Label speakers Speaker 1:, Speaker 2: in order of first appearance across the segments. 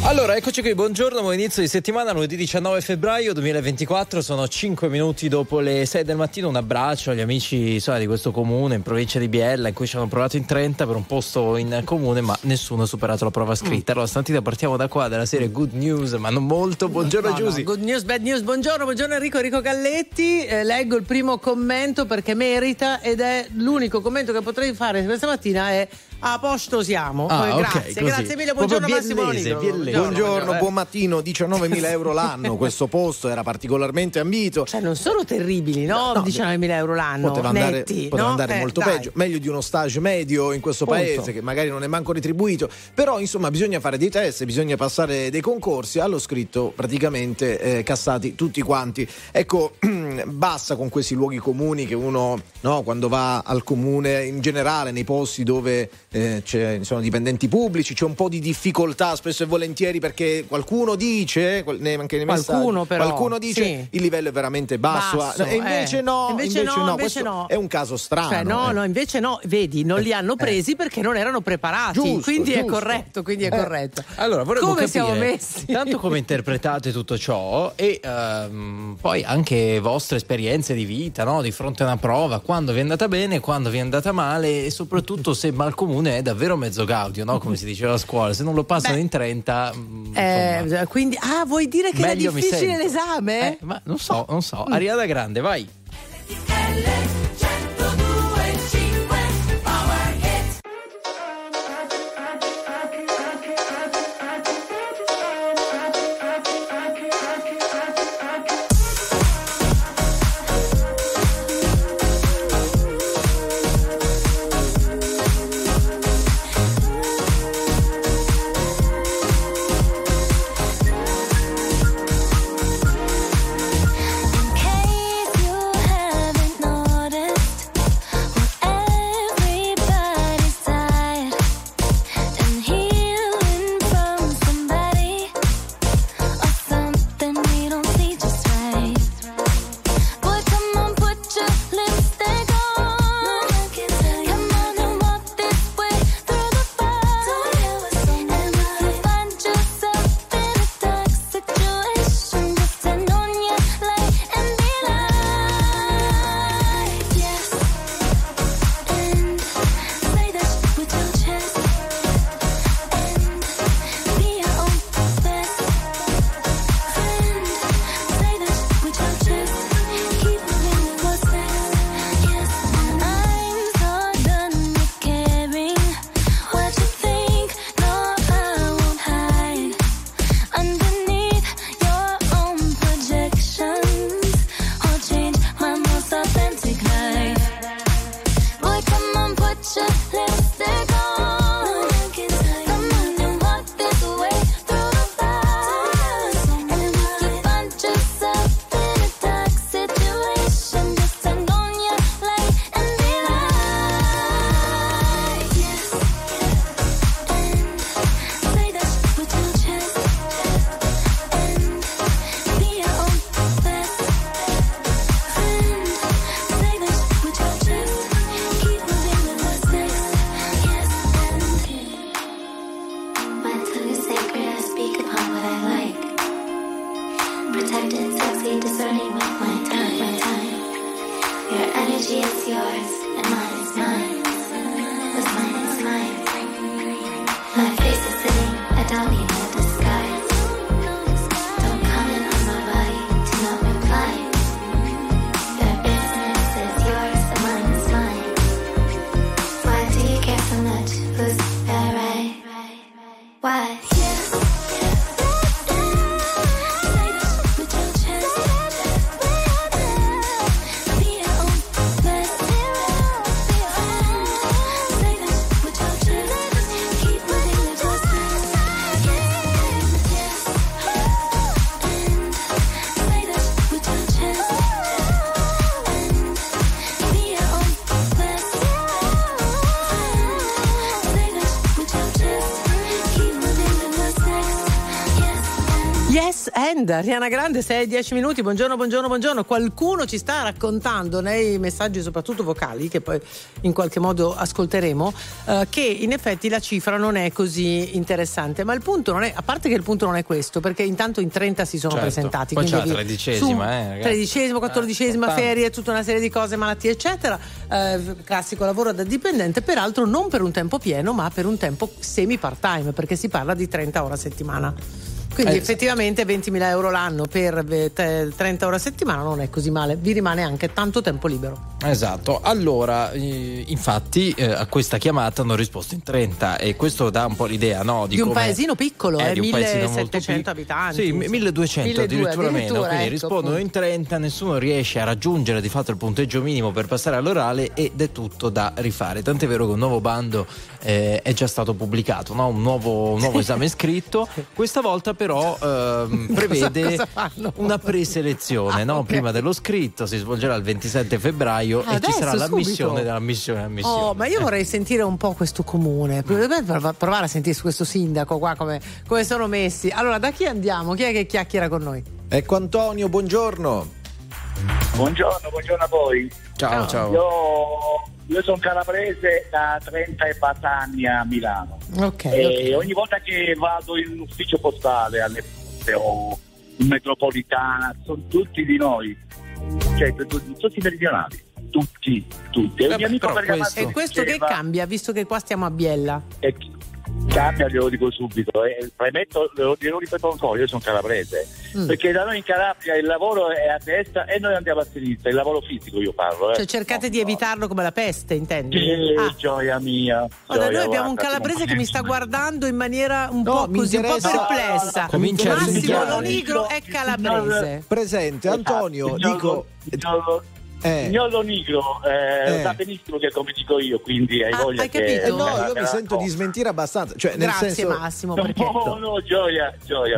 Speaker 1: Allora, eccoci qui, buongiorno, buon inizio di settimana, lunedì 19 febbraio 2024, sono 5 minuti dopo le 6 del mattino. Un abbraccio agli amici di questo comune in provincia di Biella, in cui ci hanno provato in 30 per un posto in comune, ma nessuno ha superato la prova scritta. Allora stamattina partiamo da qua, dalla serie Good News, ma non molto. Buongiorno Giusy.
Speaker 2: Good News, Bad News, buongiorno Enrico Galletti. Leggo il primo commento perché merita, ed è l'unico commento che potrei fare questa mattina, è a posto siamo. Grazie mille, buongiorno Massimo Nigro.
Speaker 3: Buongiorno, buon mattino. 19.000 euro l'anno, questo posto era particolarmente ambito.
Speaker 2: Cioè non sono terribili, no? 19.000 euro l'anno
Speaker 3: poteva andare molto peggio, meglio di uno stage medio in questo paese che magari non è manco retribuito. Però insomma bisogna fare dei test, bisogna passare dei concorsi. Allo scritto praticamente cassati tutti quanti. Ecco, basta con questi luoghi comuni che uno, no, quando va al comune, in generale nei posti dove sono dipendenti pubblici, c'è un po' di difficoltà spesso e volentieri, perché qualcuno dice, anche nei messaggi, qualcuno dice sì, il livello è veramente basso. E invece no, è un caso strano.
Speaker 2: Cioè, invece no, vedi, non li hanno presi perché non erano preparati. Giusto. È corretto.
Speaker 1: Allora, vorremmo
Speaker 2: come
Speaker 1: capire
Speaker 2: siamo messi?
Speaker 1: Tanto come interpretate tutto ciò e poi anche vostre esperienze di vita, no? Di fronte a una prova, quando vi è andata bene, quando vi è andata male, e soprattutto se al comune è davvero mezzo gaudio, no? Come si diceva a scuola, se non lo passano in 30
Speaker 2: quindi vuoi dire che era difficile l'esame?
Speaker 1: Ma non so. Ariana Grande, vai.
Speaker 2: weekend. Ariana Grande, 6-10 minuti. Buongiorno. Qualcuno ci sta raccontando nei messaggi, soprattutto vocali, che poi in qualche modo ascolteremo, che in effetti la cifra non è così interessante. Ma il punto non è, a parte che il punto non è questo, perché intanto in 30 si sono presentati.
Speaker 1: Poi c'è la 13ª,
Speaker 2: 14ª ferie, tutta una serie di cose, malattie, eccetera. Classico lavoro da dipendente, peraltro non per un tempo pieno, ma per un tempo semi part-time, perché si parla di 30 ore a settimana. Quindi effettivamente 20.000 euro l'anno per 30 ore a settimana non è così male, vi rimane anche tanto tempo libero.
Speaker 1: Esatto, allora infatti a questa chiamata hanno risposto in 30 e questo dà un po' l'idea, no?
Speaker 2: Di un paesino piccolo, 1.700 abitanti.
Speaker 1: Sì, 1.200 addirittura meno, quindi ecco, rispondono in 30, nessuno riesce a raggiungere di fatto il punteggio minimo per passare all'orale ed è tutto da rifare, tant'è vero che un nuovo bando è già stato pubblicato, no? un nuovo esame scritto, questa volta però prevede una preselezione, no? Prima dello scritto si svolgerà il 27 febbraio e ci sarà l'ammissione dell'ammissione.
Speaker 2: Oh, ma io vorrei sentire un po' questo comune, provare a sentire questo sindaco qua come sono messi. Allora, da chi andiamo? Chi è che chiacchiera con noi?
Speaker 3: Ecco Antonio, buongiorno.
Speaker 4: Buongiorno a voi.
Speaker 1: Ciao.
Speaker 4: Io sono calabrese da 30 e passa anni a Milano.
Speaker 2: Okay.
Speaker 4: Ogni volta che vado in un ufficio postale alle o in metropolitana, sono tutti di noi, cioè tutti meridionali, tutti. E un mio amico
Speaker 2: e questo che cambia, visto che qua stiamo a Biella?
Speaker 4: Cambia, glielo dico subito, premetto, lo ripeto ancora, io sono calabrese, perché da noi in Calabria il lavoro è a destra e noi andiamo a sinistra, il lavoro fisico io parlo.
Speaker 2: Cioè cercate di evitarlo come la peste, intendi?
Speaker 4: Gioia mia.
Speaker 2: Noi abbiamo un calabrese che mi sta guardando in maniera un po' così, un po' perplessa. Massimo Lonigro è calabrese.
Speaker 3: Presente, Antonio, dico...
Speaker 4: Gnolo Nigro sa benissimo che è come dico io, quindi hai voglia.
Speaker 2: Hai capito?
Speaker 3: No, io mi sento di smentire abbastanza, cioè, nel
Speaker 2: grazie
Speaker 3: senso...
Speaker 2: Massimo, perché
Speaker 4: no, gioia,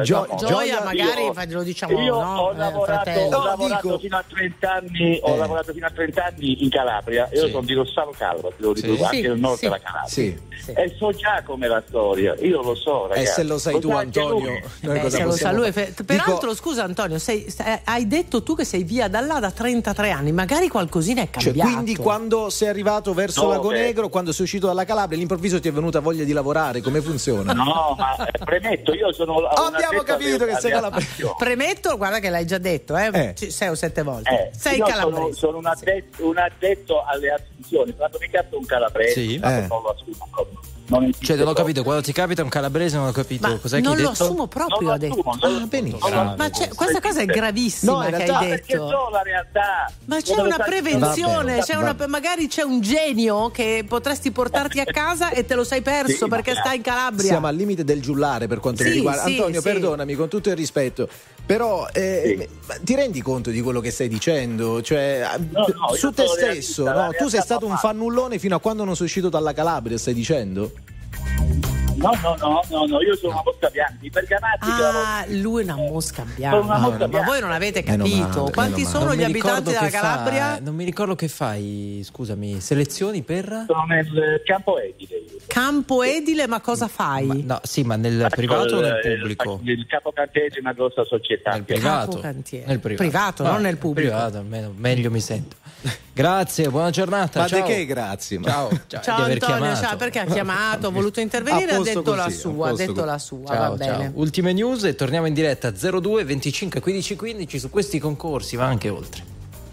Speaker 2: magari lo diciamo.
Speaker 4: Io ho lavorato fino a 30 anni, ho lavorato fino a 30 anni in Calabria. Io sono di Rossano Calabria, te lo dico, anche il nord della Calabria.
Speaker 3: Sì.
Speaker 4: E so già com'è la storia, io lo so, ragazzi.
Speaker 3: E se lo sai tu, Antonio,
Speaker 2: se lo sa lui. Peraltro, scusa Antonio, hai detto tu che sei via da là da 33 anni, magari qualcosina è cambiato.
Speaker 3: Cioè, quindi quando sei arrivato verso Lago Negro, quando sei uscito dalla Calabria, all'improvviso ti è venuta voglia di lavorare, come funziona?
Speaker 4: No, ma premetto, io sono
Speaker 3: abbiamo capito che sei calabrese.
Speaker 2: Premetto, guarda che l'hai già detto 6 o 7te volte. Sei calabrese.
Speaker 4: Sono un addetto alle assunzioni, quando mi capita un calabrese non lo assumo.
Speaker 1: Non ho capito, quando ti capita un calabrese non ho capito cos'è che hai detto.
Speaker 2: Non lo assumo proprio, ha detto.
Speaker 3: Benissimo.
Speaker 2: Ma questa cosa è gravissima che hai detto.
Speaker 4: So la realtà.
Speaker 2: Ma c'è una prevenzione, magari c'è un genio che potresti portarti a casa e te lo sei perso perché stai in Calabria.
Speaker 3: Siamo al limite del giullare per quanto mi riguarda. Antonio, perdonami, con tutto il rispetto, però ti rendi conto di quello che stai dicendo? Cioè, su te stesso, no? Tu sei stato un fannullone fino a quando non sei uscito dalla Calabria, stai dicendo?
Speaker 4: No, io sono una mosca bianca, i bergamaschi.
Speaker 2: Lui è una mosca bianca. Ma voi non avete capito? Quanti sono gli abitanti della Calabria?
Speaker 1: Non mi ricordo che fai, scusami, selezioni per?
Speaker 4: Sono nel campo edile.
Speaker 2: Campo edile, ma cosa fai?
Speaker 1: Ma nel privato o nel pubblico?
Speaker 4: Il capocantiere è una grossa società.
Speaker 1: Nel privato.
Speaker 2: Nel privato, non nel pubblico.
Speaker 1: Privato, almeno meglio mi sento. Grazie, buona giornata.
Speaker 3: Ma ciao. Di che grazie?
Speaker 1: Ciao
Speaker 2: Antonio, ciao, perché ha chiamato, ha voluto intervenire, ha detto la sua, va bene.
Speaker 1: Ultime news e torniamo in diretta 02 25 15 15 su questi concorsi, ma anche oltre.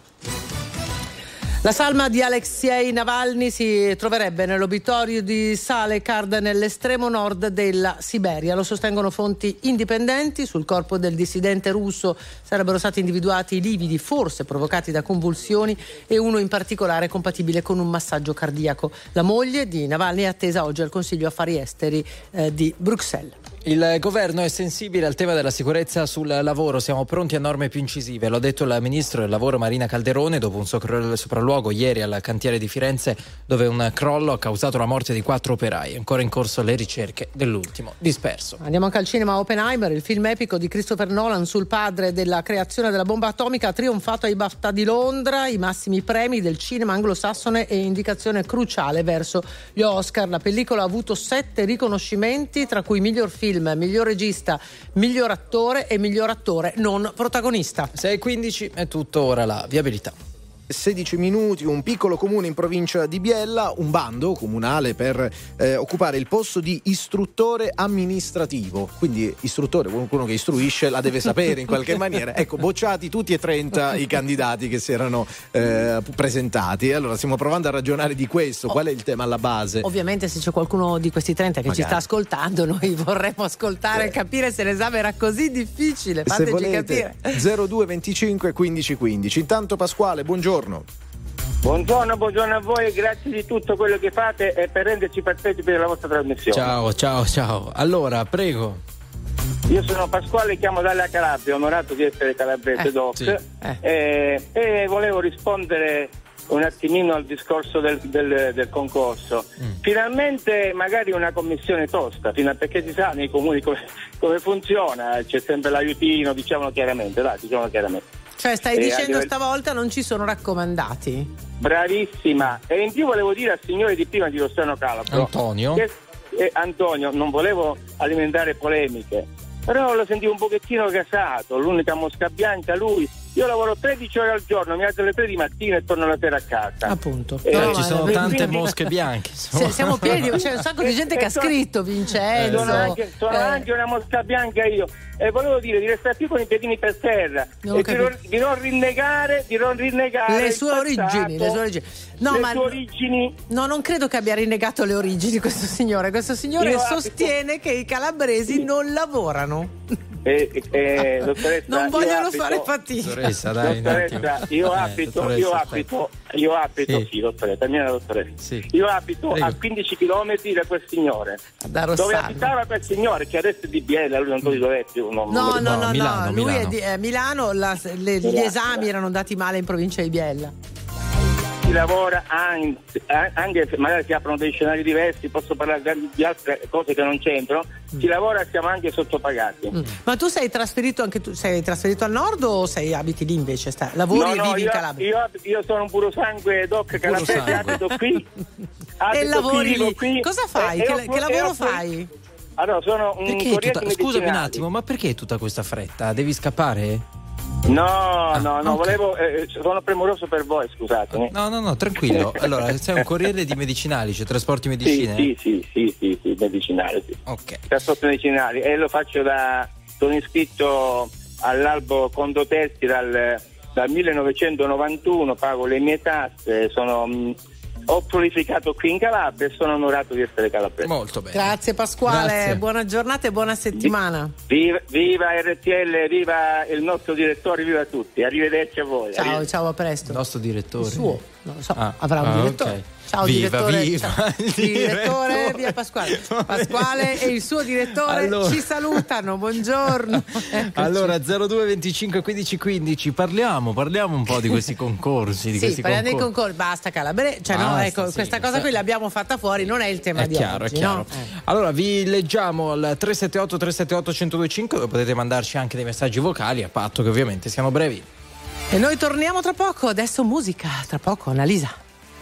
Speaker 2: La salma di Alexei Navalny si troverebbe nell'obitorio di Salekard nell'estremo nord della Siberia. Lo sostengono fonti indipendenti. Sul corpo del dissidente russo sarebbero stati individuati lividi, forse provocati da convulsioni, e uno in particolare compatibile con un massaggio cardiaco. La moglie di Navalny è attesa oggi al Consiglio Affari Esteri di Bruxelles.
Speaker 1: Il governo è sensibile al tema della sicurezza sul lavoro, siamo pronti a norme più incisive, lo ha detto il ministro del lavoro Marina Calderone dopo un sopralluogo luogo ieri al cantiere di Firenze, dove un crollo ha causato la morte di 4 operai. Ancora in corso le ricerche dell'ultimo disperso.
Speaker 2: Andiamo anche al cinema. Oppenheimer, il film epico di Christopher Nolan sul padre della creazione della bomba atomica, ha trionfato ai BAFTA di Londra, i massimi premi del cinema anglosassone e indicazione cruciale verso gli Oscar. La pellicola ha avuto 7 riconoscimenti, tra cui miglior film, miglior regista, miglior attore e miglior attore non protagonista.
Speaker 1: 6:15 è tutto, ora la viabilità.
Speaker 3: 16 minuti, un piccolo comune in provincia di Biella, un bando comunale per occupare il posto di istruttore amministrativo. Quindi istruttore, qualcuno che istruisce, la deve sapere in qualche maniera. Ecco, bocciati tutti e 30 i candidati che si erano presentati. Allora stiamo provando a ragionare di questo. Qual è il tema alla base?
Speaker 2: Ovviamente se c'è qualcuno di questi 30 che ci sta ascoltando, noi vorremmo ascoltare e capire se l'esame era così difficile. Fateci
Speaker 3: se volete,
Speaker 2: capire.
Speaker 3: 02 25 15 15. Intanto Pasquale, buongiorno.
Speaker 5: Buongiorno a voi e grazie di tutto quello che fate e per renderci partecipi della vostra trasmissione.
Speaker 1: Ciao. Allora, prego.
Speaker 5: Io sono Pasquale, chiamo dalla Calabria, onorato di essere calabrese doc.
Speaker 1: Sì.
Speaker 5: E volevo rispondere un attimino al discorso del concorso. Finalmente magari una commissione tosta, perché si sa nei comuni come funziona, c'è sempre l'aiutino, diciamolo chiaramente.
Speaker 2: Cioè stai dicendo stavolta non ci sono raccomandati?
Speaker 5: Bravissima. E in più volevo dire al signore di prima di Rossano Calabro, Antonio, non volevo alimentare polemiche, però lo sentivo un pochettino gasato, l'unica mosca bianca lui. Io lavoro 13 ore al giorno, mi alzo alle 3 di mattina e torno la sera a casa.
Speaker 2: Appunto.
Speaker 1: Ci sono tante mosche bianche.
Speaker 2: Siamo pieni, c'è un sacco di gente che ha scritto, Vincenzo.
Speaker 5: Sono anche una mosca bianca io. E volevo dire di restare qui con i piedini per terra e di non rinnegare
Speaker 2: le sue origini.
Speaker 5: No, sue origini.
Speaker 2: No, non credo che abbia rinnegato le origini questo signore. Questo signore sostiene che i calabresi non lavorano.
Speaker 5: Dottoressa,
Speaker 2: non vogliono fare fatica.
Speaker 5: Dottoressa, io abito, sì, dottoressa, mia dottoressa. Sì. Io abito a 15 km da quel signore. Dove abitava quel signore, che adesso è di Biella, lui non so di dove è più.
Speaker 2: No, lui è di Milano, gli esami erano andati male in provincia di Biella.
Speaker 5: Si lavora anche se magari si aprono dei scenari diversi, posso parlare di altre cose che non c'entrano, si lavora, siamo anche sottopagati.
Speaker 2: Ma tu sei trasferito al nord o abiti lì invece? Lavori e vivi in Calabria?
Speaker 5: Io sono un puro sangue doc calabrese, abito qui.
Speaker 2: E lavori qui. Cosa fai? Che lavoro fai?
Speaker 5: Allora, sono un corriere
Speaker 1: scusami un attimo, ma perché tutta questa fretta? Devi scappare?
Speaker 5: No, volevo, sono premuroso per voi, scusatemi.
Speaker 1: No, tranquillo. Allora, sei un corriere di medicinali, cioè trasporti medicine?
Speaker 5: Sì, medicinali, sì.
Speaker 1: Ok.
Speaker 5: Trasporti medicinali e lo faccio sono iscritto all'albo Condotesti dal 1991, pago le mie tasse, ho prolificato qui in Calabria e sono onorato di essere calabrese.
Speaker 1: Molto bene.
Speaker 2: Grazie Pasquale, grazie. Buona giornata e buona settimana.
Speaker 5: Viva RTL, viva il nostro direttore, viva tutti. Arrivederci a voi.
Speaker 2: Ciao, a presto.
Speaker 1: Il nostro direttore?
Speaker 2: Il suo, non lo so, avrà un direttore. Okay. Ciao
Speaker 1: viva,
Speaker 2: direttore. Ciao, direttore, via Pasquale. Pasquale e il suo direttore ci salutano, buongiorno.
Speaker 1: Allora 02 25 15 15 parliamo un po' di questi concorsi.
Speaker 2: Parliamo dei concorsi, basta Calabria, questa cosa qui l'abbiamo fatta fuori, non è il tema di oggi. È chiaro. No?
Speaker 1: Allora vi leggiamo al 378 378 1025, dove potete mandarci anche dei messaggi vocali, a patto che ovviamente siano brevi.
Speaker 2: E noi torniamo tra poco, adesso musica, tra poco Annalisa.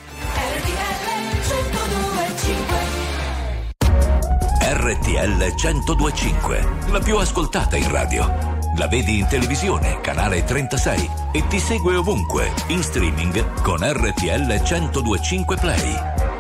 Speaker 6: RTL 102.5, la più ascoltata in radio. La vedi in televisione, canale 36 e ti segue ovunque, in streaming con RTL 102.5 Play.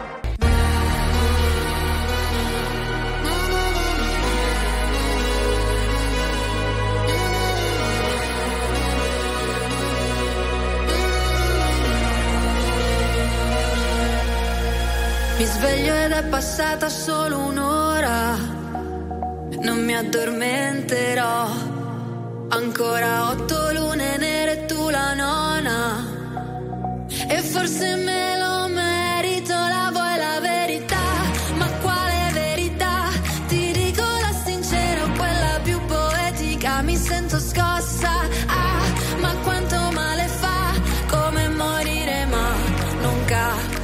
Speaker 7: Mi sveglio ed è passata solo un'ora, non mi addormenterò. Ancora 8 lune nere e tu la nona, e forse me lo merito, la vuoi la verità? Ma quale verità? Ti dico la sincera, quella più poetica, mi sento scossa, ma quanto male fa, come morire, ma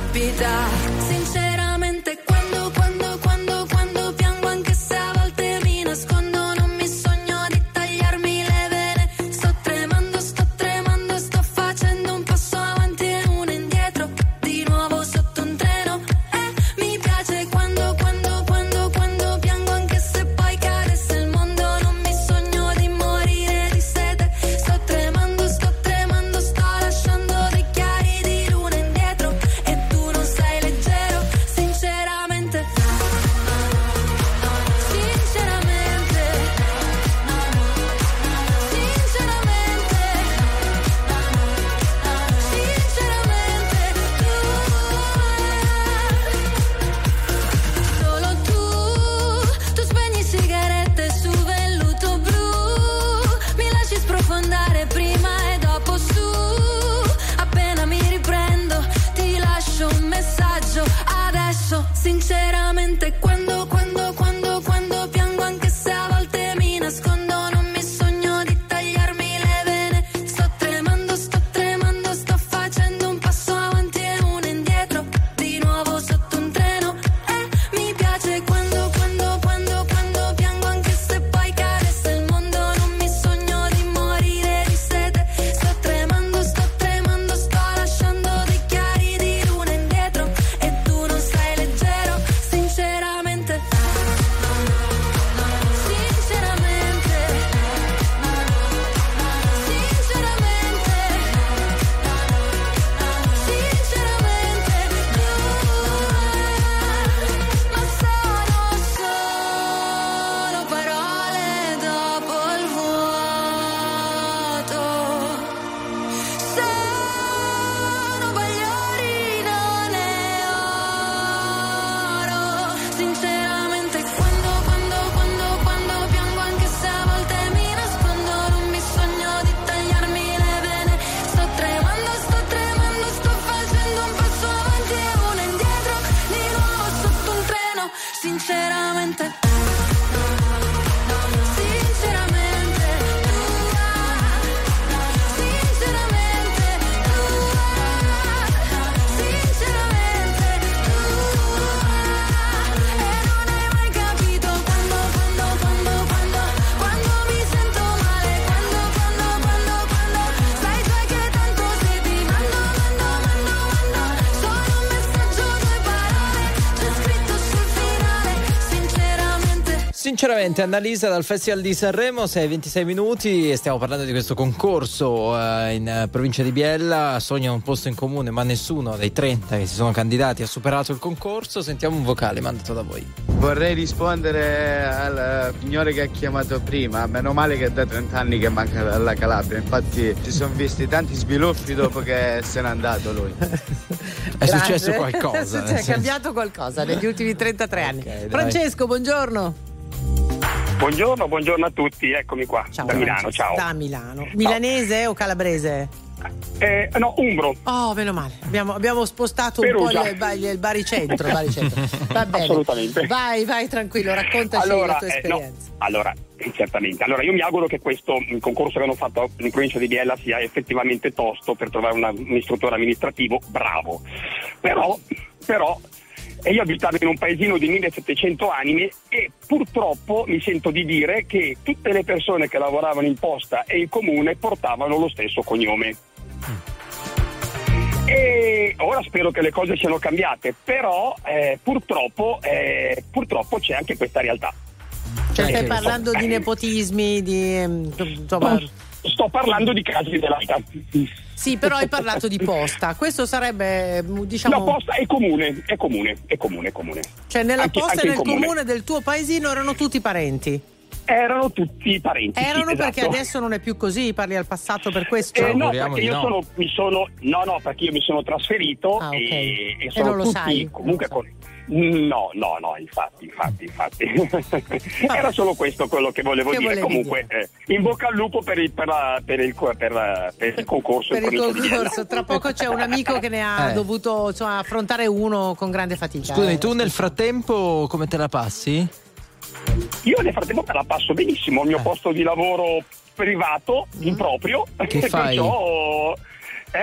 Speaker 7: capita. Sinceramente quando piango, anche se a volte mi nascondo, non mi sogno di tagliarmi le vene. Sto tremando, sto facendo un passo avanti e uno indietro, di nuovo sotto un treno. Mi piace quando piango, anche se poi cadesse il mondo, non mi sogno di morire di sete. Sto tremando, sto lasciando dei chiari di luna indietro, e tu non sei leggero. Sinceramente, solo tu spegni sigarette su velluto blu, mi lasci sprofondare prima e dopo su. Appena mi riprendo ti lascio un messaggio adesso. Sinceramente quando piango, anche se a volte mi nascondo, non mi sogno di tagliarmi le vene. Sto tremando, sto facendo un passo avanti e uno indietro, di nuovo sotto un treno. Mi piace quando piango, anche se poi cadesse il mondo, non mi sogno di morire di sete. Sto tremando, sto lasciando dei chiari di luna indietro, e tu non sei leggero. Sinceramente, ma sono solo parole dopo il vuoto. Sono bagliori, non è oro. Sinceramente quando piango, anche se a volte mi nascondo, non mi sogno di tagliarmi le vene. Sto tremando, sto facendo un passo avanti e uno indietro, di nuovo sotto un treno. Sinceramente, e non hai mai capito quando mi sento male, quando sai già che tanto se ti mando solo un messaggio, due parole, c'è scritto sul finale.
Speaker 1: Sinceramente, Annalisa dal Festival di Sanremo, 6:26 minuti, e stiamo parlando di questo concorso in provincia di Biella. Sognano un posto in comune, ma nessuno dei 30 che si sono candidati ha superato il concorso. Sentiamo un vocale mandato da voi.
Speaker 8: Vorrei rispondere al signore che ha chiamato prima. Meno male che è da 30 anni che manca alla Calabria, infatti ci sono visti tanti sviluppi dopo che se n'è andato lui.
Speaker 1: È successo qualcosa?
Speaker 2: È cambiato qualcosa negli ultimi 33 anni. Francesco, buongiorno.
Speaker 9: Buongiorno a tutti, eccomi qua.
Speaker 2: Ciao,
Speaker 9: da Milano, ciao.
Speaker 2: Da Milano. Milanese o calabrese?
Speaker 9: No, umbro.
Speaker 2: Oh, meno male. Abbiamo spostato
Speaker 9: Perugia.
Speaker 2: Un po' il baricentro. Va bene.
Speaker 9: Assolutamente.
Speaker 2: Vai tranquillo, raccontaci la tua esperienza.
Speaker 9: Certamente. Allora, io mi auguro che questo concorso che hanno fatto in provincia di Biella sia effettivamente tosto per trovare un istruttore amministrativo bravo. Però e io abitavo in un paesino di 1700 anime e purtroppo mi sento di dire che tutte le persone che lavoravano in posta e in comune portavano lo stesso cognome. E ora spero che le cose siano cambiate, però purtroppo c'è anche questa realtà.
Speaker 2: Cioè stai parlando di nepotismi,
Speaker 9: Sto parlando di casi della vita.
Speaker 2: Sì, però hai parlato di posta. Questo sarebbe, diciamo...
Speaker 9: La posta è comune.
Speaker 2: Cioè nella
Speaker 9: anche,
Speaker 2: posta
Speaker 9: anche
Speaker 2: e nel comune del tuo paesino erano tutti parenti?
Speaker 9: Erano tutti parenti.
Speaker 2: Erano,
Speaker 9: sì,
Speaker 2: perché
Speaker 9: esatto.
Speaker 2: Adesso non è più così, parli al passato per questo?
Speaker 9: No, perché io perché io mi sono trasferito
Speaker 2: okay.
Speaker 9: e sono
Speaker 2: non lo
Speaker 9: tutti
Speaker 2: sai.
Speaker 9: comunque No, infatti. Era solo questo quello che volevo dire. Comunque, in bocca al lupo per il concorso.
Speaker 2: Per il concorso. Tra poco c'è un amico che ne ha dovuto affrontare uno con grande fatica.
Speaker 1: Scusami, tu nel frattempo come te la passi?
Speaker 9: Io nel frattempo me la passo benissimo. Il mio posto di lavoro privato, improprio.
Speaker 1: Che fai?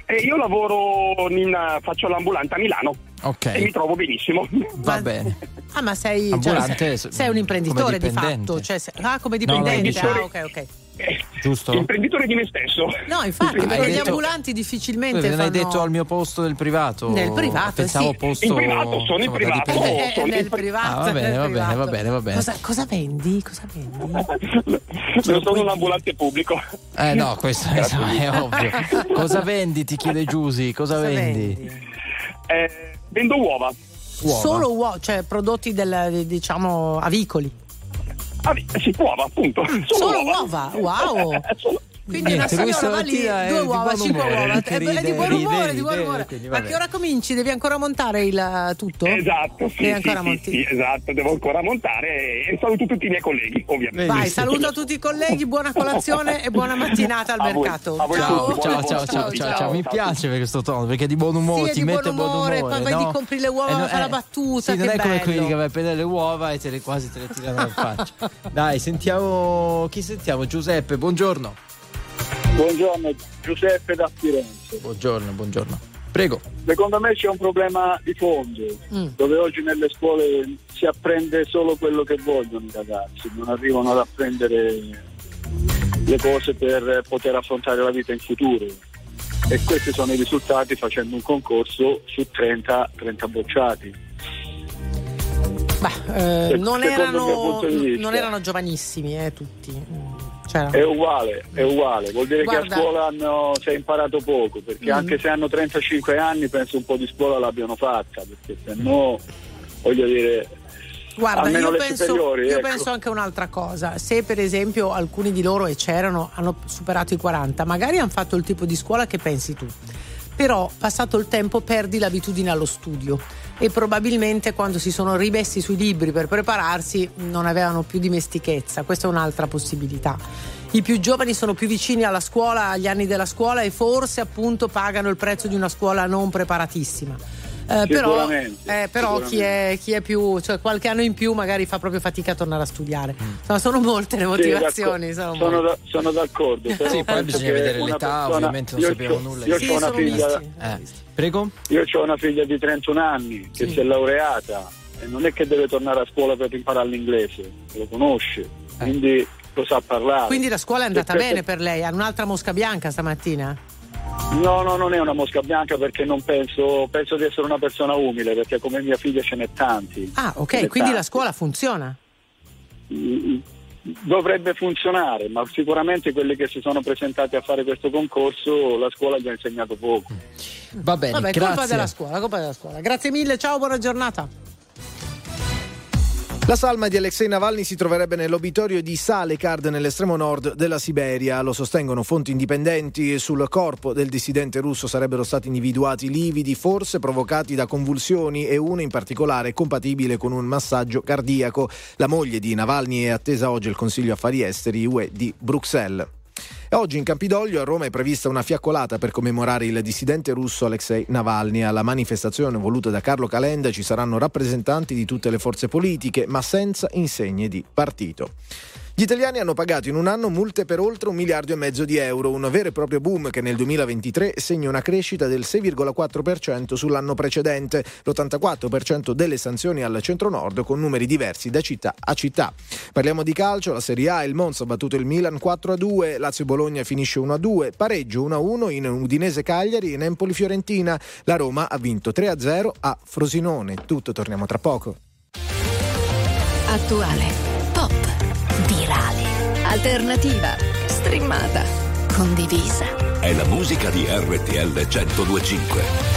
Speaker 9: Io lavoro faccio l'ambulante a Milano.
Speaker 1: Okay.
Speaker 9: E mi trovo benissimo.
Speaker 1: Va bene.
Speaker 2: Ah, ma sei un imprenditore di fatto, cioè come dipendente.
Speaker 1: No,
Speaker 2: ok.
Speaker 1: Giusto?
Speaker 9: Imprenditore di me stesso.
Speaker 2: No, infatti, perché gli ambulanti difficilmente
Speaker 1: fanno... hai detto al mio posto del privato.
Speaker 2: Nel privato,
Speaker 1: pensavo
Speaker 2: sì.
Speaker 1: posto.
Speaker 9: In privato, sono in privato.
Speaker 2: Nel privato.
Speaker 1: Va bene.
Speaker 2: Cosa vendi?
Speaker 9: Non sono un ambulante pubblico.
Speaker 1: No, questo è ovvio. Cosa vendi? Ti chiede Giusy. Cosa vendi?
Speaker 9: Vendo uova.
Speaker 2: Solo uova, cioè prodotti diciamo avicoli.
Speaker 9: Si uova, appunto.
Speaker 2: Solo uova. Wow. Quindi una signora va lì, 2 uova, 5 uova, è di buon umore. A che ora cominci? Devi ancora montare il tutto?
Speaker 9: Esatto, sì, esatto, devo ancora montare e saluto tutti i miei colleghi, ovviamente.
Speaker 2: Vai, saluto tutti i colleghi, buona colazione e buona mattinata al mercato.
Speaker 1: Ciao. Mi piace questo tono, perché è di buon umore, ti mette buon umore.
Speaker 2: Poi vai di compri le uova, fa la battuta,
Speaker 1: sì, non è come quelli che vai a prendere le uova e quasi te le tirano in faccia. Dai, sentiamo Giuseppe, buongiorno.
Speaker 10: Buongiorno, Giuseppe da Firenze.
Speaker 1: Buongiorno. Prego.
Speaker 10: Secondo me c'è un problema di fondo, dove oggi nelle scuole si apprende solo quello che vogliono i ragazzi, non arrivano ad apprendere le cose per poter affrontare la vita in futuro. E questi sono i risultati facendo un concorso su 30 bocciati.
Speaker 2: Non erano giovanissimi, tutti.
Speaker 10: È uguale, vuol dire che a scuola si è imparato poco, perché anche se hanno 35 anni penso un po' di scuola l'abbiano fatta, perché se no, voglio dire, almeno le superiori.
Speaker 2: Io penso anche un'altra cosa: se per esempio alcuni di loro, e c'erano, hanno superato i 40, magari hanno fatto il tipo di scuola che pensi tu, però passato il tempo perdi l'abitudine allo studio e probabilmente quando si sono rimessi sui libri per prepararsi non avevano più dimestichezza. Questa è un'altra possibilità. I più giovani sono più vicini alla scuola, agli anni della scuola, e forse appunto pagano il prezzo di una scuola non preparatissima. Però chi è più, cioè qualche anno in più magari fa proprio fatica a tornare a studiare. Sono molte le motivazioni.
Speaker 10: Sono d'accordo. Però
Speaker 1: sì, poi bisogna vedere l'età, ovviamente non sappiamo nulla.
Speaker 10: Io ho una figlia.
Speaker 1: Prego?
Speaker 10: Io ho una figlia di 31 anni che si è laureata e non è che deve tornare a scuola per imparare l'inglese, lo conosce, quindi lo sa parlare.
Speaker 2: Quindi la scuola è andata bene per lei? Ha un'altra mosca bianca stamattina?
Speaker 10: No, non è una mosca bianca, perché non penso di essere una persona umile, perché come mia figlia ce n'è tanti.
Speaker 2: Ah, ok, quindi la scuola funziona?
Speaker 10: Dovrebbe funzionare, ma sicuramente quelli che si sono presentati a fare questo concorso la scuola gli ha insegnato poco.
Speaker 1: Va bene, grazie.
Speaker 2: Colpa della scuola. Grazie mille, ciao, buona giornata.
Speaker 3: La salma di Alexei Navalny si troverebbe nell'obitorio di Salekard, nell'estremo nord della Siberia. Lo sostengono fonti indipendenti. Sul corpo del dissidente russo sarebbero stati individuati lividi, forse provocati da convulsioni, e uno in particolare compatibile con un massaggio cardiaco. La moglie di Navalny è attesa oggi al Consiglio Affari Esteri UE di Bruxelles. E oggi in Campidoglio a Roma è prevista una fiaccolata per commemorare il dissidente russo Alexei Navalny. Alla manifestazione voluta da Carlo Calenda ci saranno rappresentanti di tutte le forze politiche, ma senza insegne di partito. Gli italiani hanno pagato in un anno multe per oltre 1,5 miliardi di euro, un vero e proprio boom che nel 2023 segna una crescita del 6,4% sull'anno precedente, l'84% delle sanzioni al centro-nord, con numeri diversi da città a città. Parliamo di calcio, la Serie A, il Monza ha battuto il Milan 4-2, Lazio-Bologna finisce 1-2, pareggio 1-1 in Udinese-Cagliari e Empoli-Fiorentina, la Roma ha vinto 3-0 a Frosinone. Tutto, torniamo tra poco.
Speaker 11: Attuale, pop, virale, alternativa, streamata, condivisa.
Speaker 6: È la musica di RTL 102.5.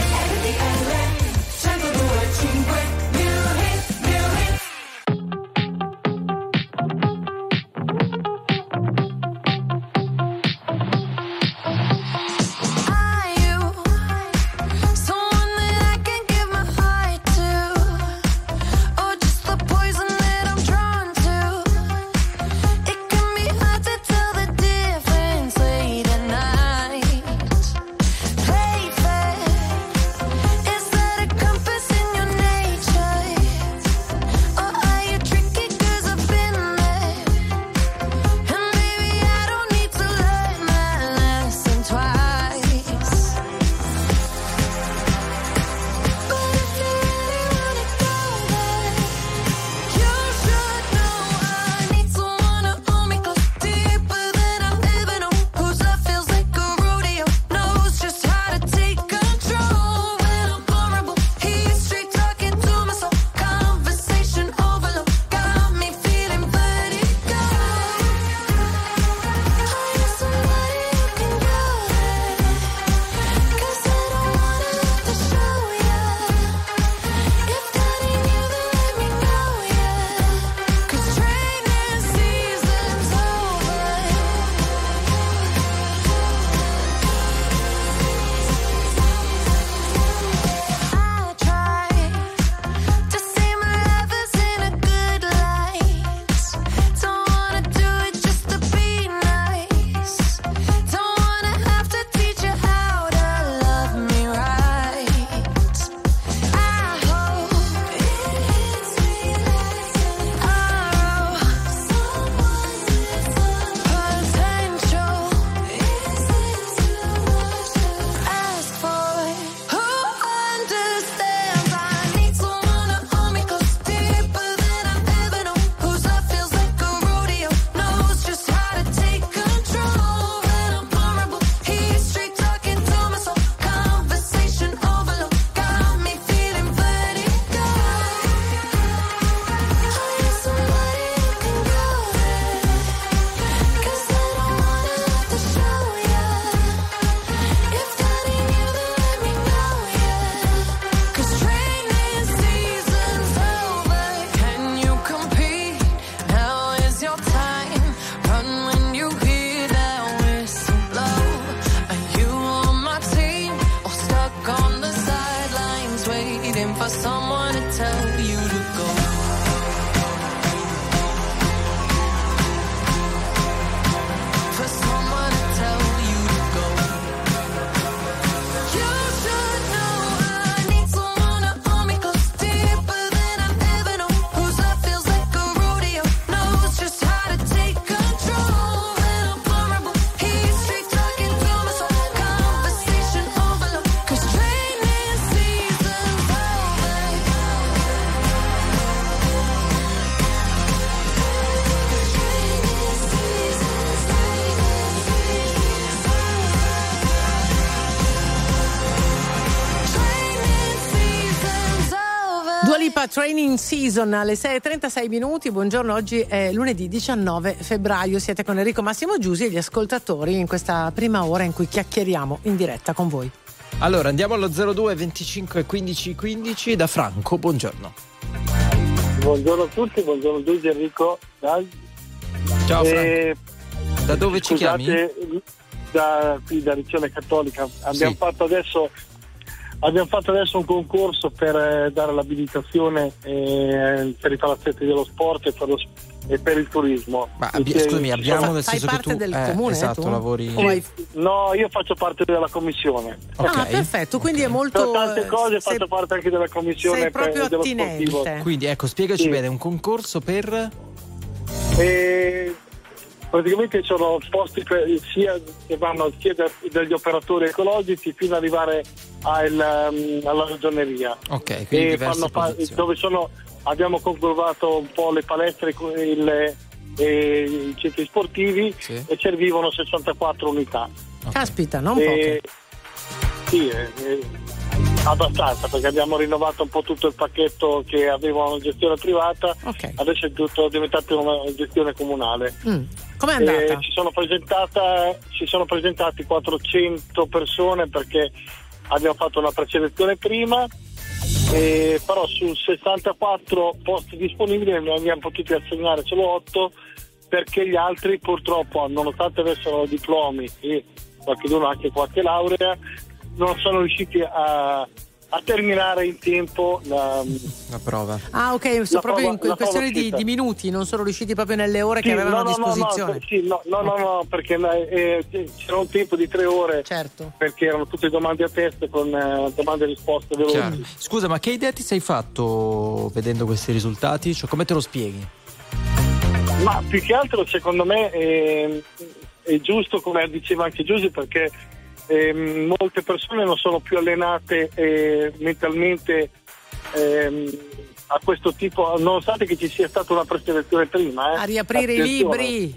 Speaker 7: looking for someone to tell you to go. For someone to tell you to go. You should know I need someone to hold me close, deeper than I've ever known. Whose love feels like a rodeo, knows just how to take control. When I'm vulnerable, he's straight talking to my soul. Conversation overload, 'cause training season's over.
Speaker 2: Dua Lipa, Training Season alle 6:36 minuti. Buongiorno, oggi è lunedì 19 febbraio. Siete con Enrico Massimo Giusi e gli ascoltatori in questa prima ora in cui chiacchieriamo in diretta con voi.
Speaker 1: Allora andiamo allo 02 25 15 15 da Franco, buongiorno.
Speaker 12: Buongiorno a tutti, buongiorno Giusi, Enrico.
Speaker 1: Ciao Franco. Da dove ci chiami?
Speaker 12: Da Riccione Cattolica. Abbiamo fatto adesso un concorso per dare l'abilitazione per i palazzetti dello sport e per il turismo.
Speaker 1: Ma scusami, abbiamo nel
Speaker 2: fai
Speaker 1: senso
Speaker 2: parte
Speaker 1: che tu
Speaker 2: del comune,
Speaker 1: esatto,
Speaker 2: tu?
Speaker 1: lavori.
Speaker 12: No, io faccio parte della commissione.
Speaker 2: Ah, perfetto, quindi è molto
Speaker 12: per tante cose faccio parte anche della commissione
Speaker 2: sei proprio
Speaker 12: dello
Speaker 2: attinente.
Speaker 12: sportivo.
Speaker 1: Quindi ecco, spiegaci bene, un concorso per
Speaker 12: praticamente sono posti che vanno sia dagli operatori ecologici fino ad arrivare alla ragioneria.
Speaker 1: Ok, quindi
Speaker 12: dove abbiamo concordato un po' le palestre e i centri sportivi, sì, e servivano 64 unità.
Speaker 2: Okay. Caspita, non poche.
Speaker 12: Sì, abbastanza, perché abbiamo rinnovato un po' tutto il pacchetto che aveva una gestione privata.
Speaker 2: Okay.
Speaker 12: Adesso è tutto diventato una gestione comunale.
Speaker 2: Com'è andata?
Speaker 12: Ci sono presentati 400 persone perché abbiamo fatto una preselezione prima, però su 64 posti disponibili ne abbiamo potuti assegnare solo 8 perché gli altri purtroppo, nonostante avessero diplomi e qualcuno anche qualche laurea, non sono riusciti a terminare in tempo la
Speaker 1: prova.
Speaker 2: Ah, ok, proprio in questione di minuti, non sono riusciti proprio nelle ore che avevano a disposizione.
Speaker 12: No, perché c'era un tempo di 3 ore,
Speaker 2: certo,
Speaker 12: perché erano tutte domande a test con domande e risposte veloci.
Speaker 1: Scusa, ma che idea ti sei fatto vedendo questi risultati? Cioè, come te lo spieghi?
Speaker 12: Ma più che altro secondo me è giusto, come diceva anche Giusy, perché molte persone non sono più allenate mentalmente a questo tipo, nonostante che ci sia stata una preselezione prima.
Speaker 2: A riaprire i libri.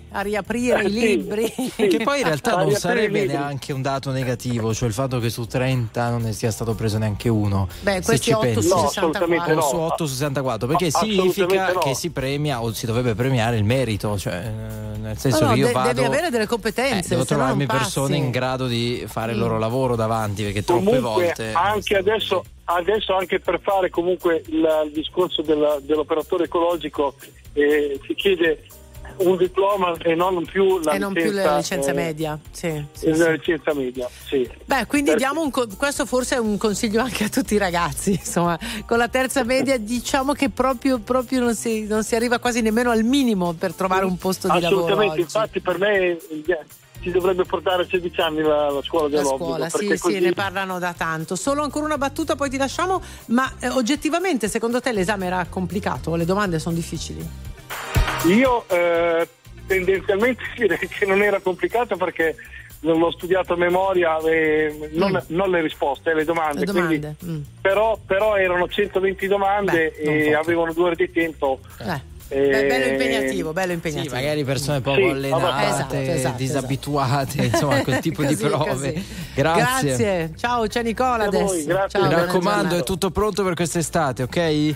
Speaker 12: Sì.
Speaker 1: Che poi in realtà non sarebbe neanche un dato negativo, cioè il fatto che su 30 non ne sia stato preso neanche uno.
Speaker 2: Beh, questi 8 su 64.
Speaker 1: Su 8 su 64, perché significa che si premia o si dovrebbe premiare il merito, cioè nel senso che io
Speaker 2: devi avere delle competenze,
Speaker 1: devo trovarmi persone in grado di fare il loro lavoro davanti, perché troppe volte
Speaker 12: anche adesso anche per fare comunque il discorso dell'operatore ecologico si chiede un diploma e non più la
Speaker 2: licenza media.
Speaker 12: La licenza media, sì.
Speaker 2: Beh, quindi diamo questo forse è un consiglio anche a tutti i ragazzi, insomma, con la terza media diciamo che proprio non si arriva quasi nemmeno al minimo per trovare un posto di lavoro.
Speaker 12: Assolutamente, infatti per me si dovrebbe portare a 16 anni la scuola dell'obbligo.
Speaker 2: La scuola, sì, ne parlano da tanto. Solo ancora una battuta, poi ti lasciamo, ma oggettivamente secondo te l'esame era complicato? Le domande sono difficili?
Speaker 12: Io tendenzialmente direi che non era complicato perché l'ho studiato a memoria, non le risposte, le domande. Quindi, però erano 120 domande e avevano 2 ore di tempo.
Speaker 2: Bello impegnativo.
Speaker 1: Sì, magari persone poco allenate, disabituate, insomma, quel tipo di prove.
Speaker 2: Così.
Speaker 1: Grazie.
Speaker 2: Ciao, c'è Nicola adesso.
Speaker 12: Ciao,
Speaker 1: mi raccomando, è tutto pronto per quest'estate, ok?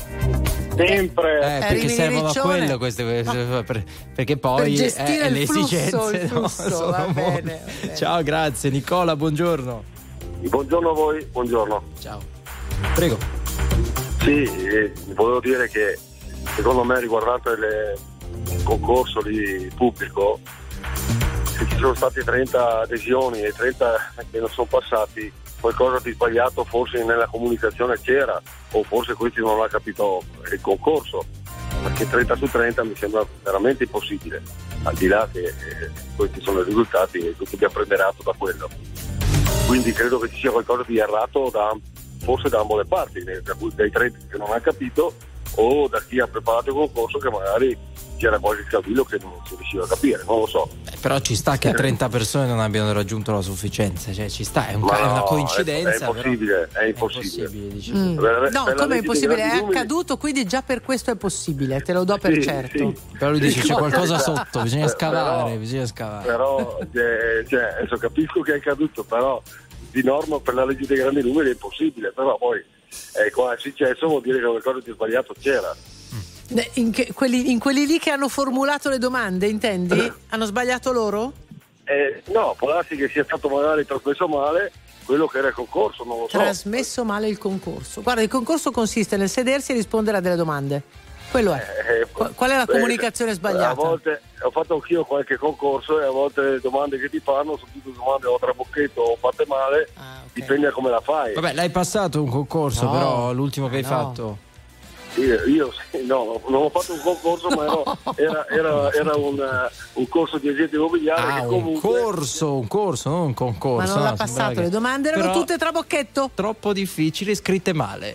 Speaker 12: Sempre.
Speaker 1: Perché servono a quello queste, perché poi
Speaker 2: per gestire
Speaker 1: le
Speaker 2: il flusso,
Speaker 1: esigenze
Speaker 2: va bene.
Speaker 1: Ciao, grazie Nicola, buongiorno.
Speaker 13: Buongiorno a voi, buongiorno.
Speaker 1: Ciao. Prego.
Speaker 13: Sì, volevo dire che secondo me riguardante il concorso di pubblico, se ci sono state 30 adesioni e 30 che non sono passati, qualcosa di sbagliato forse nella comunicazione c'era, o forse questi non hanno capito il concorso, perché 30 su 30 mi sembra veramente impossibile, al di là che questi sono i risultati e tutti abbiamo prendere atto da quello. Quindi credo che ci sia qualcosa di errato forse da ambo le parti, dai 30 che non hanno capito o da chi ha preparato il concorso che magari c'era qualche cavillo che non si riusciva a capire, non lo so.
Speaker 1: Però ci sta che a 30 persone non abbiano raggiunto la sufficienza, cioè ci sta, è una coincidenza.
Speaker 13: È impossibile, però... è impossibile.
Speaker 2: No, come è impossibile? È accaduto, quindi già per questo è possibile, te lo do per certo. Sì.
Speaker 1: Però lui dice c'è qualcosa sotto, bisogna scavare.
Speaker 13: Però adesso capisco che è accaduto, però di norma per la legge dei grandi numeri è impossibile, però poi qua è successo, vuol dire che qualcosa di sbagliato c'era.
Speaker 2: In quelli lì che hanno formulato le domande, intendi? Hanno sbagliato loro?
Speaker 13: No, può darsi che sia stato magari trasmesso male quello che era il concorso, non lo so.
Speaker 2: Trasmesso male il concorso. Guarda, il concorso consiste nel sedersi e rispondere a delle domande. Quello è. Qual è la comunicazione sbagliata?
Speaker 13: A volte ho fatto anch'io qualche concorso e a volte le domande che ti fanno sono tutte domande o trabocchetto o fatte male, okay. Dipende da come la fai.
Speaker 1: Vabbè, l'hai passato un concorso, però l'ultimo che hai fatto?
Speaker 13: Io sì, no, non ho fatto un concorso, ma era un corso di agente immobiliare. Che comunque...
Speaker 1: un corso, non un concorso.
Speaker 2: Ma non l'ha passato, le domande erano tutte trabocchetto.
Speaker 1: Troppo difficili, scritte male.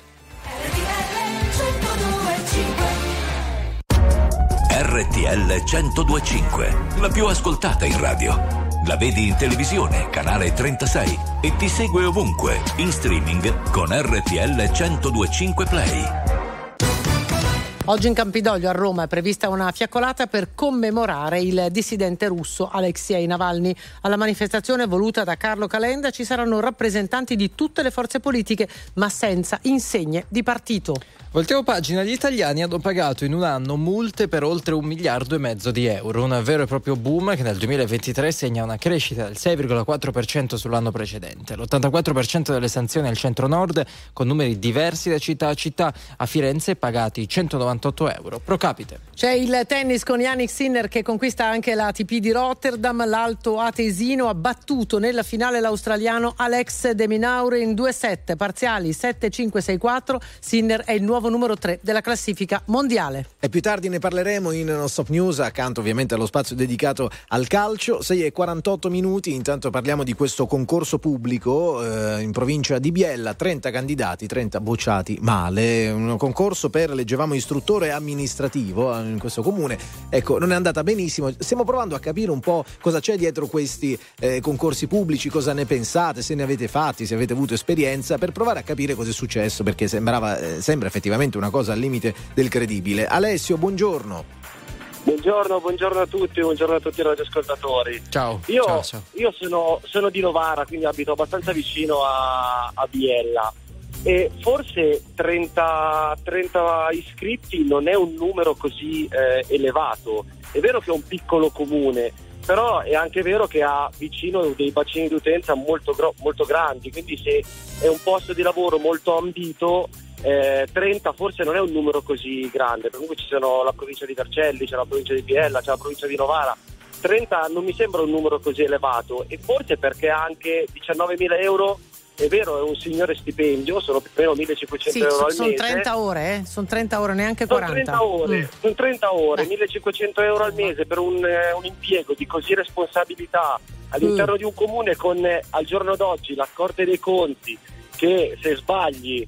Speaker 6: RTL 102.5, la più ascoltata in radio. La vedi in televisione, canale 36, e ti segue ovunque, in streaming con RTL 102.5 Play.
Speaker 2: Oggi in Campidoglio a Roma è prevista una fiaccolata per commemorare il dissidente russo Alexei Navalny. Alla manifestazione voluta da Carlo Calenda ci saranno rappresentanti di tutte le forze politiche, ma senza insegne di partito.
Speaker 1: Voltiamo pagina, gli italiani hanno pagato in un anno multe per oltre 1,5 miliardi di euro, un vero e proprio boom che nel 2023 segna una crescita del 6,4% sull'anno precedente. L'84% delle sanzioni al centro-nord, con numeri diversi da città a città. A Firenze pagati 198 euro pro capite.
Speaker 2: C'è il tennis con Jannik Sinner che conquista anche la ATP di Rotterdam. L'alto atesino ha battuto nella finale l'australiano Alex de Minaur in 2 set parziali 7-5-6-4. Sinner è il nuovo numero 3 della classifica mondiale.
Speaker 3: E più tardi ne parleremo in Non Stop News, accanto ovviamente allo spazio dedicato al calcio. 6:48. Intanto parliamo di questo concorso pubblico in provincia di Biella, 30 candidati, 30 bocciati male, un concorso per, leggevamo, istruttore amministrativo in questo comune. Ecco, non è andata benissimo. Stiamo provando a capire un po' cosa c'è dietro questi concorsi pubblici, cosa ne pensate, se ne avete fatti, se avete avuto esperienza, per provare a capire cosa è successo, perché sembra effettivamente una cosa al limite del credibile. Alessio, buongiorno.
Speaker 14: Buongiorno a tutti, buongiorno a tutti i radioascoltatori.
Speaker 1: Ciao.
Speaker 14: Io sono di Novara, quindi abito abbastanza vicino a Biella, e forse 30 iscritti non è un numero così elevato. È vero che è un piccolo comune, però è anche vero che ha vicino dei bacini di utenza molto grandi, quindi se è un posto di lavoro molto ambito, 30 forse non è un numero così grande. Comunque ci sono la provincia di Vercelli, c'è la provincia di Biella, c'è la provincia di Novara. 30 non mi sembra un numero così elevato, e forse perché anche 19.000 euro, è vero, è un signore stipendio, sono più o meno 1.500 euro al mese.
Speaker 2: Sono 30 ore, neanche 40.
Speaker 14: Sono 30 ore, 1.500 euro al mese per un impiego di così responsabilità all'interno di un comune con al giorno d'oggi la Corte dei Conti che se sbagli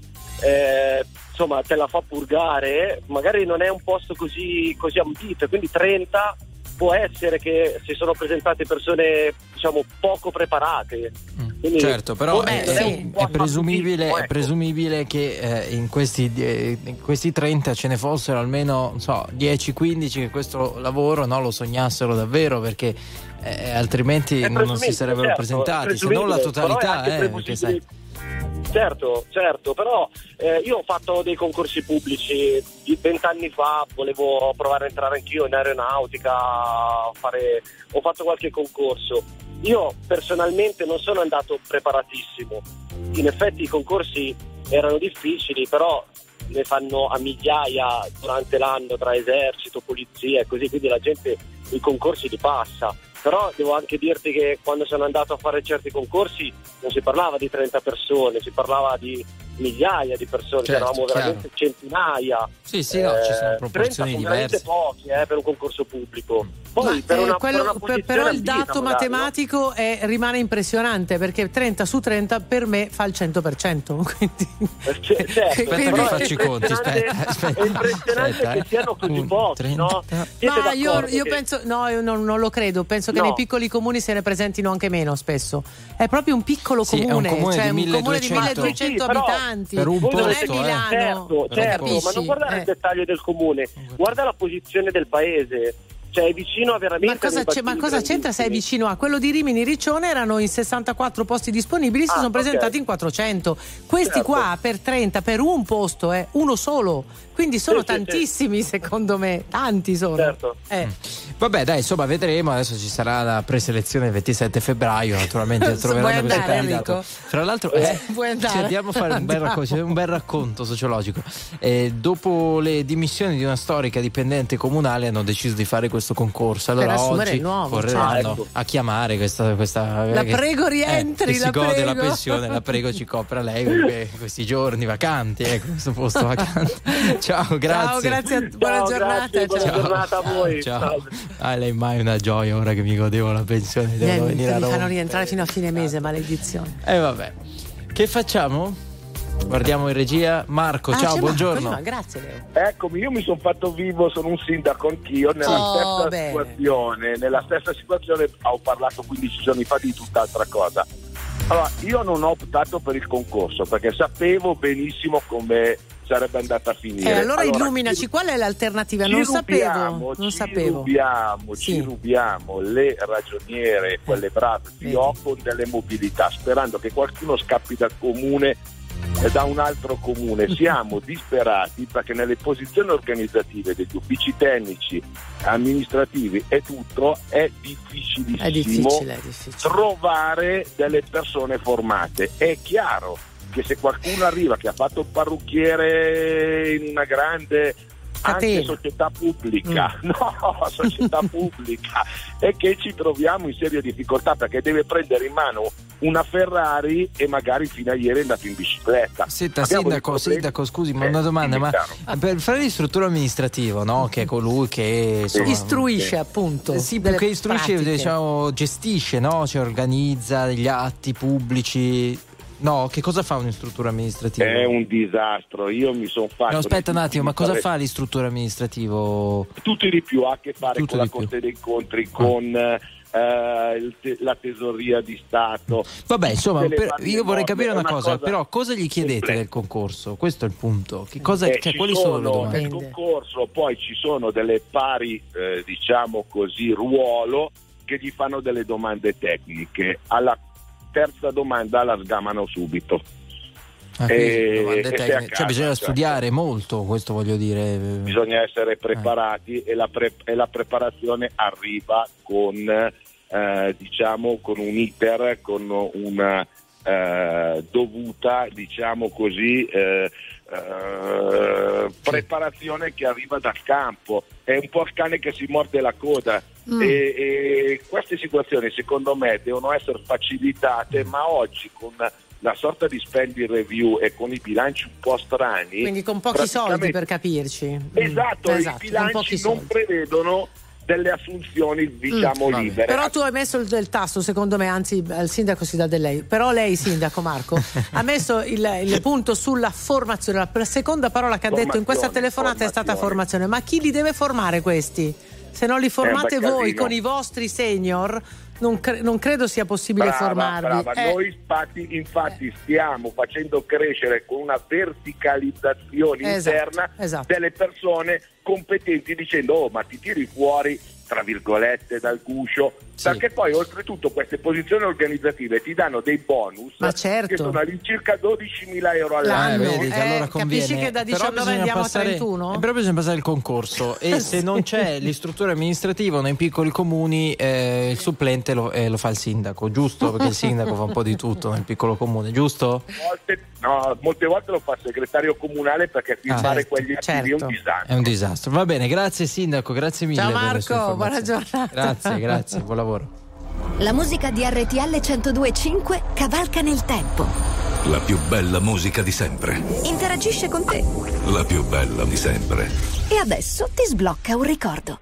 Speaker 14: insomma te la fa purgare. Magari non è un posto così ambito, quindi 30 può essere che si sono presentate persone, diciamo, poco preparate. Quindi,
Speaker 1: certo, però è presumibile che in questi 30 ce ne fossero almeno 10-15 che questo lavoro lo sognassero davvero, perché altrimenti non si sarebbero presentati, se non la totalità, perché sai.
Speaker 14: Certo, però io ho fatto dei concorsi pubblici 20 anni fa, volevo provare a entrare anch'io in aeronautica, ho fatto qualche concorso. Io personalmente non sono andato preparatissimo, in effetti i concorsi erano difficili, però ne fanno a migliaia durante l'anno tra esercito, polizia e così, quindi la gente i concorsi li passa. Però devo anche dirti che quando sono andato a fare certi concorsi non si parlava di 30 persone, si parlava di migliaia di persone,
Speaker 1: certo,
Speaker 14: eravamo veramente centinaia.
Speaker 1: Sì, no, ci sono proporzioni
Speaker 14: 30 sono
Speaker 1: diverse.
Speaker 14: veramente pochi per un concorso pubblico. Poi per una
Speaker 2: però il dato matematico rimane impressionante, perché 30 su 30 per me fa il 100%. Quindi...
Speaker 14: Certo,
Speaker 1: aspetta che faccio i conti, aspetta.
Speaker 14: È impressionante che siano così pochi, no?
Speaker 2: Ma io penso, no, io non lo credo, penso che nei piccoli comuni se ne presentino anche meno spesso. È proprio un piccolo comune,
Speaker 1: è un comune di
Speaker 2: 1200 abitanti.
Speaker 1: Per un
Speaker 2: non
Speaker 1: posto,
Speaker 2: è Milano.
Speaker 14: Certo, ma non guardare il dettaglio del comune, guarda la posizione del paese. Cioè è vicino a veramente.
Speaker 2: Ma cosa c'entra se è vicino a quello di Rimini? Riccione erano in 64 posti disponibili, si sono presentati in 400. Questi qua per 30 per un posto è uno solo, quindi sono tantissimi secondo me, tanti sono.
Speaker 14: Certo.
Speaker 1: Vabbè, dai, insomma, vedremo. Adesso ci sarà la preselezione il 27 febbraio, naturalmente troveranno questo candidato. Fra l'altro andiamo a fare un bel racconto sociologico. Dopo le dimissioni di una storica dipendente comunale hanno deciso di fare questo concorso. Allora oggi correranno a chiamare questa
Speaker 2: la prego rientri,
Speaker 1: si gode la pensione, la prego ci copra lei perché questi giorni vacanti, questo posto vacante. Ciao, grazie.
Speaker 2: Buona giornata.
Speaker 14: Buona giornata a voi.
Speaker 1: Ciao. Lei mai una gioia ora che mi godevo la pensione, devo venire a Roma.
Speaker 2: Mi fanno rientrare fino a fine mese, maledizione.
Speaker 1: Vabbè. Che facciamo? Guardiamo in regia. Marco, ciao, buongiorno.
Speaker 2: Marco, grazie Leo.
Speaker 15: Eccomi, io mi sono fatto vivo, sono un sindaco anch'io nella stessa situazione. Ho parlato 15 giorni fa di tutt'altra cosa. Allora, io non ho optato per il concorso perché sapevo benissimo come sarebbe andata a finire.
Speaker 2: Allora illuminaci, qual è l'alternativa? Non sapevo.
Speaker 15: Ci rubiamo le ragioniere, quelle brave con delle mobilità, sperando che qualcuno scappi dal comune e da un altro comune. Siamo disperati perché nelle posizioni organizzative degli uffici tecnici, amministrativi e tutto è difficilissimo trovare delle persone formate. È chiaro che se qualcuno arriva che ha fatto un parrucchiere in una grande anche società pubblica, società pubblica, e che ci troviamo in seria difficoltà perché deve prendere in mano una Ferrari e magari fino a ieri è andato in bicicletta.
Speaker 1: Senta, sindaco, scusi, ma una domanda, ma per fare l'istruttore amministrativo, no? Che è colui che
Speaker 2: istruisce appunto.
Speaker 1: Sì, perché istruisce, diciamo, gestisce, no? Cioè organizza degli atti pubblici. No, che cosa fa un'istruttore amministrativo?
Speaker 15: È un disastro, io mi sono fatto...
Speaker 1: No, aspetta un attimo, ma cosa fa l'istruttore amministrativo?
Speaker 15: Tutto di più, ha a che fare con la Corte dei Conti, con la Tesoria di Stato.
Speaker 1: Vabbè, insomma, io vorrei capire una cosa, però cosa gli chiedete del concorso? Questo è il punto. Che cosa, quali sono le domande?
Speaker 15: Nel concorso poi ci sono delle pari, diciamo così, ruolo che gli fanno delle domande tecniche. Alla terza domanda la sgamano subito.
Speaker 1: Cioè bisogna studiare molto, questo voglio dire.
Speaker 15: Bisogna essere preparati e la preparazione arriva con diciamo con un iter, con una dovuta, diciamo così, preparazione che arriva dal campo. È un po' il cane che si morde la coda. E queste situazioni secondo me devono essere facilitate, ma oggi con la sorta di spending review e con i bilanci un po' strani,
Speaker 2: quindi con pochi soldi, per capirci.
Speaker 15: Esatto, i bilanci non prevedono delle assunzioni, diciamo, libere.
Speaker 2: Però tu hai messo il tasto, secondo me, anzi al sindaco si dà del lei, però lei, sindaco Marco, ha messo il punto sulla formazione. La seconda parola che ha detto in questa telefonata è stata formazione. Ma chi li deve formare questi? Se non li formate voi con i vostri senior, non credo sia possibile formarvi.
Speaker 15: Noi infatti stiamo facendo crescere con una verticalizzazione interna delle persone competenti, dicendo ma ti tiri fuori, tra virgolette, dal guscio, perché poi oltretutto queste posizioni organizzative ti danno dei bonus che sono all'incirca 12.000 euro all'anno.
Speaker 1: Vedi che allora conviene.
Speaker 2: Capisci che da 19 andiamo a 31?
Speaker 1: Però bisogna passare il concorso e se non c'è l'istruttore amministrativo nei piccoli comuni, il supplente lo fa il sindaco, giusto? Perché il sindaco fa un po' di tutto nel piccolo comune, giusto?
Speaker 15: Molte volte lo fa il segretario comunale, perché firmare quegli atti è un disastro.
Speaker 1: È un disastro. Va bene, grazie sindaco, grazie mille.
Speaker 2: Ciao Marco, buona giornata.
Speaker 1: Grazie, buon lavoro.
Speaker 11: La musica di RTL 102.5 cavalca nel tempo.
Speaker 6: La più bella musica di sempre.
Speaker 11: Interagisce con te.
Speaker 6: La più bella di sempre.
Speaker 11: E adesso ti sblocca un ricordo.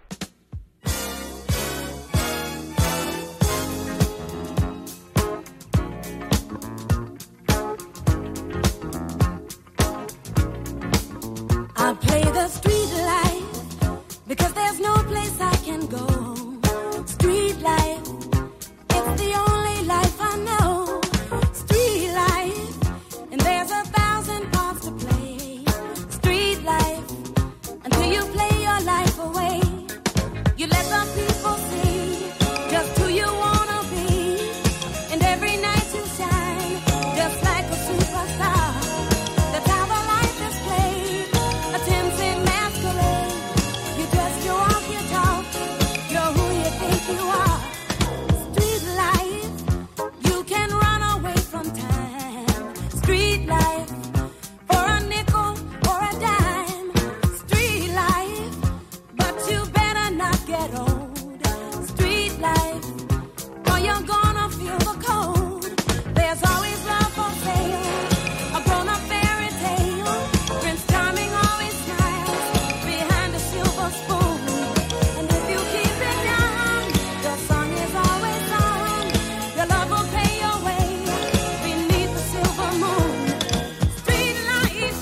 Speaker 16: I play the street life because there's no place I can go. Street life, it's the only life I know. Street life, and there's 1,000 parts to play. Street life, until you play your life away. You let the people see just who you wanna be, and every night you shine just like a superstar. That's how the life is played, a tempting masquerade. You dress, you walk, you talk, you're who you think you are. Street life, you can run away from time. Street life, for a nickel or a dime. Street life, but you better not get old. Street life, or you're gonna feel the cold. There's always love for sale, a grown-up fairy tale. Prince Charming always smiles behind a silver spoon. And if you keep it young, your song is always on. Your love will pay your way beneath the silver moon. Street life,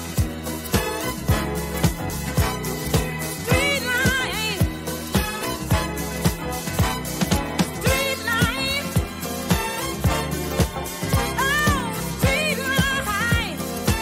Speaker 16: street life, street life. Oh, street life.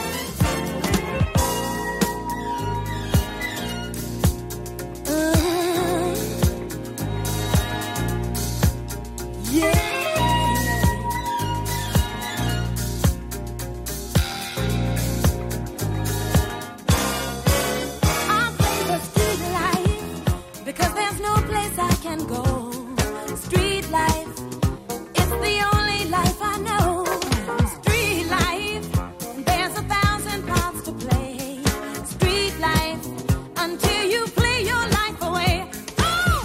Speaker 16: I play the street life because there's no place I can go. Street life, it's the only life I know. Street life, there's 1,000 parts to play. Street life, until you play your life away. Oh!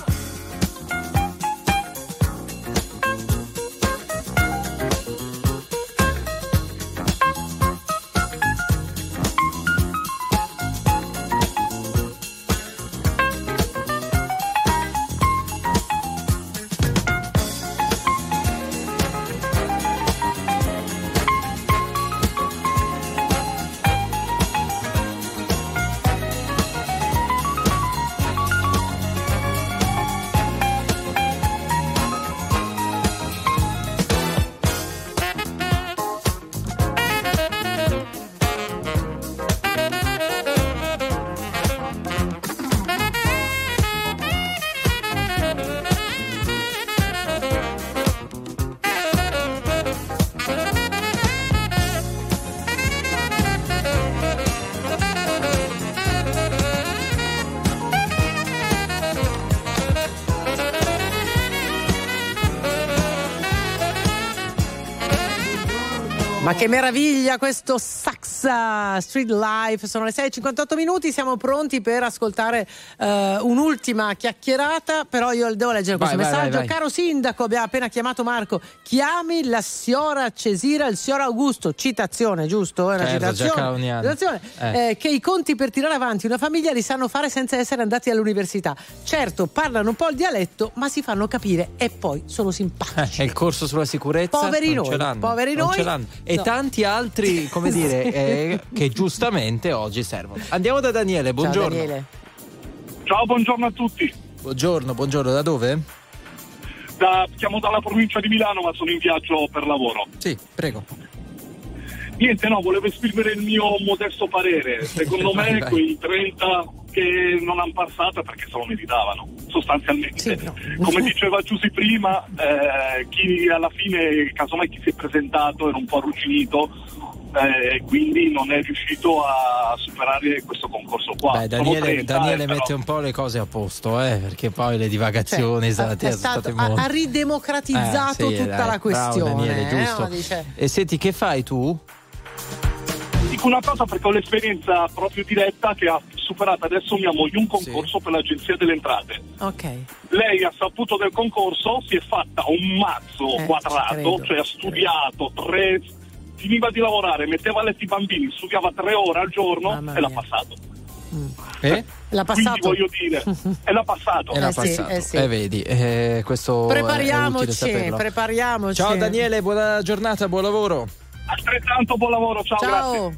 Speaker 2: Ma che meraviglia questo Saxa Street Life. Sono le 6:58 minuti, siamo pronti per ascoltare un'ultima chiacchierata, però io devo leggere questo messaggio. Vai. Caro sindaco, abbiamo appena chiamato Marco, chiami la signora Cesira, il signor Augusto, citazione, giusto? È una citazione. Che i conti per tirare avanti una famiglia li sanno fare senza essere andati all'università. Certo, parlano un po' il dialetto, ma si fanno capire e poi sono simpatici.
Speaker 1: È il corso sulla sicurezza.
Speaker 2: Poveri
Speaker 1: non
Speaker 2: noi.
Speaker 1: Ce l'hanno. E tanti altri, come dire, che giustamente oggi servono. Andiamo da Daniele, buongiorno.
Speaker 2: Ciao Daniele.
Speaker 17: Ciao, buongiorno a tutti.
Speaker 1: Buongiorno, da dove?
Speaker 17: Chiamo dalla provincia di Milano, ma sono in viaggio per lavoro.
Speaker 1: Sì, prego.
Speaker 17: Niente, volevo esprimere il mio modesto parere. Secondo me quei 30 che non hanno passato perché se lo meritavano, sostanzialmente. Sì, no. Come diceva Giusy prima, chi alla fine, casomai chi si è presentato era un po' arrugginito, quindi non è riuscito a superare questo concorso qua.
Speaker 1: Beh, Daniele mette un po' le cose a posto, perché poi le divagazioni sono state molto.
Speaker 2: Ha ridemocratizzato tutta la questione.
Speaker 1: Bravo, Daniele, giusto. E senti, che fai tu?
Speaker 17: dico una cosa perché ho l'esperienza proprio diretta che ha superato adesso mia moglie un concorso per l'Agenzia delle Entrate.
Speaker 2: Ok.
Speaker 17: Lei ha saputo del concorso, si è fatta un mazzo quadrato, cioè ha studiato finiva di lavorare, metteva a letto i bambini, studiava 3 ore al giorno e l'ha passato.
Speaker 2: L'ha passato.
Speaker 17: Quindi voglio dire, l'ha passato.
Speaker 2: Sì.
Speaker 1: Vedi, questo
Speaker 2: prepariamoci.
Speaker 1: Ciao Daniele, buona giornata, buon lavoro.
Speaker 17: Altrettanto buon lavoro, ciao. Grazie.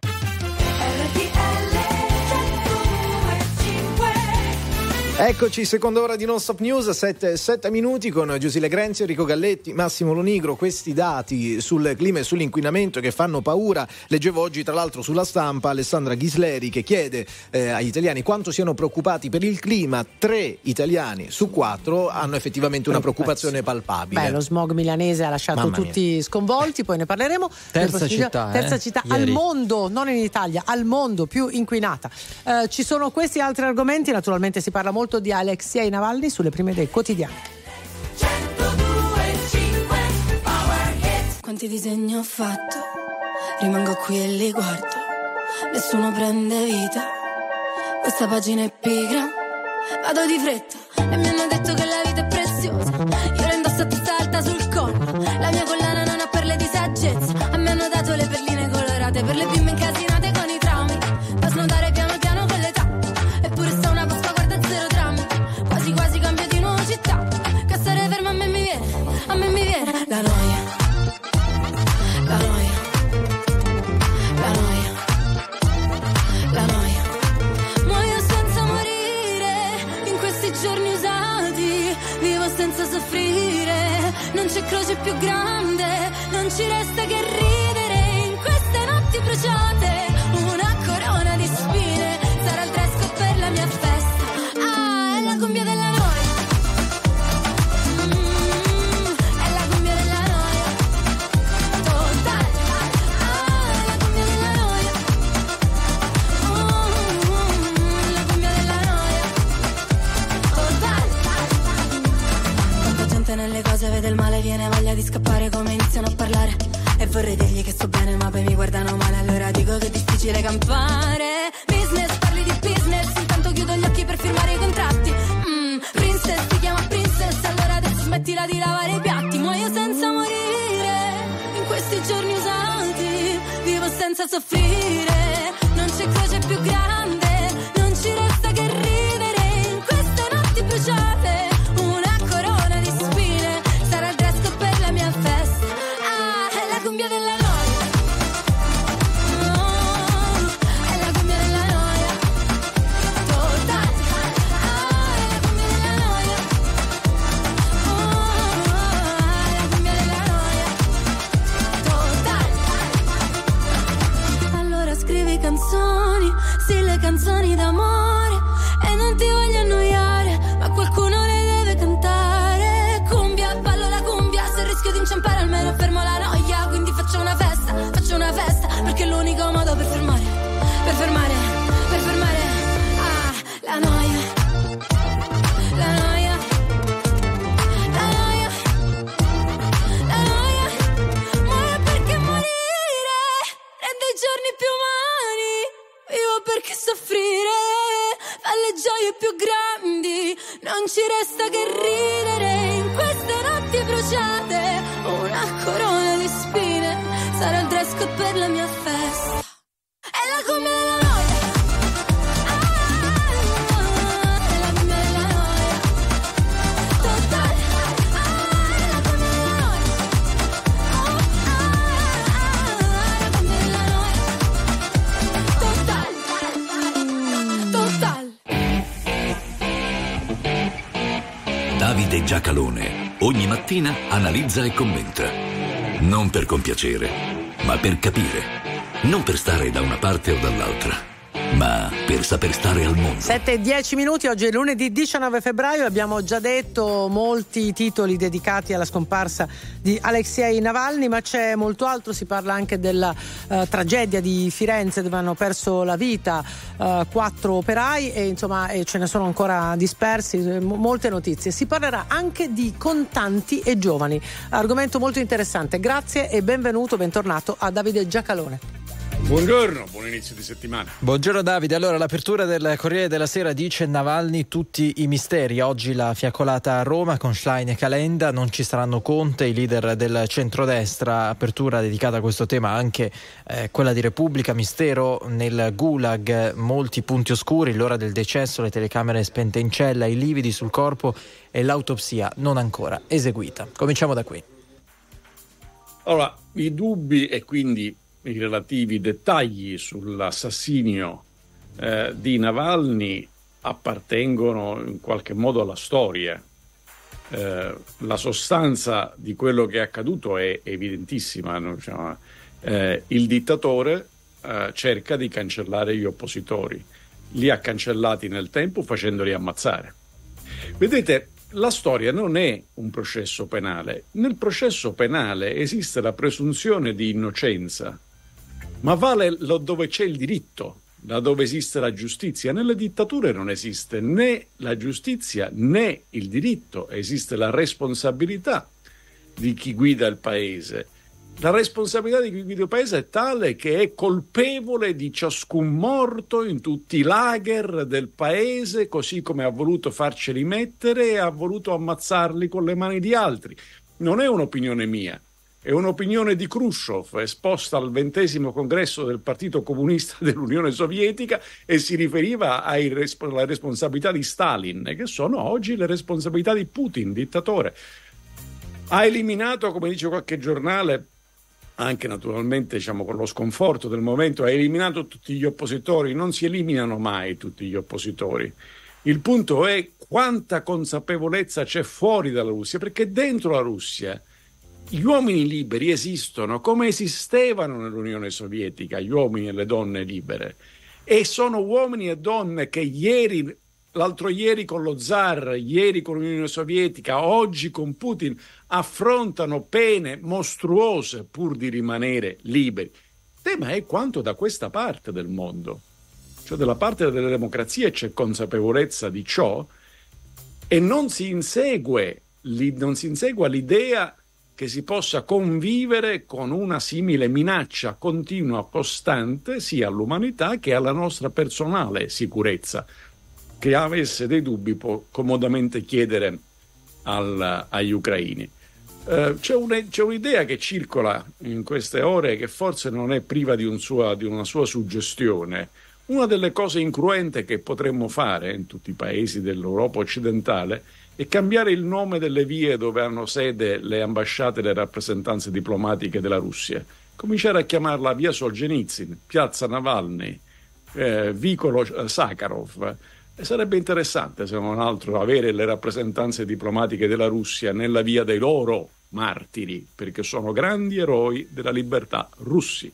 Speaker 3: Eccoci, seconda ora di Non Stop News, 7 minuti con Giusile Grenzio, Enrico Galletti, Massimo Lonigro. Questi dati sul clima e sull'inquinamento che fanno paura. Leggevo oggi tra l'altro sulla Stampa Alessandra Ghisleri che chiede agli italiani quanto siano preoccupati per il clima. 3 italiani su 4 hanno effettivamente una preoccupazione palpabile.
Speaker 2: Lo smog milanese ha lasciato tutti sconvolti, poi ne parleremo.
Speaker 1: Terza città
Speaker 2: al mondo, non in Italia, al mondo più inquinata. Ci sono questi altri argomenti, naturalmente si parla molto di Alexei Navalny sulle prime dei quotidiani.
Speaker 18: Quanti disegni ho fatto, rimango qui e li guardo, nessuno prende vita, questa pagina è pigra, vado di fretta e mi hanno detto che la vita è preziosa, io la indosso a testa alta sul collo, la mia collana non ha perle di saggezza, a me hanno dato le perline colorate per le bimbe incasinate con i traumi, da snodare piano piano con l'età, eppure sta una Pasqua guarda zero drammi, quasi quasi cambio di nuovo città, che stare fermo a me mi viene la noia, la noia, la noia, la noia, muoio senza morire, in questi giorni usati, vivo senza soffrire, non c'è croce più grande, non ci resta che ridere, in queste notti bruciate, una corona di spine, sarà il dress code per la mia festa, è la cumbia della noia. Nelle cose vede il male, viene voglia di scappare come iniziano a parlare e vorrei dirgli che sto bene ma poi mi guardano male, allora dico che è difficile campare. Business, parli di business, intanto chiudo gli occhi per firmare i contratti. Princess, ti chiama princess, allora adesso smettila di lavare i piatti. Muoio senza morire, in questi giorni usati, vivo senza soffrire, non c'è croce più grande, non ci resta che ridere, in queste notti bruciate, cumbia della noia, è la cumbia della noia, totale, è la cumbia della noia, è la cumbia della noia, totale. Allora scrivi canzoni, sì le canzoni d'amore, e non ti voglio annoiare, ma qualcuno le deve cantare. Cumbia, ballo la cumbia, se rischio di inciampare almeno fermo la noia, quindi faccio una festa, perché è l'unico modo per fermare, la noia, la noia, la noia, la noia, muore perché morire rende i giorni più umani, vivo perché soffrire fa le gioie più grandi, non ci resta che ridere, in queste notti bruciate, una corona di spine, sarà il dress code per la mia festa, è la cumbia della noia, è la cumbia della noia, totale, è la cumbia della noia, è la cumbia della noia, totale.
Speaker 6: Davide Giacalone ogni mattina analizza e commenta, non per compiacere, ma per capire, non per stare da una parte o dall'altra, ma per saper stare al mondo.
Speaker 2: 7:10, oggi è lunedì 19 febbraio, abbiamo già detto molti titoli dedicati alla scomparsa di Alexei Navalny, ma c'è molto altro, si parla anche della tragedia di Firenze dove hanno perso la vita 4 operai e insomma ce ne sono ancora dispersi, molte notizie. Si parlerà anche di contanti e giovani, argomento molto interessante. Grazie e bentornato a Davide Giacalone.
Speaker 19: Buongiorno, buon inizio di settimana.
Speaker 1: Buongiorno Davide, allora l'apertura del Corriere della Sera dice Navalny tutti i misteri, oggi la fiaccolata a Roma con Schlein e Calenda, non ci saranno Conte, i leader del centrodestra, apertura dedicata a questo tema anche quella di Repubblica, mistero nel Gulag, molti punti oscuri, l'ora del decesso, le telecamere spente in cella, i lividi sul corpo e l'autopsia non ancora eseguita. Cominciamo da qui.
Speaker 19: Allora, i dubbi e quindi i relativi dettagli sull'assassinio di Navalny appartengono in qualche modo alla storia. La sostanza di quello che è accaduto è evidentissima, no? Il dittatore cerca di cancellare gli oppositori, li ha cancellati nel tempo facendoli ammazzare. Vedete, la storia non è un processo penale. Nel processo penale esiste la presunzione di innocenza, ma vale laddove c'è il diritto, laddove esiste la giustizia. Nelle dittature non esiste né la giustizia né il diritto, esiste la responsabilità di chi guida il paese. La responsabilità di chi guida il paese è tale che è colpevole di ciascun morto in tutti i lager del paese, così come ha voluto farceli mettere e ha voluto ammazzarli con le mani di altri. Non è un'opinione mia. È un'opinione di Khrushchev esposta al 20° congresso del Partito Comunista dell'Unione Sovietica e si riferiva alla responsabilità di Stalin, che sono oggi le responsabilità di Putin, dittatore. Ha eliminato, come dice qualche giornale, anche naturalmente con lo sconforto del momento, ha eliminato tutti gli oppositori. Non si eliminano mai tutti gli oppositori. Il punto è quanta consapevolezza c'è fuori dalla Russia, perché dentro la Russia gli uomini liberi esistono come esistevano nell'Unione Sovietica, gli uomini e le donne libere, e sono uomini e donne che l'altro ieri con lo zar, ieri con l'Unione Sovietica, oggi con Putin, affrontano pene mostruose pur di rimanere liberi. Il tema è quanto da questa parte del mondo, cioè dalla parte delle democrazie, c'è consapevolezza di ciò e non si insegua l'idea che si possa convivere con una simile minaccia continua, costante, sia all'umanità che alla nostra personale sicurezza. Che avesse dei dubbi può comodamente chiedere agli ucraini. C'è un'idea che circola in queste ore che forse non è priva di una sua suggestione. Una delle cose incruente che potremmo fare in tutti i paesi dell'Europa occidentale è cambiare il nome delle vie dove hanno sede le ambasciate e le rappresentanze diplomatiche della Russia. Cominciare a chiamarla via Solzhenitsyn, piazza Navalny, vicolo Sakharov. E sarebbe interessante, se non altro, avere le rappresentanze diplomatiche della Russia nella via dei loro martiri, perché sono grandi eroi della libertà russi.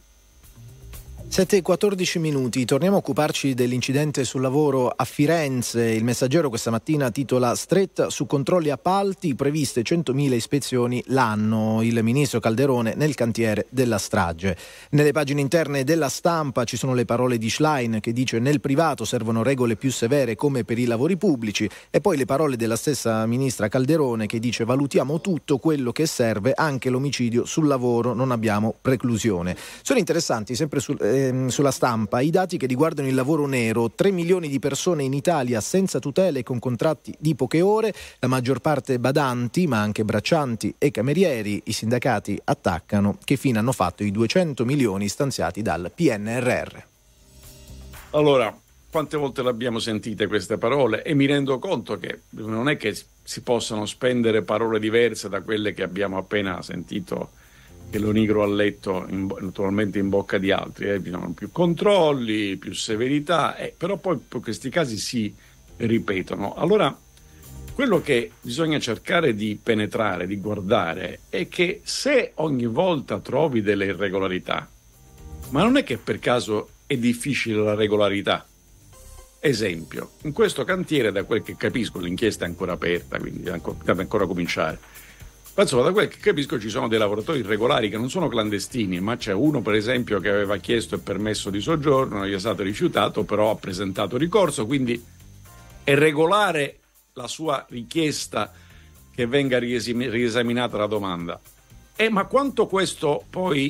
Speaker 3: 7:14, torniamo a occuparci dell'incidente sul lavoro a Firenze. Il Messaggero questa mattina titola stretta su controlli appalti, previste 100.000 ispezioni l'anno, il ministro Calderone nel cantiere della strage. Nelle pagine interne della Stampa ci sono le parole di Schlein che dice nel privato servono regole più severe come per i lavori pubblici, e poi le parole della stessa ministra Calderone che dice valutiamo tutto quello che serve, anche l'omicidio sul lavoro, non abbiamo preclusione. Sono interessanti sempre sulla Stampa i dati che riguardano il lavoro nero. 3 milioni di persone in Italia senza tutele e con contratti di poche ore, la maggior parte badanti ma anche braccianti e camerieri. I sindacati attaccano che fine hanno fatto i 200 milioni stanziati dal PNRR.
Speaker 19: Allora, quante volte l'abbiamo sentite queste parole e mi rendo conto che non è che si possano spendere parole diverse da quelle che abbiamo appena sentito che lo nigro ha letto naturalmente in bocca di altri. Bisogna più controlli, più severità, però poi questi casi si ripetono. Allora, quello che bisogna cercare di penetrare, di guardare, è che se ogni volta trovi delle irregolarità, ma non è che per caso è difficile la regolarità. Esempio, in questo cantiere, da quel che capisco, l'inchiesta è ancora aperta, quindi deve ancora cominciare. Insomma, da quel che capisco ci sono dei lavoratori irregolari che non sono clandestini, ma c'è uno per esempio che aveva chiesto il permesso di soggiorno, non gli è stato rifiutato, però ha presentato ricorso, quindi è regolare la sua richiesta che venga riesaminata la domanda. Ma quanto questo poi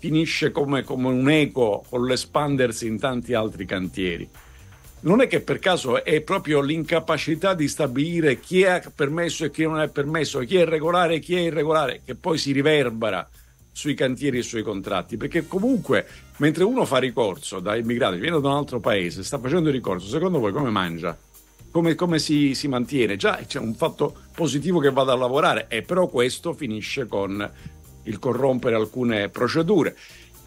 Speaker 19: finisce come un eco con l'espandersi in tanti altri cantieri. Non è che per caso è proprio l'incapacità di stabilire chi è permesso e chi non è permesso, chi è regolare e chi è irregolare, che poi si riverbera sui cantieri e sui contratti, perché comunque mentre uno fa ricorso da immigrati, viene da un altro paese, sta facendo il ricorso, secondo voi come mangia? Come si mantiene? Già c'è un fatto positivo che vada a lavorare, e però questo finisce con il corrompere alcune procedure.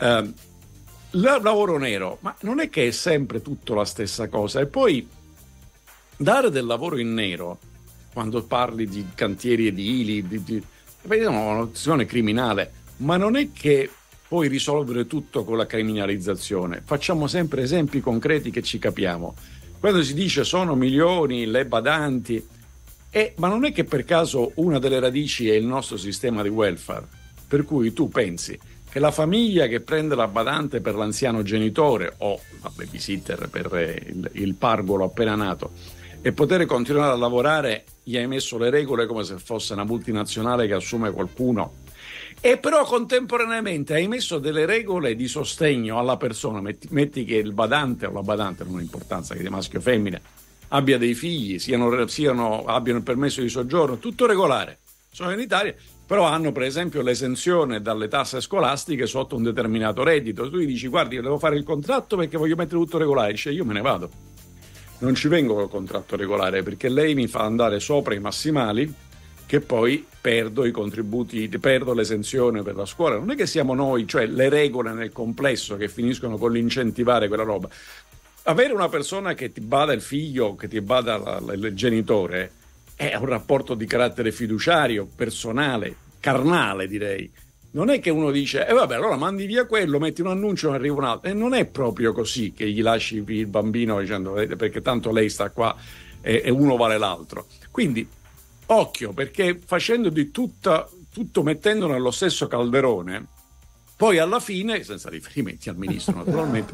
Speaker 19: Il lavoro nero, ma non è che è sempre tutto la stessa cosa. E poi dare del lavoro in nero, quando parli di cantieri edili, è un'azione criminale, ma non è che puoi risolvere tutto con la criminalizzazione. Facciamo sempre esempi concreti che ci capiamo. Quando si dice sono milioni le badanti, ma non è che per caso una delle radici è il nostro sistema di welfare, per cui tu pensi che la famiglia che prende la badante per l'anziano genitore o la babysitter per il pargolo appena nato e poter continuare a lavorare, gli hai messo le regole come se fosse una multinazionale che assume qualcuno, e però contemporaneamente hai messo delle regole di sostegno alla persona. Metti che il badante o la badante, non ha importanza che sia maschio o femmina, abbia dei figli, abbiano il permesso di soggiorno, tutto regolare, sono in Italia, però hanno per esempio l'esenzione dalle tasse scolastiche sotto un determinato reddito. Tu gli dici: guardi, io devo fare il contratto perché voglio mettere tutto regolare. Dice: io me ne vado, non ci vengo col contratto regolare, perché lei mi fa andare sopra i massimali, che poi perdo i contributi, perdo l'esenzione per la scuola. Non è che siamo noi, cioè le regole nel complesso, che finiscono con l'incentivare quella roba. Avere una persona che ti bada il figlio, che ti bada il genitore, è un rapporto di carattere fiduciario, personale, carnale, direi. Non è che uno dice: vabbè, allora mandi via quello, metti un annuncio e arriva un altro. E non è proprio così che gli lasci il bambino dicendo: perché tanto lei sta qua e uno vale l'altro. Quindi occhio, perché facendo di tutto mettendo nello stesso calderone, poi alla fine, senza riferimenti al ministro naturalmente,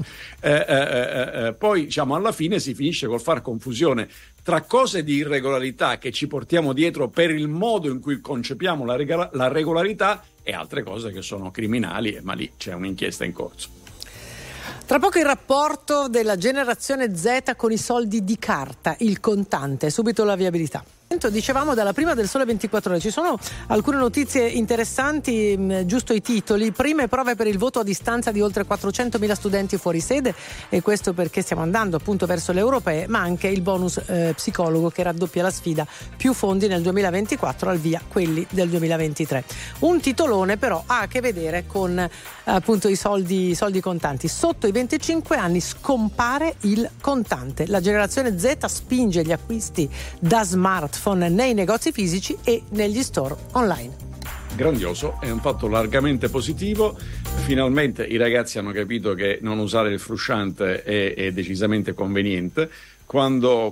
Speaker 19: poi diciamo alla fine si finisce col far confusione tra cose di irregolarità che ci portiamo dietro per il modo in cui concepiamo la regolarità e altre cose che sono criminali, ma lì c'è un'inchiesta in corso.
Speaker 2: Tra poco il rapporto della generazione Z con i soldi di carta, il contante, subito la viabilità. Dicevamo dalla prima del Sole 24 Ore, ci sono alcune notizie interessanti, giusto i titoli. Prime prove per il voto a distanza di oltre 400.000 studenti fuori sede, e questo perché stiamo andando appunto verso le europee, ma anche il bonus psicologo che raddoppia la sfida, più fondi nel 2024 al via quelli del 2023. Un titolone però ha a che vedere con appunto i soldi contanti. Sotto i 25 anni scompare il contante, la generazione Z spinge gli acquisti da smartphone nei negozi fisici e negli store online.
Speaker 19: Grandioso, è un fatto largamente positivo. Finalmente i ragazzi hanno capito che non usare il frusciante è decisamente conveniente. Quando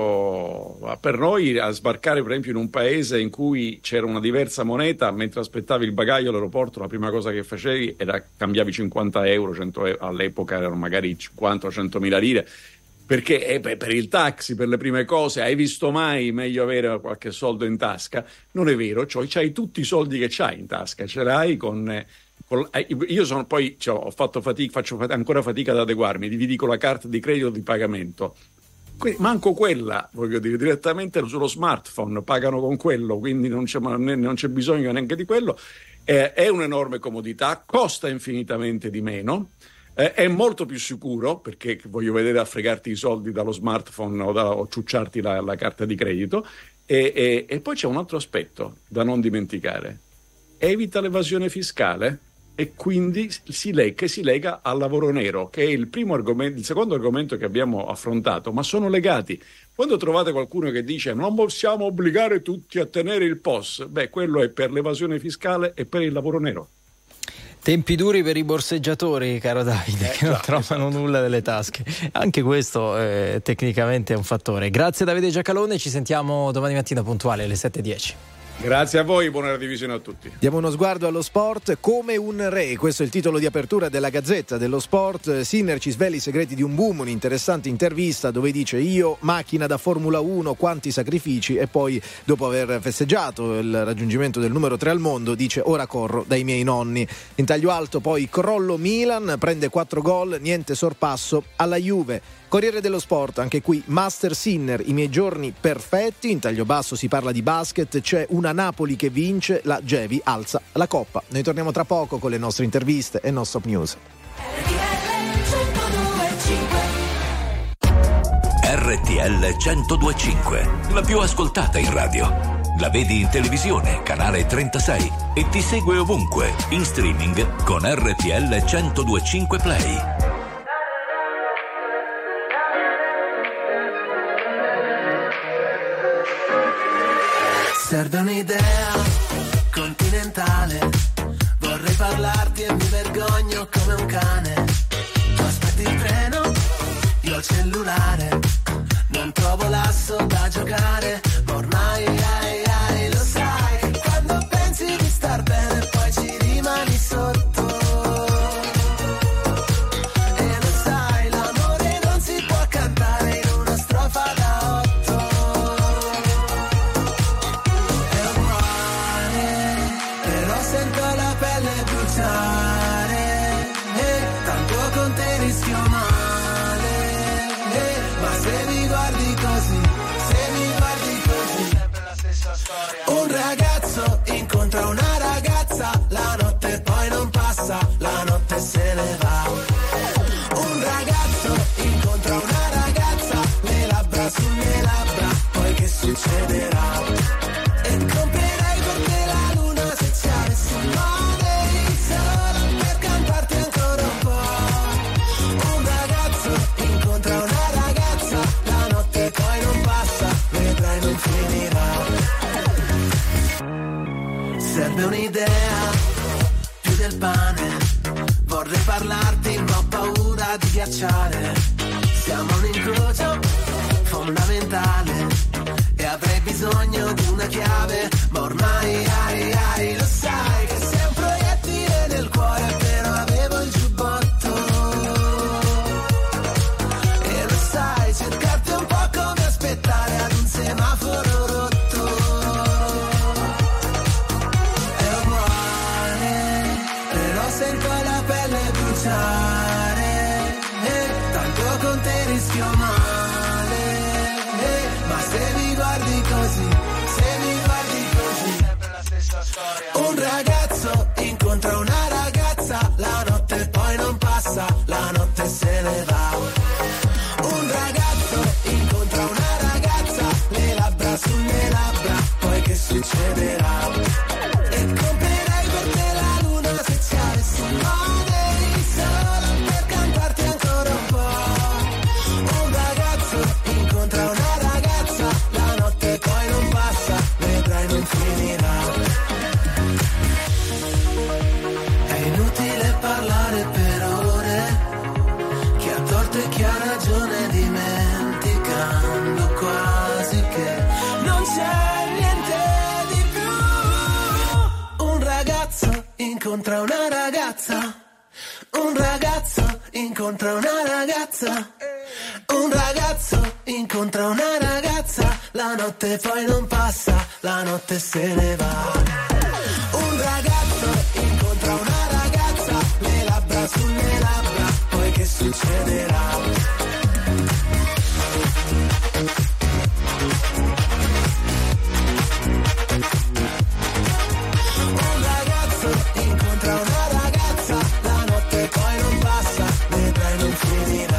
Speaker 19: per noi a sbarcare per esempio in un paese in cui c'era una diversa moneta, mentre aspettavi il bagaglio all'aeroporto, la prima cosa che facevi era cambiavi 50 euro, 100 euro, all'epoca erano magari 50 o 100.000 lire, perché per il taxi, per le prime cose, hai visto mai meglio avere qualche soldo in tasca? Non è vero, cioè c'hai tutti i soldi che c'hai in tasca, ce l'hai io sono poi faccio ancora fatica ad adeguarmi, dividi con la carta di credito di pagamento. Manco quella, voglio dire, direttamente sullo smartphone pagano con quello, quindi non c'è bisogno neanche di quello. È un'enorme comodità, costa infinitamente di meno. È molto più sicuro, perché voglio vedere a fregarti i soldi dallo smartphone o ciucciarti la carta di credito, e poi c'è un altro aspetto da non dimenticare: evita l'evasione fiscale e quindi si lega al lavoro nero, che è il secondo argomento che abbiamo affrontato, ma sono legati. Quando trovate qualcuno che dice non possiamo obbligare tutti a tenere il POS, quello è per l'evasione fiscale e per il lavoro nero.
Speaker 1: Tempi duri per i borseggiatori, caro Davide, che non trovano nulla nelle tasche. Anche questo tecnicamente è un fattore. Grazie Davide Giacalone, ci sentiamo domani mattina puntuale alle 7:10.
Speaker 19: Grazie a voi, buona radiovisione a tutti.
Speaker 3: Diamo uno sguardo allo sport come un re, questo è il titolo di apertura della Gazzetta dello Sport. Sinner ci svela i segreti di un boom, un'interessante intervista dove dice: io macchina da Formula 1, quanti sacrifici, e poi dopo aver festeggiato il raggiungimento del numero 3 al mondo dice: ora corro dai miei nonni. In taglio alto poi crollo Milan, prende 4 gol, niente sorpasso alla Juve. Corriere dello Sport, anche qui Master Sinner, i miei giorni perfetti. In taglio basso si parla di basket, c'è una Napoli che vince, la Gevi alza la coppa. Noi torniamo tra poco con le nostre interviste e non stop news.
Speaker 6: RTL 102.5, la più ascoltata in radio. La vedi in televisione, canale 36, e ti segue ovunque, in streaming con RTL 102.5 Play.
Speaker 20: Serve un'idea continentale, vorrei parlarti e mi vergogno come un cane. Tu aspetti il treno, io il cellulare, non trovo l'asso da giocare, ma ormai lo sai, quando pensi di star bene poi ci rimani sotto. E lo sai, l'amore non si può cantare in una strofa da 8. È uguale, però sento la pelle bruciare, tanto con te rischio male, ma se mi guardi così, sempre la stessa storia. Un ragazzo incontra una ragazza, la notte poi non passa, la notte se ne va. Un ragazzo incontra una ragazza, le labbra sulle labbra, poi che succederà? E comprerei per te la luna se ci avessi male, solo per cantarti ancora un po'. Un ragazzo incontra una ragazza, la notte poi non passa, vedrai non finirà. Serve un'idea, più del pane, vorrei parlarti ma ho paura di ghiacciare. Siamo un incrocio fondamentale e avrei bisogno di una chiave, ma ormai lo sai che sei un proiettile nel cuore, però avevo il giubbotto. E lo sai, cercarti è un po' come aspettare ad un semaforo rotto. È uguale, però sento la pelle bruciare, tanto con te rischio male, ma se mi guardi così, sempre la stessa storia. Un ragazzo incontra una ragazza, la notte poi non passa, la notte se ne va. Un ragazzo incontra una ragazza, le labbra sulle labbra, poi che succederà? E comprerei per te la luna se ci avessi male, solo per cantarti ancora un po'. Un ragazzo incontra una ragazza, la notte poi non passa, vedrai non finirà. È inutile parlare per ore, chi ha torto e chi ha ragione, dimenticando quasi che non c'è niente di più. Un ragazzo incontra una ragazza, un ragazzo incontra una ragazza, un ragazzo incontra una ragazza, la notte poi non passa, la notte se ne va. Un ragazzo incontra una ragazza, le labbra sulle labbra, poi che succederà? Un ragazzo incontra una ragazza, la notte poi non passa, vedrai non finirà.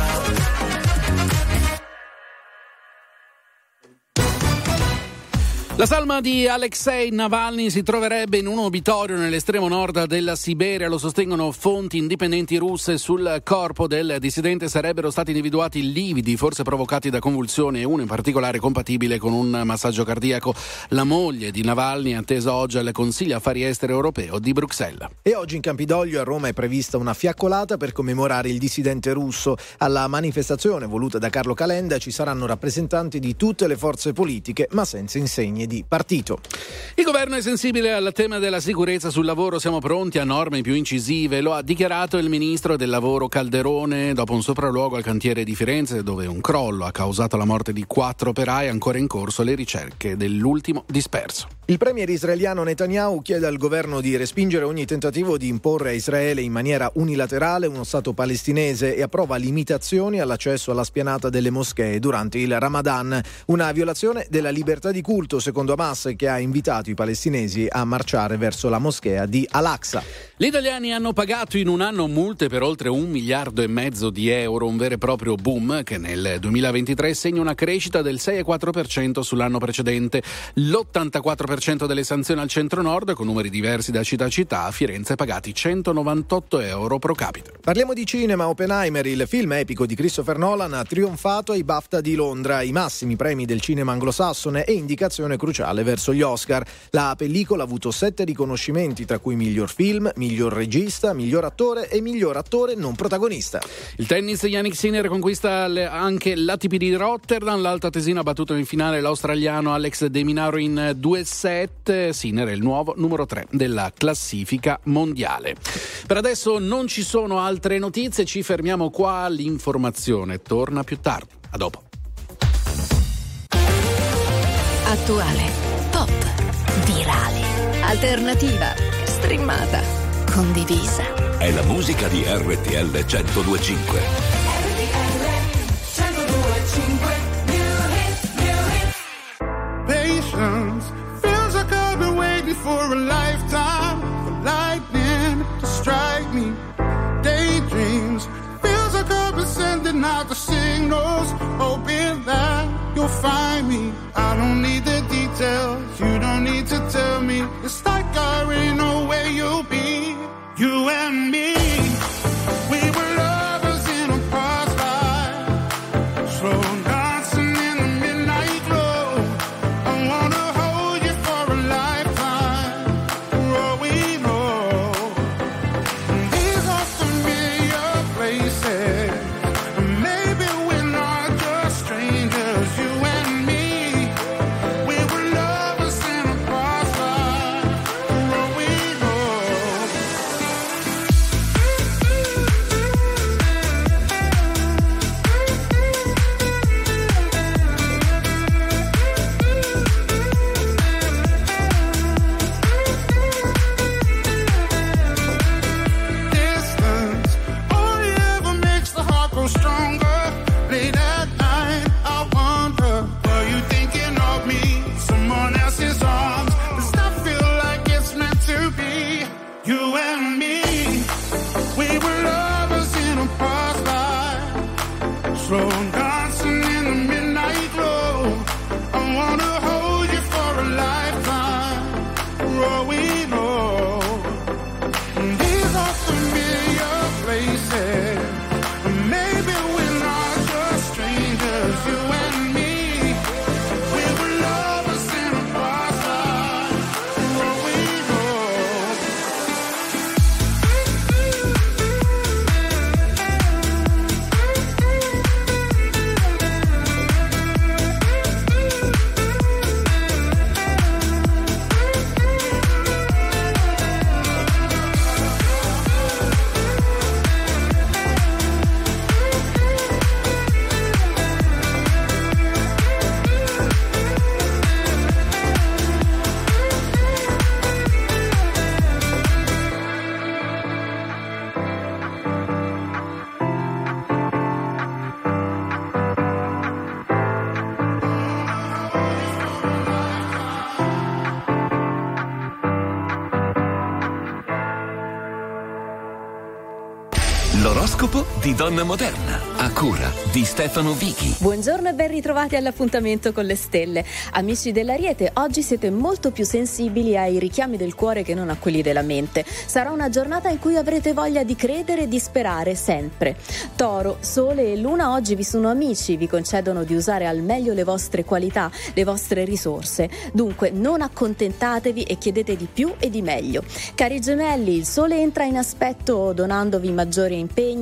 Speaker 21: La salma di Alexei Navalny si troverebbe in un obitorio nell'estremo nord della Siberia, lo sostengono fonti indipendenti russe. Sul corpo del dissidente sarebbero stati individuati lividi, forse provocati da convulsioni, e uno in particolare compatibile con un massaggio cardiaco. La moglie di Navalny è attesa oggi al Consiglio Affari Esteri Europeo di Bruxelles.
Speaker 3: E oggi in Campidoglio a Roma è prevista una fiaccolata per commemorare il dissidente russo. Alla manifestazione voluta da Carlo Calenda ci saranno rappresentanti di tutte le forze politiche, ma senza insegne di partito.
Speaker 21: Il governo è sensibile al tema della sicurezza sul lavoro, siamo pronti a norme più incisive, lo ha dichiarato il ministro del lavoro Calderone dopo un sopralluogo al cantiere di Firenze dove un crollo ha causato la morte di 4 operai, ancora in corso le ricerche dell'ultimo disperso.
Speaker 3: Il premier israeliano Netanyahu chiede al governo di respingere ogni tentativo di imporre a Israele in maniera unilaterale uno Stato palestinese e approva limitazioni all'accesso alla spianata delle moschee durante il Ramadan, una violazione della libertà di culto secondo Hamas, che ha invitato i palestinesi a marciare verso la moschea di Al-Aqsa.
Speaker 21: Gli italiani hanno pagato in un anno multe per oltre 1,5 miliardi di euro, un vero e proprio boom che nel 2023 segna una crescita del 6,4% sull'anno precedente. L'84% delle sanzioni al centro-nord, con numeri diversi da città a città, a Firenze pagati 198 euro pro capite.
Speaker 3: Parliamo di cinema. Oppenheimer, il film epico di Christopher Nolan, ha trionfato ai BAFTA di Londra, i massimi premi del cinema anglosassone e indicazione cruciale verso gli Oscar. La pellicola ha avuto 7 riconoscimenti, tra cui miglior film, miglior regista, miglior attore e miglior attore non protagonista.
Speaker 21: Il tennis, Yannick Sinner conquista anche l'ATP di Rotterdam, l'Alta Tesina ha battuto in finale l'australiano Alex De Minauro in 2-7, Sinner è il nuovo numero 3 della classifica mondiale. Per adesso non ci sono altre notizie, ci fermiamo qua, l'informazione torna più tardi. A dopo.
Speaker 11: Attuale, pop, virale, alternativa, streamata, condivisa.
Speaker 6: È la musica di RTL 102.5.
Speaker 4: Patience feels like I've been waiting for a lifetime, for lightning to strike me. Daydreams feels like I've been sending out the signals, hoping that you'll find me. I don't need the details, you don't need to tell me. It's like I already know where you'll be. You and me, we were lovers in a past life, slow dancing in the midnight glow. I wanna hold you for a lifetime, for all we know. These are familiar places, and maybe we're not just strangers. You and me, we were lovers in a past life, for all we know. Distance only ever makes the heart grow stronger. Late at night, I wonder, were you thinking of me? Someone else's arms. Does that feel like it's meant to be? You and me, we were lovers in a past life, slow dancing in the midnight glow. I wanna hold you for a lifetime, for all we know. These are familiar places, and maybe we're not just strangers. You and me, we were lovers in a past life, for all we know.
Speaker 6: L'oroscopo di Donna Moderna, a cura di Stefano Vichi.
Speaker 22: Buongiorno e ben ritrovati all'appuntamento con le stelle. Amici dell'Ariete, oggi siete molto più sensibili ai richiami del cuore che non a quelli della mente. Sarà una giornata in cui avrete voglia di credere e di sperare sempre. Toro, Sole e Luna oggi vi sono amici, vi concedono di usare al meglio le vostre qualità, le vostre risorse. Dunque non accontentatevi e chiedete di più e di meglio. Cari Gemelli, il Sole entra in aspetto donandovi maggiore impegno e forza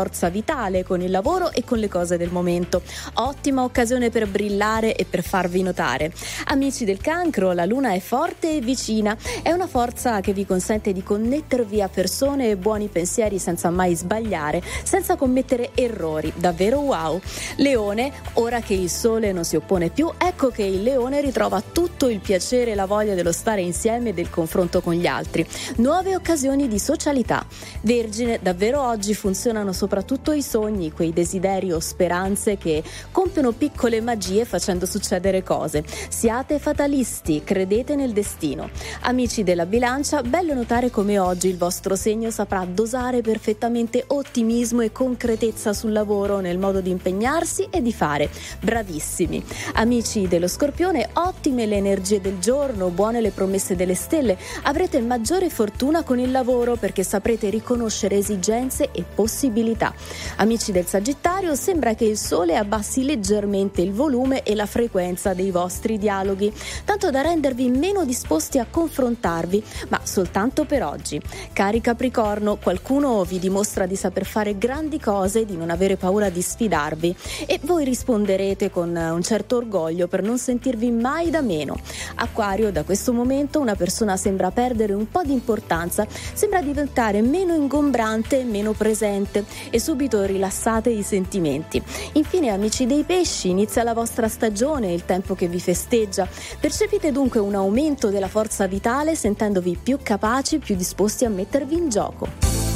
Speaker 22: forza vitale con il lavoro e con le cose del momento. Ottima occasione per brillare e per farvi notare. Amici del Cancro, la luna è forte e vicina. È una forza che vi consente di connettervi a persone e buoni pensieri senza mai sbagliare, senza commettere errori. Davvero wow. Leone, ora che il sole non si oppone più, ecco che il leone ritrova tutto il piacere e la voglia dello stare insieme e del confronto con gli altri. Nuove occasioni di socialità. Vergine, davvero oggi funzionano soprattutto i sogni, quei desideri o speranze che compiono piccole magie facendo succedere cose. Siate fatalisti, credete nel destino. Amici della Bilancia, bello notare come oggi il vostro segno saprà dosare perfettamente ottimismo e concretezza sul lavoro, nel modo di impegnarsi e di fare. Bravissimi. Amici dello Scorpione, ottime le energie del giorno, buone le promesse delle stelle. Avrete maggiore fortuna con il lavoro perché saprete riconoscere esigenze e possibilità. Amici del Sagittario, sembra che il sole abbassi leggermente il volume e la frequenza dei vostri dialoghi, tanto da rendervi meno disposti a confrontarvi, ma soltanto per oggi. Cari Capricorno, qualcuno vi dimostra di saper fare grandi cose, di non avere paura di sfidarvi, e voi risponderete con un certo orgoglio per non sentirvi mai da meno. Acquario, da questo momento una persona sembra perdere un po' di importanza, sembra diventare meno ingombrante, meno presente, e subito rilassate i sentimenti. Infine, amici dei Pesci, inizia la vostra stagione, il tempo che vi festeggia. Percepite dunque un aumento della forza vitale, sentendovi più capaci, più disposti a mettervi in gioco.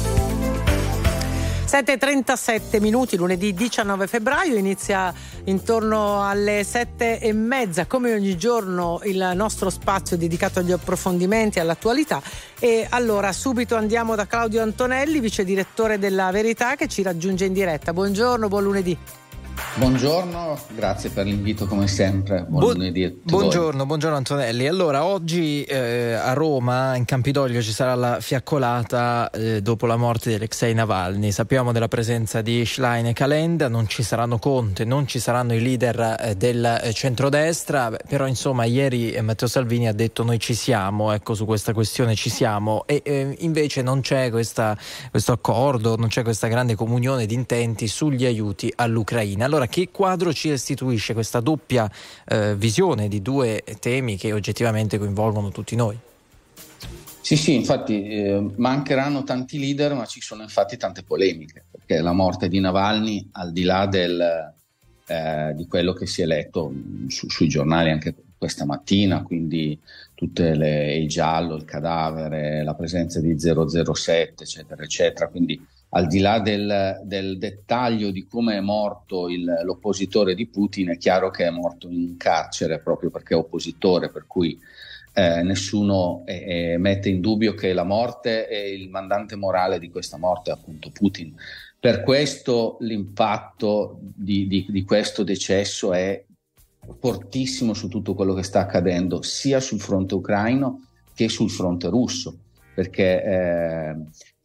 Speaker 2: 7:37 lunedì 19 febbraio, inizia intorno alle 7:30 come ogni giorno il nostro spazio dedicato agli approfondimenti, all'attualità, e allora subito andiamo da Claudio Antonelli, vice direttore della Verità, che ci raggiunge in diretta. Buongiorno, buon lunedì.
Speaker 5: Buongiorno, grazie per l'invito come sempre. Buon lunedì a tutti.
Speaker 1: Buongiorno Antonelli. Allora, oggi a Roma, in Campidoglio, ci sarà la fiaccolata dopo la morte di Alexei Navalny. Sappiamo della presenza di Schlein e Calenda, non ci saranno Conte, non ci saranno i leader del centrodestra, però insomma ieri Matteo Salvini ha detto noi ci siamo, ecco, su questa questione ci siamo, e invece non c'è questo accordo, non c'è questa grande comunione di intenti sugli aiuti all'Ucraina. Allora, che quadro ci restituisce questa doppia visione di due temi che oggettivamente coinvolgono tutti noi?
Speaker 5: Sì, infatti mancheranno tanti leader, ma ci sono infatti tante polemiche, perché la morte di Navalny, al di là di quello che si è letto sui giornali anche questa mattina, quindi il giallo, il cadavere, la presenza di 007, eccetera, eccetera, quindi al di là del dettaglio di come è morto l'oppositore di Putin, è chiaro che è morto in carcere proprio perché è oppositore, per cui nessuno mette in dubbio che la morte e il mandante morale di questa morte è appunto Putin. Per questo l'impatto di questo decesso è fortissimo su tutto quello che sta accadendo sia sul fronte ucraino che sul fronte russo, perché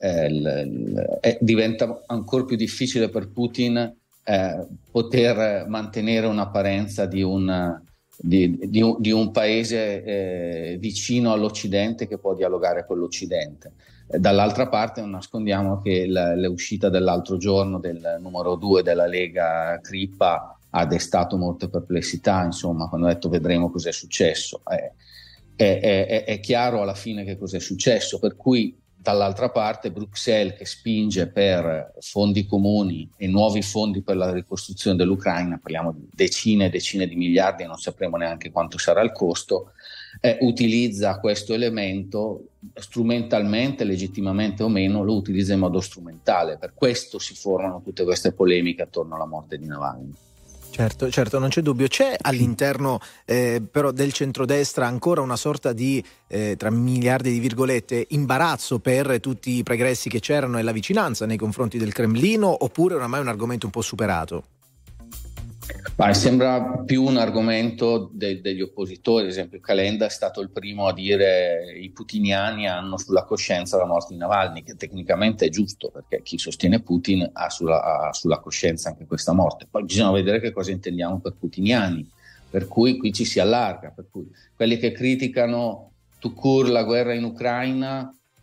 Speaker 5: diventa ancora più difficile per Putin poter mantenere un'apparenza di un paese vicino all'Occidente che può dialogare con l'Occidente. Dall'altra parte non nascondiamo che l'uscita dell'altro giorno del numero 2 della Lega Crippa ha destato molte perplessità, insomma, quando ha detto vedremo cos'è successo. È chiaro alla fine che cos'è successo, per cui dall'altra parte Bruxelles che spinge per fondi comuni e nuovi fondi per la ricostruzione dell'Ucraina, parliamo di decine e decine di miliardi e non sapremo neanche quanto sarà il costo, utilizza questo elemento strumentalmente, legittimamente o meno, lo utilizza in modo strumentale. Per questo si formano tutte queste polemiche attorno alla morte di Navalny.
Speaker 3: Certo, non c'è dubbio. C'è all'interno però del centrodestra ancora una sorta di, tra miliardi di virgolette, imbarazzo per tutti i pregressi che c'erano e la vicinanza nei confronti del Cremlino, oppure oramai è un argomento un po' superato?
Speaker 5: Sembra più un argomento degli oppositori. Ad esempio Calenda è stato il primo a dire i putiniani hanno sulla coscienza la morte di Navalny, che tecnicamente è giusto, perché chi sostiene Putin ha sulla coscienza anche questa morte. Poi bisogna vedere che cosa intendiamo per putiniani, per cui qui ci si allarga, per cui quelli che criticano tout court la guerra in Ucraina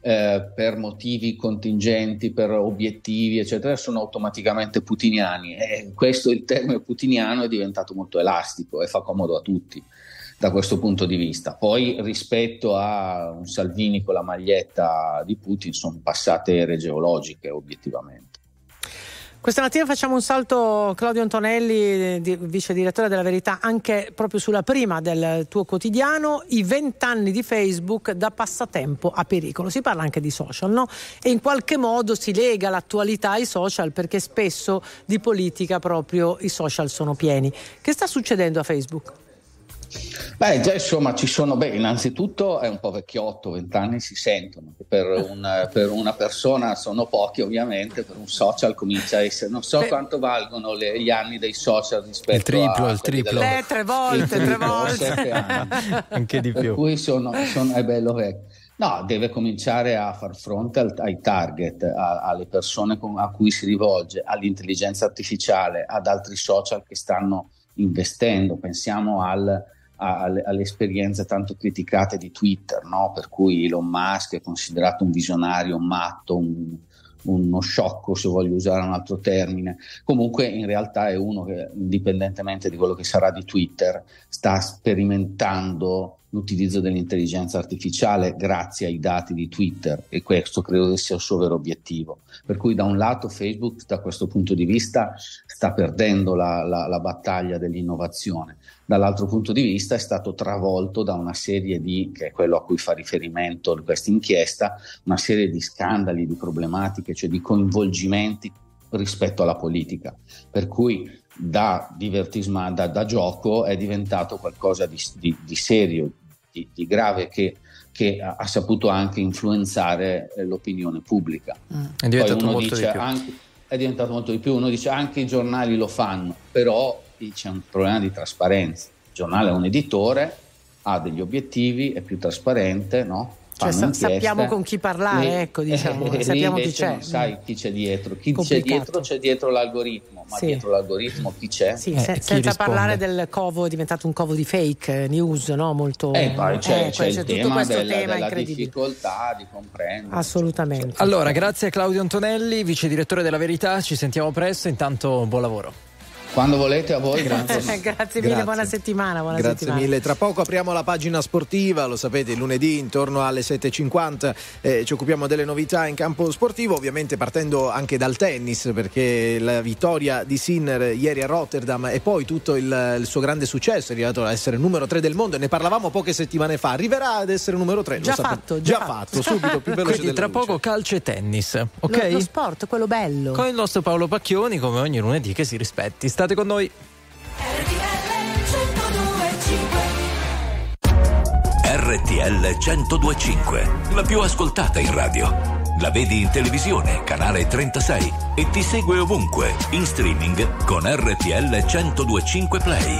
Speaker 5: per motivi contingenti, per obiettivi, eccetera, sono automaticamente putiniani. E questo, il termine putiniano, è diventato molto elastico e fa comodo a tutti da questo punto di vista. Poi rispetto a un Salvini con la maglietta di Putin sono passate ere geologiche, obiettivamente.
Speaker 2: Questa mattina facciamo un salto, Claudio Antonelli, vice direttore della Verità, anche proprio sulla prima del tuo quotidiano, i 20 anni di Facebook da passatempo a pericolo. Si parla anche di social, no? E in qualche modo si lega l'attualità ai social, perché spesso di politica proprio i social sono pieni. Che sta succedendo a Facebook?
Speaker 5: Beh, già insomma ci sono, innanzitutto è un po' vecchiotto, 20 anni si sentono, per una persona sono pochi ovviamente, per un social comincia a essere, non so quanto valgono gli anni dei social rispetto
Speaker 1: il triplo.
Speaker 2: Tre volte.
Speaker 5: 7 anni.
Speaker 1: Anche di più.
Speaker 5: Per cui è bello vecchio. No, deve cominciare a far fronte ai target, alle persone a cui si rivolge, all'intelligenza artificiale, ad altri social che stanno investendo. Pensiamo alle esperienze tanto criticate di Twitter, no? Per cui Elon Musk è considerato un visionario matto, uno sciocco, se voglio usare un altro termine. Comunque in realtà è uno che, indipendentemente di quello che sarà di Twitter, sta sperimentando l'utilizzo dell'intelligenza artificiale grazie ai dati di Twitter, e questo credo che sia il suo vero obiettivo. Per cui da un lato Facebook da questo punto di vista sta perdendo la battaglia dell'innovazione, dall'altro punto di vista è stato travolto da una serie che è quello a cui fa riferimento questa inchiesta, una serie di scandali, di problematiche, cioè di coinvolgimenti rispetto alla politica, per cui da gioco è diventato qualcosa di serio, di grave, che ha saputo anche influenzare l'opinione pubblica.
Speaker 1: È diventato molto di più.
Speaker 5: È diventato molto di più. Uno dice anche i giornali lo fanno, però c'è un problema di trasparenza. Il giornale è un editore, ha degli obiettivi, è più trasparente, no?
Speaker 2: Cioè, sappiamo con chi parlare, ecco, diciamo, sappiamo chi c'è.
Speaker 5: Non sai chi c'è dietro, c'è dietro l'algoritmo, ma dietro l'algoritmo chi c'è?
Speaker 2: Sì, senza parlare del covo, è diventato un covo di fake news, no? Molto.
Speaker 5: Poi c'è il
Speaker 2: tutto
Speaker 5: tema
Speaker 2: questo
Speaker 5: della
Speaker 2: incredibile.
Speaker 5: difficoltà di comprendere.
Speaker 2: Assolutamente.
Speaker 1: Allora, grazie a Claudio Antonelli, vice direttore della Verità, ci sentiamo presto, intanto buon lavoro.
Speaker 5: Quando volete, a voi.
Speaker 2: Grazie mille, buona settimana.
Speaker 3: Grazie mille. Tra poco apriamo la pagina sportiva, lo sapete, il lunedì intorno alle 7.50 ci occupiamo delle novità in campo sportivo, ovviamente partendo anche dal tennis, perché la vittoria di Sinner ieri a Rotterdam e poi tutto il suo grande successo, è arrivato a essere numero 3 del mondo, e ne parlavamo poche settimane fa, arriverà ad essere numero 3.
Speaker 2: Già fatto,
Speaker 3: subito, più veloce.
Speaker 1: Quindi tra poco calcio e tennis, ok?
Speaker 2: Lo sport, quello bello.
Speaker 1: Con il nostro Paolo Pacchioni, come ogni lunedì, che si rispetti. State con noi.
Speaker 6: RTL 102.5, la più ascoltata in radio. La vedi in televisione, canale 36, e ti segue ovunque, in streaming con RTL 102.5 Play.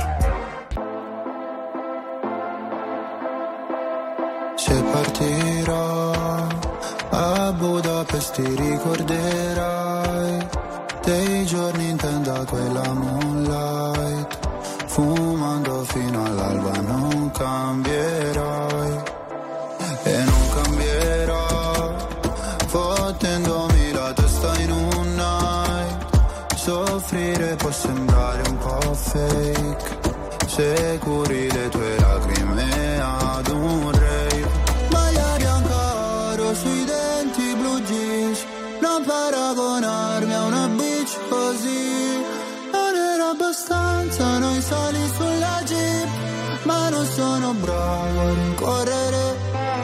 Speaker 20: Se partirò a Budapest ti ricorderai dei giorni in tenda quella moonlight, fumando fino all'alba. Non cambierai e non cambierò, fottendomi la testa in un night. Soffrire può sembrare un po' fake, se curi le tue lacrime ad un rave. Maglia bianca oro sui denti, blu jeans, non paragonarmi a una bitch così. Non era abbastanza noi sali sulla jeep, ma non sono bravo a rincorrere.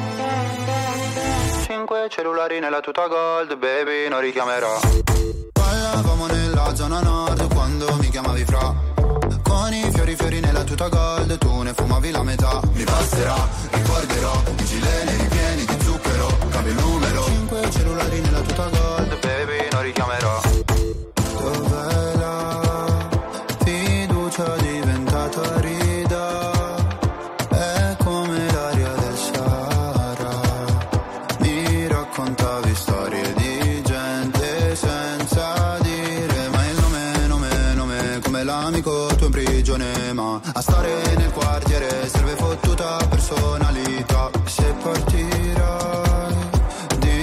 Speaker 20: 5 cellulari nella tuta gold, baby, non richiamerò. Ballavamo nella zona nord quando mi chiamavi fra, con i fiori nella tuta gold, tu ne fumavi la metà. Mi passerà, ricorderò i gileni ripieni di zucchero, cambio il numero. 5 cellulari nella tuta gold, baby, non richiamerò. Dov'è la fiducia diventata rida? È come l'aria del Sahara. Mi raccontavi storie di gente senza dire mai il nome, come l'amico tuo in prigione. Ma a stare nel quartiere serve fottuta personalità. Se partirai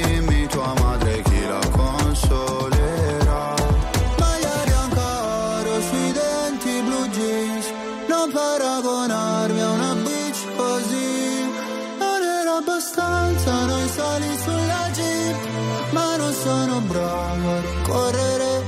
Speaker 8: non paragonarmi a una bitch così. Non era abbastanza noi soli sulla jeep, ma non sono bravo a rincorrere.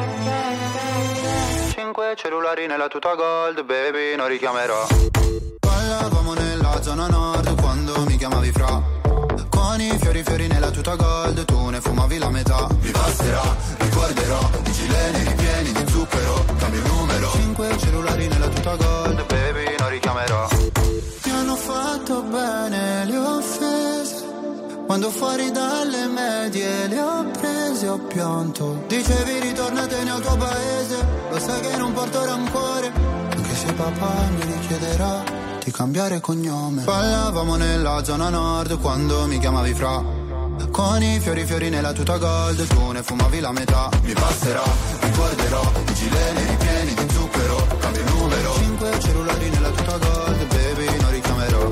Speaker 8: 5 cellulari nella tuta gold, baby, non richiamerò. Ballavamo nella zona nord quando mi chiamavi fra. Con i fiori nella tuta gold, tu ne fumavi la metà. Mi basterà, ricorderò i gileni ripieni di zucchero, cambio il numero. 5 cellulari nella tuta gold, baby, non richiamerò. Mi hanno fatto bene le offese, quando fuori dalle medie le ho prese, ho pianto. Dicevi ritornatene al tuo paese, lo sai che non porto rancore, anche se papà mi richiederà di cambiare cognome. Ballavamo nella zona nord quando mi chiamavi fra. Con i fiori nella tuta gold, tu ne fumavi la metà. Mi basterà, ricorderò i gileni ripieni di zucchero, cambio il numero. 5 cellulari nella tuta gold, baby, non richiamerò.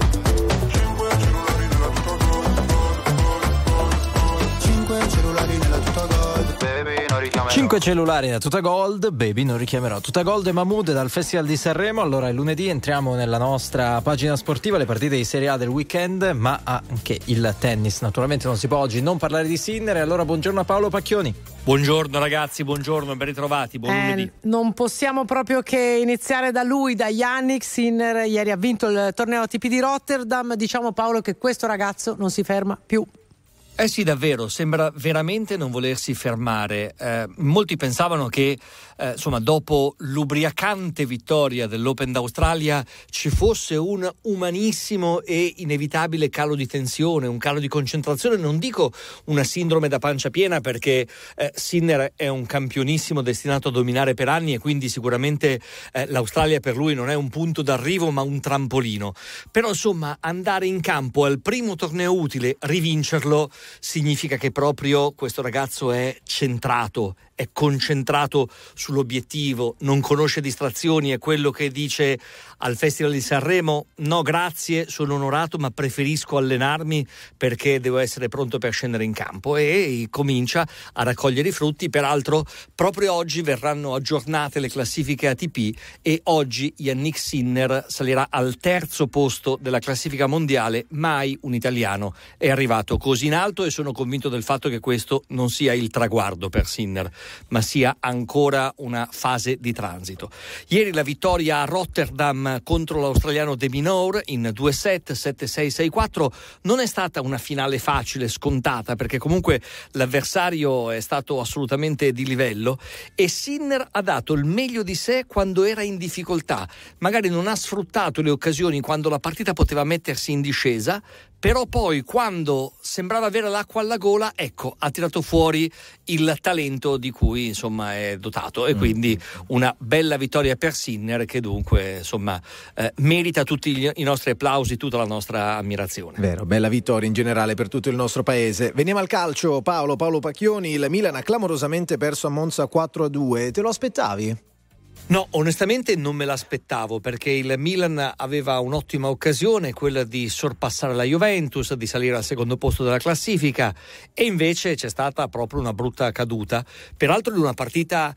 Speaker 8: 5 cellulari nella tuta gold, baby, non richiamerò.
Speaker 1: 5 cellulari da Tuta Gold, baby, non richiamerò. Tuta Gold e Mahmood dal Festival di Sanremo. Allora è lunedì, entriamo nella nostra pagina sportiva, le partite di Serie A del weekend, ma anche il tennis. Naturalmente non si può oggi non parlare di Sinner. Allora buongiorno a Paolo Pacchioni.
Speaker 9: Buongiorno ragazzi, buongiorno, ben ritrovati, buon lunedì.
Speaker 2: Non possiamo proprio che iniziare da lui, da Jannik Sinner. Ieri ha vinto il torneo ATP di Rotterdam. Diciamo, Paolo, che questo ragazzo non si ferma più.
Speaker 9: Eh sì, davvero, sembra veramente non volersi fermare. Molti pensavano che insomma, dopo l'ubriacante vittoria dell'Open d'Australia ci fosse un umanissimo e inevitabile calo di tensione, un calo di concentrazione. Non dico una sindrome da pancia piena, perché Sinner è un campionissimo destinato a dominare per anni, e quindi sicuramente l'Australia per lui non è un punto d'arrivo ma un trampolino. Però insomma, andare in campo al primo torneo utile, rivincerlo, significa che proprio questo ragazzo è centrato, è concentrato sull'obiettivo, non conosce distrazioni. È quello che dice al Festival di Sanremo: no grazie, sono onorato, ma preferisco allenarmi perché devo essere pronto per scendere in campo, e comincia a raccogliere i frutti. Peraltro proprio oggi verranno aggiornate le classifiche ATP e oggi Jannik Sinner salirà al 3° posto della classifica mondiale. Mai un italiano è arrivato così in alto, e sono convinto del fatto che questo non sia il traguardo per Sinner, ma sia ancora una fase di transito. Ieri la vittoria a Rotterdam contro l'australiano De Minaur in 2 set, 7-6, 6-4. Non è stata una finale facile, scontata, perché comunque l'avversario è stato assolutamente di livello, e Sinner ha dato il meglio di sé quando era in difficoltà. Magari non ha sfruttato le occasioni quando la partita poteva mettersi in discesa, però poi quando sembrava avere l'acqua alla gola, ecco, ha tirato fuori il talento di cui insomma è dotato, e quindi una bella vittoria per Sinner, che dunque insomma merita tutti i nostri applausi, tutta la nostra ammirazione.
Speaker 3: Vero, bella vittoria in generale per tutto il nostro paese. Veniamo al calcio, Paolo Pacchioni. Il Milan ha clamorosamente perso a Monza 4-2. Te lo aspettavi?
Speaker 9: No, onestamente non me l'aspettavo, perché il Milan aveva un'ottima occasione, quella di sorpassare la Juventus, di salire al 2° posto della classifica, e invece c'è stata proprio una brutta caduta, peraltro di una partita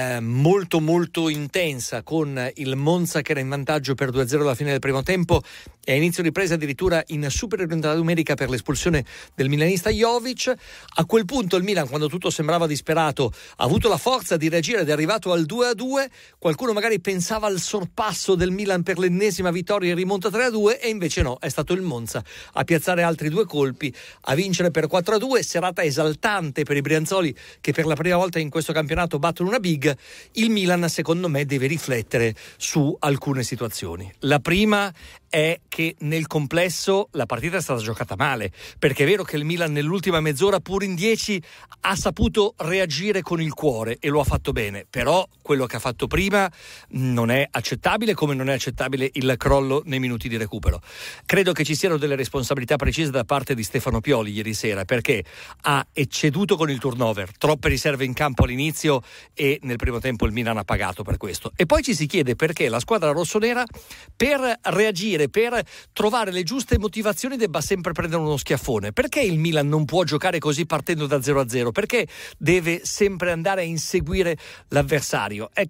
Speaker 9: molto molto intensa, con il Monza che era in vantaggio per 2-0 alla fine del primo tempo, e a inizio ripresa addirittura in superiorità numerica per l'espulsione del milanista Jovic. A quel punto il Milan, quando tutto sembrava disperato, ha avuto la forza di reagire ed è arrivato al 2-2. Qualcuno magari pensava al sorpasso del Milan per l'ennesima vittoria in rimonta 3-2, e invece no, è stato il Monza a piazzare altri 2 colpi, a vincere per 4-2. Serata esaltante per i brianzoli, che per la prima volta in questo campionato battono una big. Il Milan, secondo me, deve riflettere su alcune situazioni. La prima è che nel complesso la partita è stata giocata male, perché è vero che il Milan nell'ultima mezz'ora, pur in 10, ha saputo reagire con il cuore e lo ha fatto bene, però quello che ha fatto prima non è accettabile, come non è accettabile il crollo nei minuti di recupero. Credo che ci siano delle responsabilità precise da parte di Stefano Pioli ieri sera, perché ha ecceduto con il turnover, troppe riserve in campo all'inizio, e nel primo tempo il Milan ha pagato per questo. E poi ci si chiede perché la squadra rossonera, per reagire, per trovare le giuste motivazioni, debba sempre prendere uno schiaffone. Perché il Milan non può giocare così partendo da 0-0? Perché deve sempre andare a inseguire l'avversario? Ecco, credo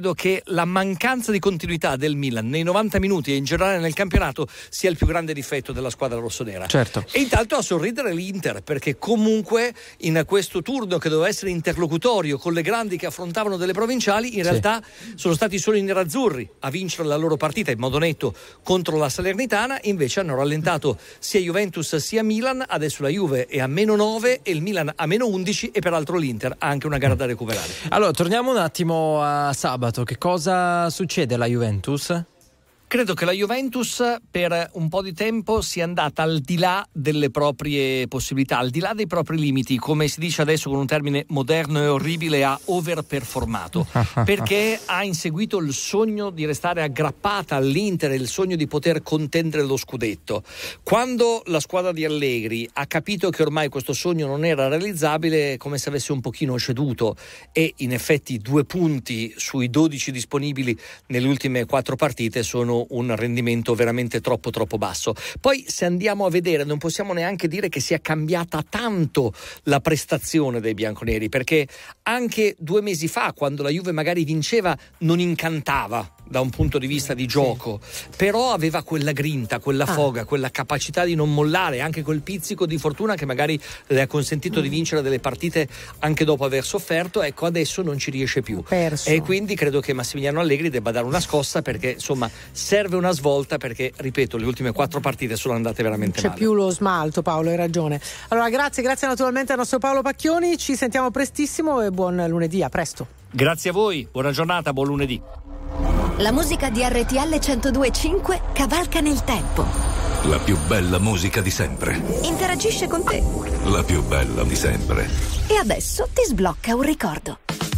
Speaker 9: credo che la mancanza di continuità del Milan nei 90 minuti e in generale nel campionato sia il più grande difetto della squadra rossonera.
Speaker 1: Certo.
Speaker 9: E intanto a sorridere l'Inter, perché comunque in questo turno che doveva essere interlocutorio con le grandi che affrontavano delle provinciali, in realtà sono stati solo i nerazzurri a vincere la loro partita in modo netto contro la Salernitana, invece hanno rallentato sia Juventus sia Milan. Adesso la Juve è a -9 e il Milan a -11 e peraltro l'Inter ha anche una gara da recuperare.
Speaker 1: Allora, torniamo un attimo a sabato. Che cosa succede alla Juventus?
Speaker 9: Credo che la Juventus per un po' di tempo sia andata al di là delle proprie possibilità, al di là dei propri limiti, come si dice adesso con un termine moderno e orribile, ha overperformato, perché ha inseguito il sogno di restare aggrappata all'Inter, il sogno di poter contendere lo scudetto. Quando la squadra di Allegri ha capito che ormai questo sogno non era realizzabile, come se avesse un pochino ceduto, e in effetti 2 punti sui 12 disponibili nelle ultime 4 partite sono un rendimento veramente troppo basso. Poi se andiamo a vedere non possiamo neanche dire che sia cambiata tanto la prestazione dei bianconeri, perché anche 2 mesi fa, quando la Juve magari vinceva, non incantava da un punto di vista di gioco, però aveva quella grinta, quella foga, quella capacità di non mollare, anche quel pizzico di fortuna che magari le ha consentito di vincere delle partite anche dopo aver sofferto. Ecco, adesso non ci riesce più, e quindi credo che Massimiliano Allegri debba dare una scossa, perché insomma serve una svolta, perché ripeto, le ultime 4 partite sono andate veramente male.
Speaker 2: C'è più lo smalto, Paolo, hai ragione. Allora grazie naturalmente al nostro Paolo Pacchioni, ci sentiamo prestissimo e buon lunedì, a presto.
Speaker 9: Grazie a voi, buona giornata, buon lunedì.
Speaker 11: La musica di RTL 102.5 cavalca nel tempo.
Speaker 6: La più bella musica di sempre.
Speaker 11: Interagisce con te.
Speaker 6: La più bella di sempre.
Speaker 11: E adesso ti sblocca un ricordo.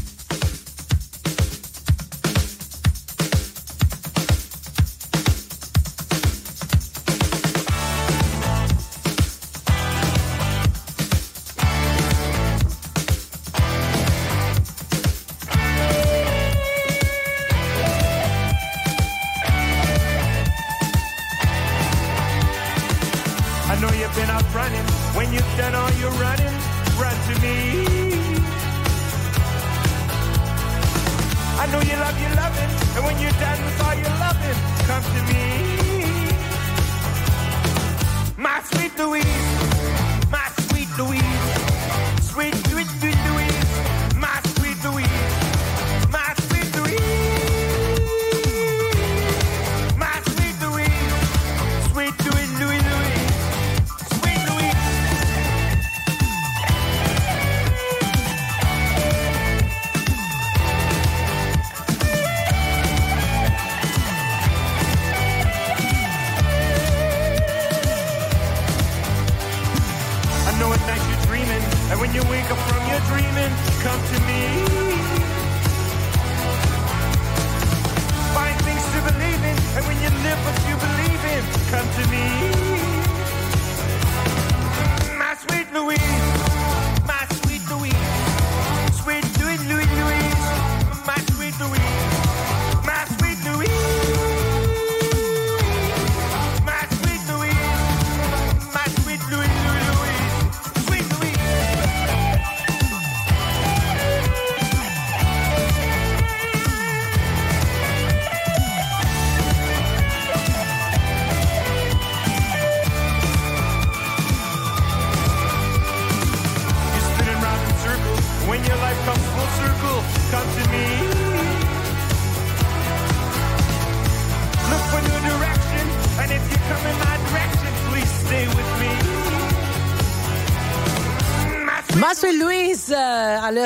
Speaker 2: Sweet Louise alle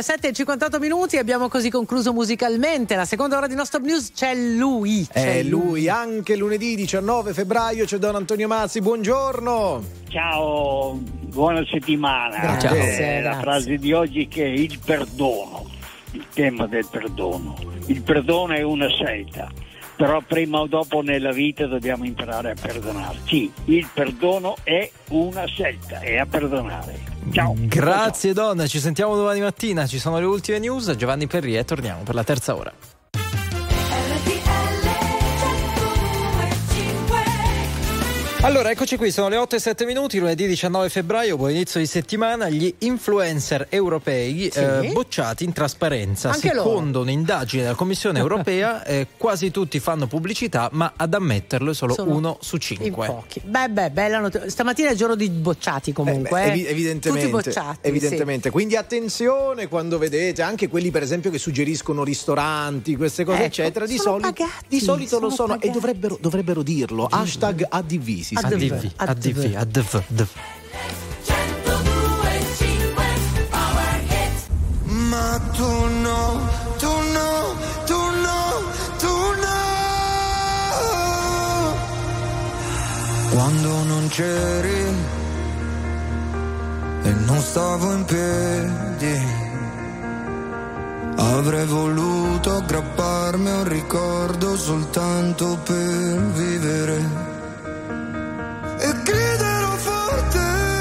Speaker 2: 7:58 abbiamo così concluso musicalmente la seconda ora di nostro news. C'è lui.
Speaker 3: Lui anche lunedì 19 febbraio c'è Don Antonio Mazzi, buongiorno.
Speaker 7: Ciao, buona settimana.
Speaker 2: Grazie.
Speaker 7: La frase di oggi che è il perdono, il tema del perdono. Il perdono è una scelta, però prima o dopo nella vita dobbiamo imparare a perdonarci. Il perdono è una scelta, è a perdonare. Ciao.
Speaker 1: Grazie donna, ci sentiamo domani mattina, ci sono le ultime news. Giovanni Perri e torniamo per la terza ora. Allora, eccoci qui, sono le 8:07, lunedì 19 febbraio, buon inizio di settimana. Gli influencer europei bocciati in trasparenza.
Speaker 2: Anche
Speaker 1: secondo un'indagine della Commissione europea, quasi tutti fanno pubblicità, ma ad ammetterlo è solo 1 su 5.
Speaker 2: In pochi. Bella notizia. Stamattina è giorno di bocciati comunque.
Speaker 3: Evidentemente.
Speaker 2: Tutti bocciati.
Speaker 3: Evidentemente.
Speaker 2: Sì.
Speaker 3: Quindi attenzione quando vedete anche quelli, per esempio, che suggeriscono ristoranti, queste cose, eccetera. Di solito lo sono
Speaker 2: pagati.
Speaker 3: E dovrebbero dirlo. Hashtag addivisi.
Speaker 1: ADV.
Speaker 20: Ma tu no. Quando non c'eri e non stavo in piedi, avrei voluto aggrapparmi a un ricordo soltanto per vivere. E griderò forte,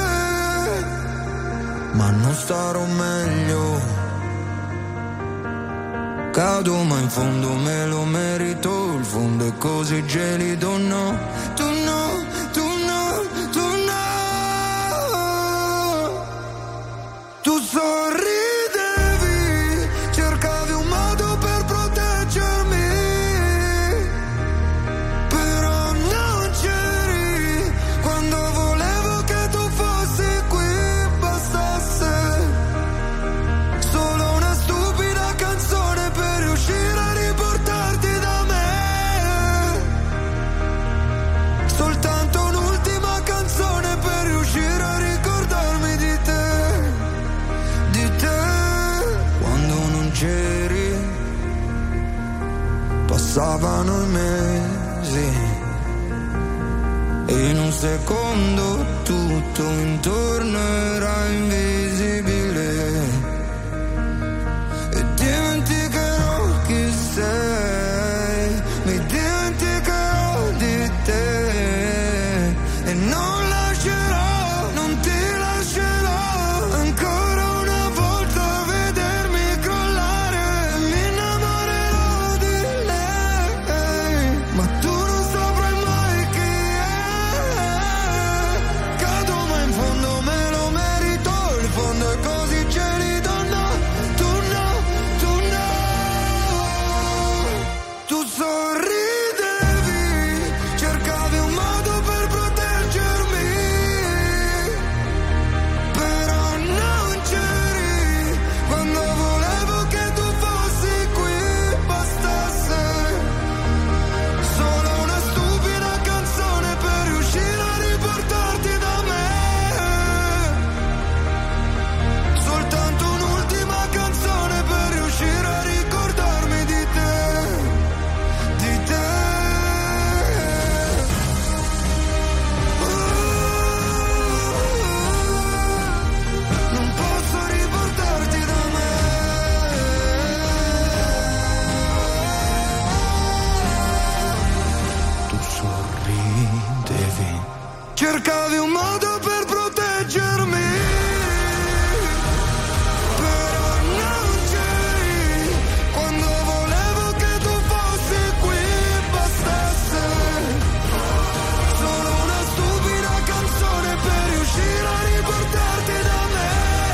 Speaker 20: ma non starò meglio. Cado ma in fondo me lo merito, il fondo è così gelido, no. Tu no. Tu sorridevi, cercavi un modo per proteggermi, però non c'eri quando volevo che tu fossi qui, bastasse solo una stupida canzone per riuscire a riportarti da me, soltanto un'ultima canzone per riuscire a ricordarmi di te. Quando non c'eri, passavano i mesi e in un secondo tutto intorno era invisibile e dimenticherò chi sei, mi dimenticherò di te e non lascerò, non ti lascerò ancora una volta vedermi crollare, mi innamorerò di lei, ma tu non saprai mai chi è. Cado ma in fondo me lo merito, il fondo è così gelido, no, tu no. Tu sorridevi, cercavi un modo per proteggermi, però non c'eri quando volevo che tu fossi qui, bastasse solo una stupida canzone per riuscire a riportarti da me, soltanto un'ultima canzone per riuscire a ricordarmi di te. Non posso riportarti da me. Tu sorridevi, cercavi un modo per proteggermi, però non c'eri quando volevo che tu fossi qui, bastasse solo una stupida canzone per riuscire a riportarti da me,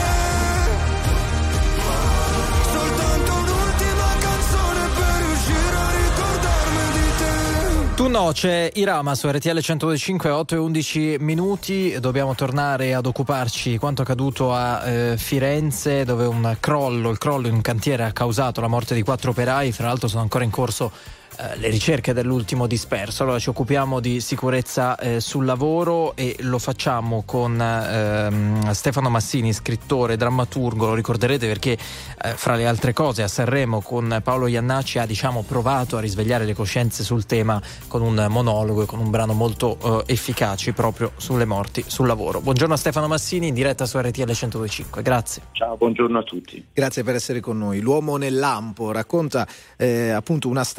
Speaker 20: soltanto un'ultima canzone per riuscire a ricordarmi di te.
Speaker 1: Tu no, c'è Irama su RTL 102.5, 8:11. Dobbiamo tornare ad occuparci di quanto accaduto a Firenze, dove il crollo in un cantiere ha causato la morte di 4 operai. Fra l'altro sono ancora in corso le ricerche dell'ultimo disperso. Allora ci occupiamo di sicurezza sul lavoro e lo facciamo con Stefano Massini, scrittore, drammaturgo. Lo ricorderete perché fra le altre cose a Sanremo con Paolo Iannacci ha provato a risvegliare le coscienze sul tema con un monologo e con un brano molto efficaci proprio sulle morti sul lavoro. Buongiorno a Stefano Massini in diretta su RTL 102.5, grazie.
Speaker 10: Ciao, buongiorno a tutti.
Speaker 3: Grazie per essere con noi. L'uomo nel lampo racconta appunto una strage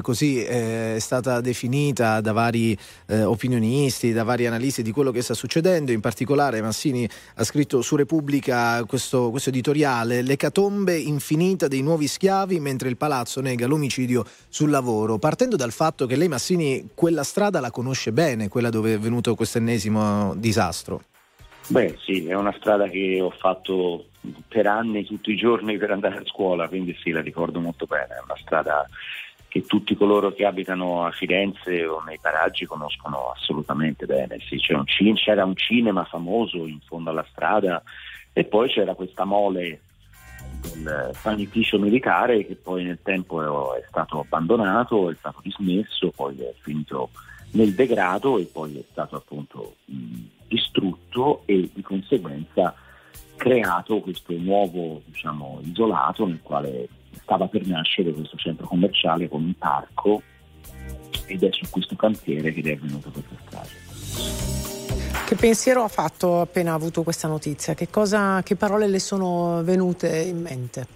Speaker 3: così è stata definita da vari opinionisti, da vari analisti di quello che sta succedendo. In particolare Massini ha scritto su Repubblica questo editoriale: l'ecatombe infinita dei nuovi schiavi mentre il palazzo nega l'omicidio sul lavoro. Partendo dal fatto che lei, Massini, quella strada la conosce bene, quella dove è venuto questo ennesimo disastro.
Speaker 10: Beh sì, è una strada che ho fatto per anni, tutti i giorni per andare a scuola, quindi sì, la ricordo molto bene. È una strada che tutti coloro che abitano a Firenze o nei paraggi conoscono assolutamente bene. Sì, c'era un cinema famoso in fondo alla strada e poi c'era questa mole del panificio militare che poi nel tempo è stato abbandonato, è stato dismesso, poi è finito nel degrado e poi è stato appunto distrutto e di conseguenza creato questo nuovo, diciamo, isolato nel quale stava per nascere questo centro commerciale con un parco, ed è su questo cantiere che è avvenuta questa strage.
Speaker 2: Che pensiero ha fatto appena ha avuto questa notizia? Che parole le sono venute in mente?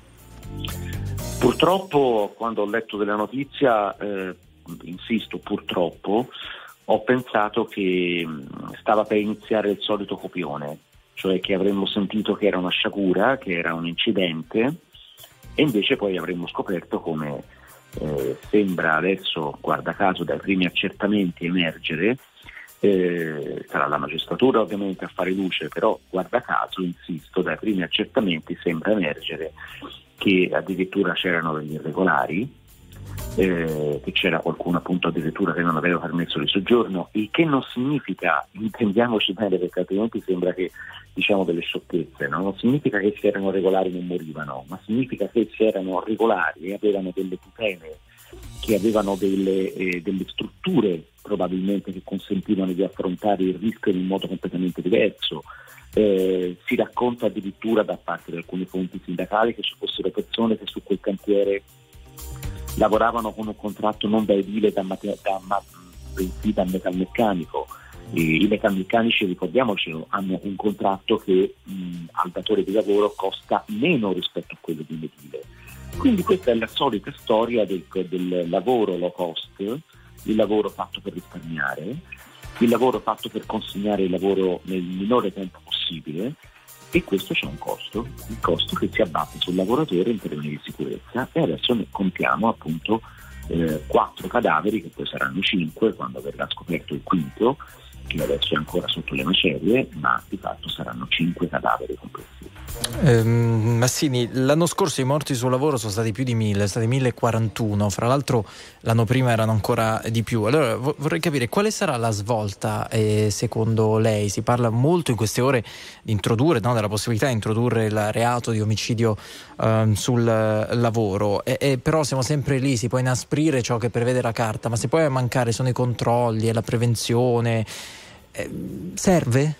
Speaker 10: Purtroppo quando ho letto della notizia, insisto, purtroppo ho pensato che stava per iniziare il solito copione, cioè che avremmo sentito che era una sciagura, che era un incidente, e invece poi avremmo scoperto come sembra adesso, guarda caso, dai primi accertamenti emergere, sarà la magistratura ovviamente a fare luce, però guarda caso, insisto, dai primi accertamenti sembra emergere che addirittura c'erano degli irregolari, che c'era qualcuno appunto addirittura che non aveva permesso di soggiorno, il che non significa, intendiamoci bene, perché altrimenti sembra che diciamo delle sciocchezze, no? Non significa che se erano regolari non morivano, ma significa che se erano regolari e avevano delle tutele, che avevano delle strutture probabilmente che consentivano di affrontare il rischio in un modo completamente diverso. Si racconta addirittura da parte di alcune fonti sindacali che ci fossero persone che su quel cantiere lavoravano con un contratto non da edile bensì da metalmeccanico. I metalmeccanici, ricordiamocelo, hanno un contratto che al datore di lavoro costa meno rispetto a quello di un edile. Quindi questa è la solita storia del lavoro low cost, il lavoro fatto per risparmiare, il lavoro fatto per consegnare il lavoro nel minore tempo possibile, e questo c'è un costo, il costo che si abbatte sul lavoratore in termini di sicurezza. E adesso ne contiamo appunto 4 cadaveri, che poi saranno 5 quando verrà scoperto il quinto, che adesso è ancora sotto le macerie, ma di fatto saranno 5 cadaveri complessivi.
Speaker 1: Massini, l'anno scorso i morti sul lavoro sono stati più di 1000, stati 1041, fra l'altro l'anno prima erano ancora di più. Allora vorrei capire quale sarà la svolta secondo lei. Si parla molto in queste ore di introdurre, della possibilità di introdurre il reato di omicidio sul lavoro, però siamo sempre lì, si può inasprire ciò che prevede la carta, ma se poi a mancare sono i controlli e la prevenzione, serve?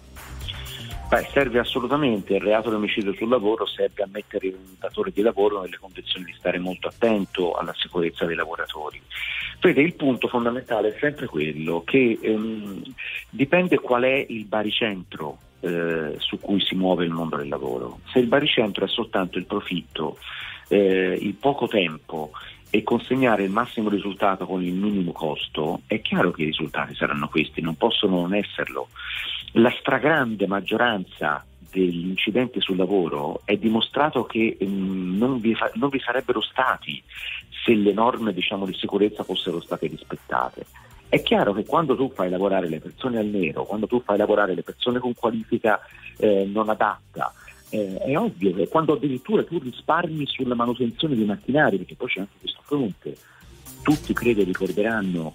Speaker 10: Beh, serve assolutamente. Il reato di omicidio sul lavoro serve a mettere il datore di lavoro nelle condizioni di stare molto attento alla sicurezza dei lavoratori. Vede, il punto fondamentale è sempre quello che dipende qual è il baricentro su cui si muove il mondo del lavoro. Se il baricentro è soltanto il profitto, il poco tempo e consegnare il massimo risultato con il minimo costo, è chiaro che i risultati saranno questi, non possono non esserlo. La stragrande maggioranza degli incidenti sul lavoro è dimostrato che non vi sarebbero stati se le norme, diciamo, di sicurezza fossero state rispettate. È chiaro che quando tu fai lavorare le persone al nero, quando tu fai lavorare le persone con qualifica non adatta, è ovvio che quando addirittura tu risparmi sulla manutenzione dei macchinari, perché poi c'è anche questo fronte, tutti credo ricorderanno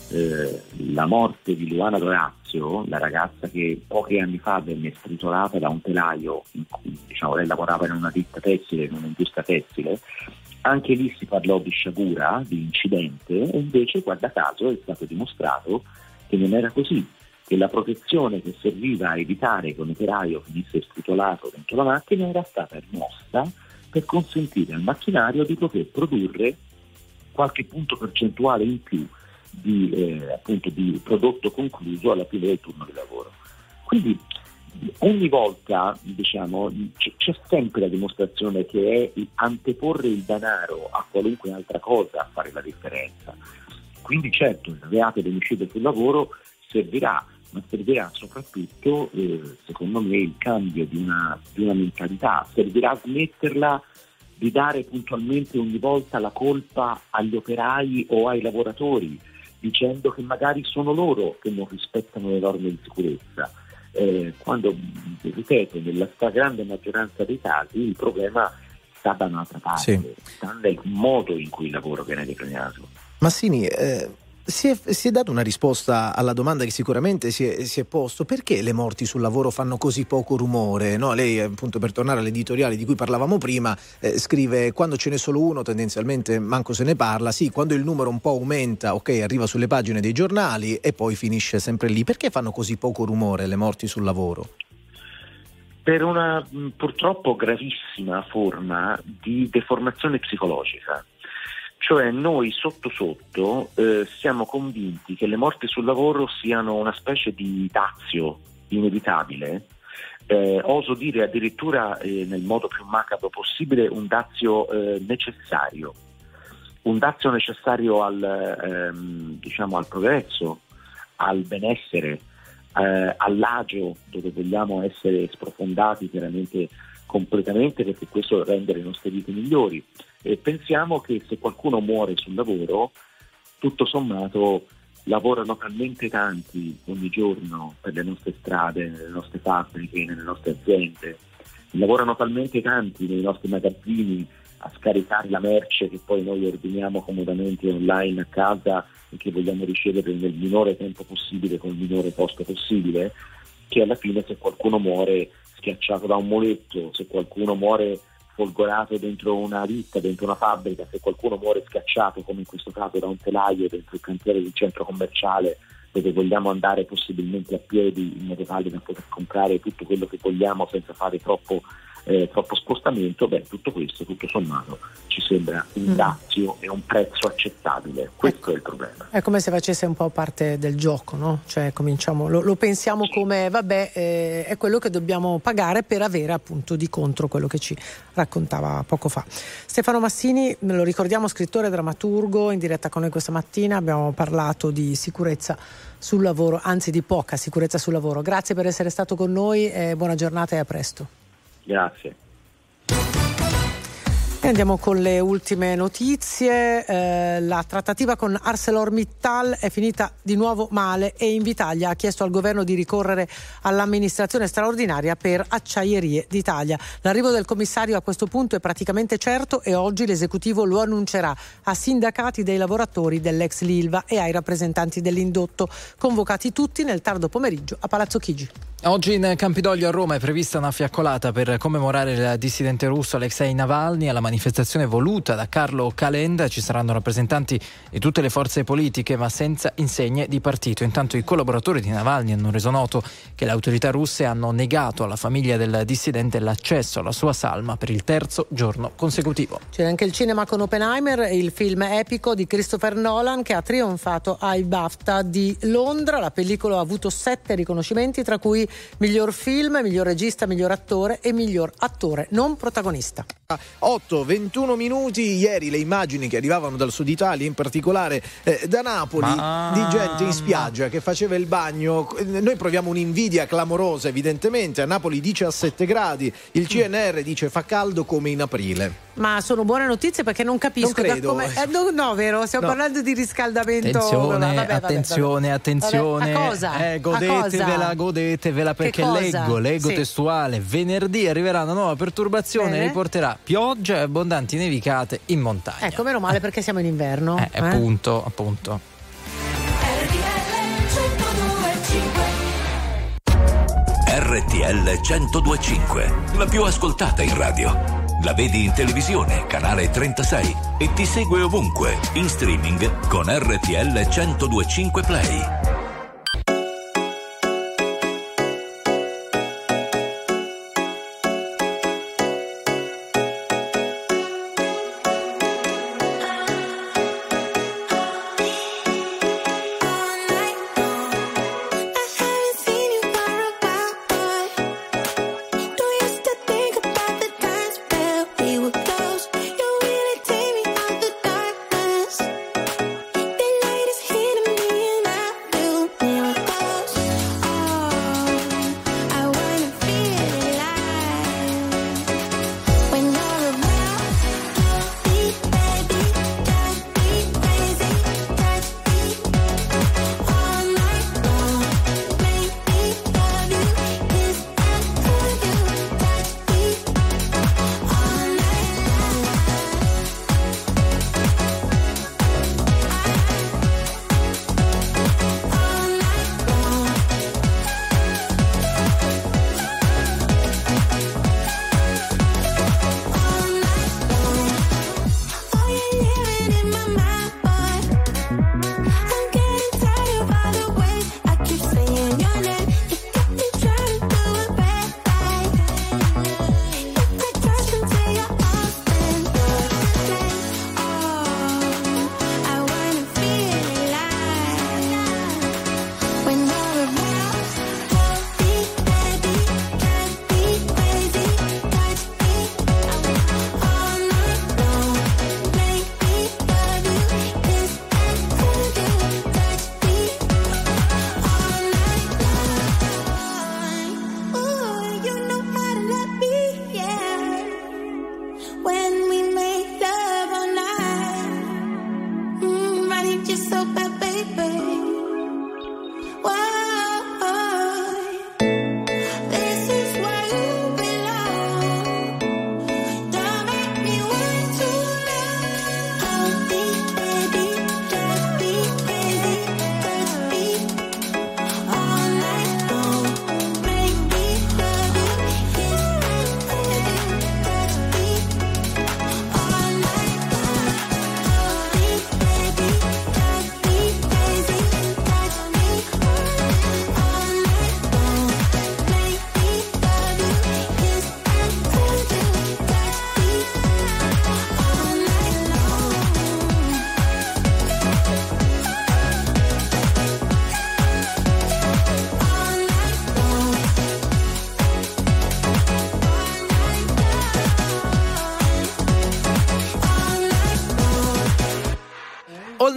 Speaker 10: la morte di Luana Dorazio, la ragazza che pochi anni fa venne stritolata da un telaio, diciamo, lei lavorava in una ditta tessile, in un'industria tessile. Anche lì si parlò di sciagura, di incidente, e invece, guarda caso, è stato dimostrato che non era così, che la protezione che serviva a evitare che un operaio finisse stritolato dentro la macchina era stata rimossa per consentire al macchinario di poter produrre qualche punto percentuale in più di prodotto concluso alla fine del turno di lavoro. Quindi ogni volta, diciamo, c'è sempre la dimostrazione che è anteporre il denaro a qualunque altra cosa a fare la differenza. Quindi certo il reato di omicidio sul lavoro servirà, ma servirà soprattutto, secondo me, il cambio di una mentalità. Servirà a smetterla di dare puntualmente ogni volta la colpa agli operai o ai lavoratori, dicendo che magari sono loro che non rispettano le norme di sicurezza, quando, ripeto, nella stragrande maggioranza dei casi il problema sta da un'altra parte, sta nel modo in cui il lavoro viene declinato.
Speaker 3: Massini, si è data una risposta alla domanda che sicuramente si è posto: perché le morti sul lavoro fanno così poco rumore? No, lei, appunto, per tornare all'editoriale di cui parlavamo prima, scrive: quando ce n'è solo uno tendenzialmente manco se ne parla, sì, quando il numero un po' aumenta, ok, arriva sulle pagine dei giornali e poi finisce sempre lì. Perché fanno così poco rumore le morti sul lavoro?
Speaker 10: Per una purtroppo gravissima forma di deformazione psicologica. Cioè noi sotto siamo convinti che le morti sul lavoro siano una specie di dazio inevitabile, oso dire addirittura nel modo più macabro possibile un dazio necessario al progresso, al benessere, all'agio, dove vogliamo essere sprofondati chiaramente completamente, perché questo rende le nostre vite migliori. E pensiamo che se qualcuno muore sul lavoro, tutto sommato lavorano talmente tanti ogni giorno per le nostre strade, nelle nostre fabbriche, nelle nostre aziende, lavorano talmente tanti nei nostri magazzini a scaricare la merce che poi noi ordiniamo comodamente online a casa e che vogliamo ricevere nel minore tempo possibile con il minore costo possibile, che alla fine se qualcuno muore schiacciato da un muletto, se qualcuno muore folgorato dentro una ditta, dentro una fabbrica, se qualcuno muore schiacciato come in questo caso da un telaio dentro il cantiere del centro commerciale dove vogliamo andare possibilmente a piedi in modo tale da poter comprare tutto quello che vogliamo senza fare troppo spostamento, tutto questo tutto sommato ci sembra un dazio e un prezzo accettabile. Questo è il problema.
Speaker 2: È come se facesse un po' parte del gioco, no? Cioè cominciamo, lo pensiamo come è quello che dobbiamo pagare per avere appunto di contro quello che ci raccontava poco fa Stefano Massini. Lo ricordiamo, scrittore, drammaturgo, in diretta con noi questa mattina. Abbiamo parlato di sicurezza sul lavoro, anzi di poca sicurezza sul lavoro. Grazie per essere stato con noi, buona giornata e a presto.
Speaker 10: Grazie.
Speaker 2: E andiamo con le ultime notizie. La trattativa con ArcelorMittal è finita di nuovo male e Invitalia ha chiesto al governo di ricorrere all'amministrazione straordinaria per Acciaierie d'Italia. L'arrivo del commissario a questo punto è praticamente certo e oggi l'esecutivo lo annuncerà a sindacati dei lavoratori dell'ex Lilva e ai rappresentanti dell'indotto, convocati tutti nel tardo pomeriggio a Palazzo Chigi.
Speaker 1: Oggi in Campidoglio a Roma è prevista una fiaccolata per commemorare il dissidente russo Alexei Navalny. Alla manifestazione voluta da Carlo Calenda ci saranno rappresentanti di tutte le forze politiche ma senza insegne di partito. Intanto i collaboratori di Navalny hanno reso noto che le autorità russe hanno negato alla famiglia del dissidente l'accesso alla sua salma per il terzo giorno consecutivo.
Speaker 2: C'è anche il cinema con Oppenheimer, il film epico di Christopher Nolan che ha trionfato ai BAFTA di Londra. La pellicola ha avuto 7 riconoscimenti, tra cui miglior film, miglior regista, miglior attore e miglior attore non protagonista.
Speaker 3: 8:21 minuti. Ieri le immagini che arrivavano dal sud Italia, in particolare da Napoli, di gente in spiaggia che faceva il bagno. Noi proviamo un'invidia clamorosa, evidentemente. A Napoli 17 gradi, il CNR dice fa caldo come in aprile.
Speaker 2: Ma sono buone notizie perché non capisco.
Speaker 3: Non credo.
Speaker 2: Da come... no, vero? Stiamo parlando di riscaldamento.
Speaker 1: Attenzione.
Speaker 2: A cosa?
Speaker 1: Godetevela perché leggo testuale. Venerdì arriverà una nuova perturbazione, riporterà pioggia e abbondanti nevicate in montagna.
Speaker 2: Ecco, meno male perché siamo in inverno.
Speaker 1: Appunto.
Speaker 6: RTL 102.5, la più ascoltata in radio. La vedi in televisione, canale 36 e ti segue ovunque, in streaming con RTL 102.5 Play.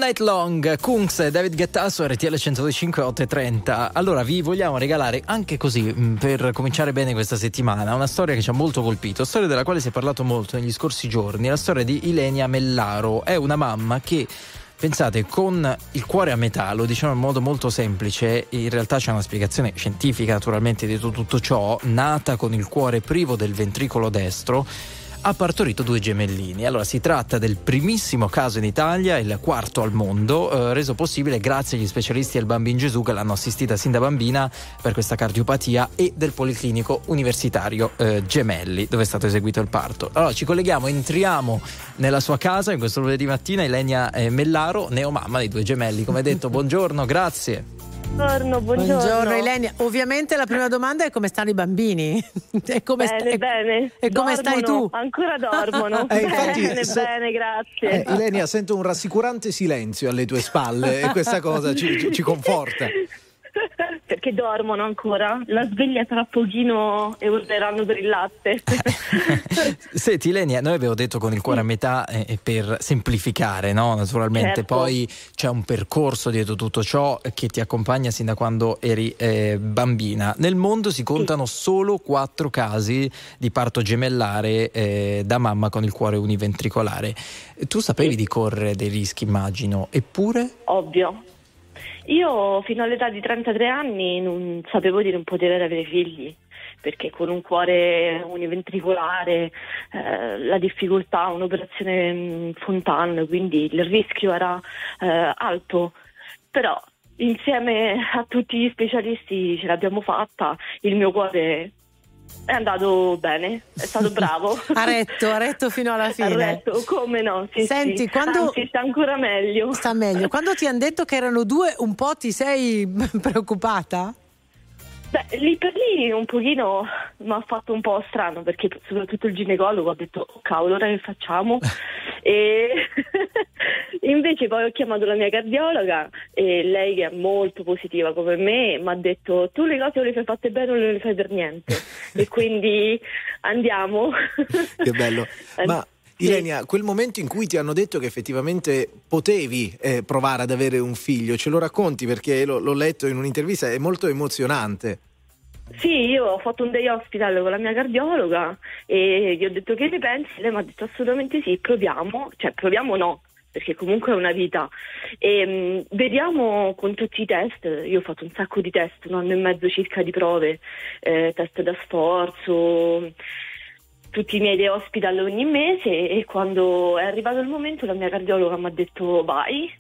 Speaker 1: Night Long, Kungs, David Guetta su RTL 102.5 8:30. Allora vi vogliamo regalare anche così, per cominciare bene questa settimana, una storia che ci ha molto colpito, storia della quale si è parlato molto negli scorsi giorni, la storia di Ilenia Mellaro. È una mamma che, pensate, con il cuore a metà, lo diciamo in modo molto semplice, in realtà c'è una spiegazione scientifica naturalmente di tutto ciò, nata con il cuore privo del ventricolo destro, ha partorito 2 gemellini. Allora si tratta del primissimo caso in Italia, il 4º al mondo, reso possibile grazie agli specialisti del Bambin Gesù che l'hanno assistita sin da bambina per questa cardiopatia, e del Policlinico Universitario Gemelli, dove è stato eseguito il parto. Allora ci colleghiamo, entriamo nella sua casa in questo lunedì mattina. Ilenia Mellaro, neomamma dei 2 gemelli, come detto. Buongiorno, grazie.
Speaker 2: Buongiorno Ilenia. Ovviamente la prima domanda è come stanno i bambini? E come
Speaker 12: bene.
Speaker 2: E come stai tu?
Speaker 12: Ancora dormono.
Speaker 3: Infatti,
Speaker 12: bene, grazie.
Speaker 3: Ilenia, sento un rassicurante silenzio alle tue spalle e questa cosa ci conforta.
Speaker 12: Perché dormono ancora, la sveglia tra pochino e urleranno per il latte.
Speaker 1: Senti Ilenia, noi abbiamo detto con il cuore a metà per semplificare, no? Naturalmente, certo. Poi c'è un percorso dietro tutto ciò che ti accompagna sin da quando eri bambina. Nel mondo si contano solo 4 casi di parto gemellare da mamma con il cuore univentricolare. Tu sapevi di correre dei rischi, immagino, eppure?
Speaker 12: Ovvio. Io fino all'età di 33 anni non sapevo di non poter avere figli, perché con un cuore univentricolare la difficoltà, un'operazione Fontan, quindi il rischio era alto, però insieme a tutti gli specialisti ce l'abbiamo fatta, il mio cuore è andato bene, è stato bravo.
Speaker 2: ha retto fino alla fine.
Speaker 12: Ha retto, come no? Sì,
Speaker 2: senti,
Speaker 12: sì.
Speaker 2: Quando
Speaker 12: anzi, sta ancora meglio.
Speaker 2: Sta meglio. Quando ti hanno detto che erano 2, un po' ti sei preoccupata?
Speaker 12: Beh, lì per lì un pochino mi ha fatto un po' strano, perché soprattutto il ginecologo ha detto oh cavolo, ora che facciamo? E invece poi ho chiamato la mia cardiologa e lei, che è molto positiva come me, mi ha detto tu le cose o le fai fatte bene o non le fai per niente. E quindi andiamo.
Speaker 3: Che bello. Ma Ilenia, quel momento in cui ti hanno detto che effettivamente potevi provare ad avere un figlio, ce lo racconti? Perché l'ho letto in un'intervista, è molto emozionante.
Speaker 12: Sì, io ho fatto un day hospital con la mia cardiologa e gli ho detto che ne pensi? Lei mi ha detto assolutamente sì, proviamo, cioè proviamo no, perché comunque è una vita, e vediamo con tutti i test. Io ho fatto un sacco di test, 1 anno e mezzo circa di prove, test da sforzo, tutti i miei day hospital ogni mese, e quando è arrivato il momento la mia cardiologa mi ha detto vai,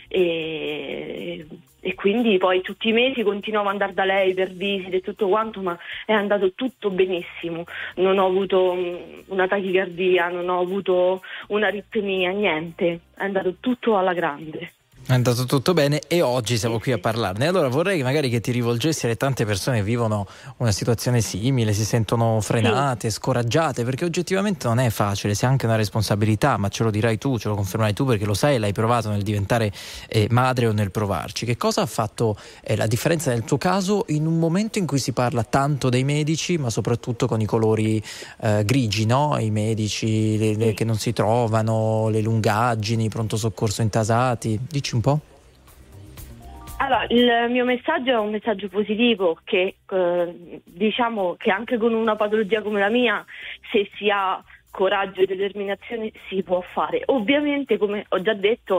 Speaker 12: e quindi poi tutti i mesi continuavo ad andare da lei per visite e tutto quanto, ma è andato tutto benissimo, non ho avuto una tachicardia, non ho avuto un'aritmia, niente, è andato tutto alla grande.
Speaker 1: È andato tutto bene e oggi siamo qui a parlarne. Allora vorrei magari che ti rivolgessi alle tante persone che vivono una situazione simile, si sentono frenate, scoraggiate, perché oggettivamente non è facile, c'è anche una responsabilità, ma ce lo dirai tu, ce lo confermerai tu, perché lo sai e l'hai provato nel diventare madre o nel provarci. Che cosa ha fatto la differenza nel tuo caso in un momento in cui si parla tanto dei medici, ma soprattutto con i colori grigi, no? I medici che non si trovano, le lungaggini, i pronto soccorso intasati. Dici un po'?
Speaker 12: Allora, il mio messaggio è un messaggio positivo, che diciamo che anche con una patologia come la mia, se si ha coraggio e determinazione si può fare. Ovviamente, come ho già detto,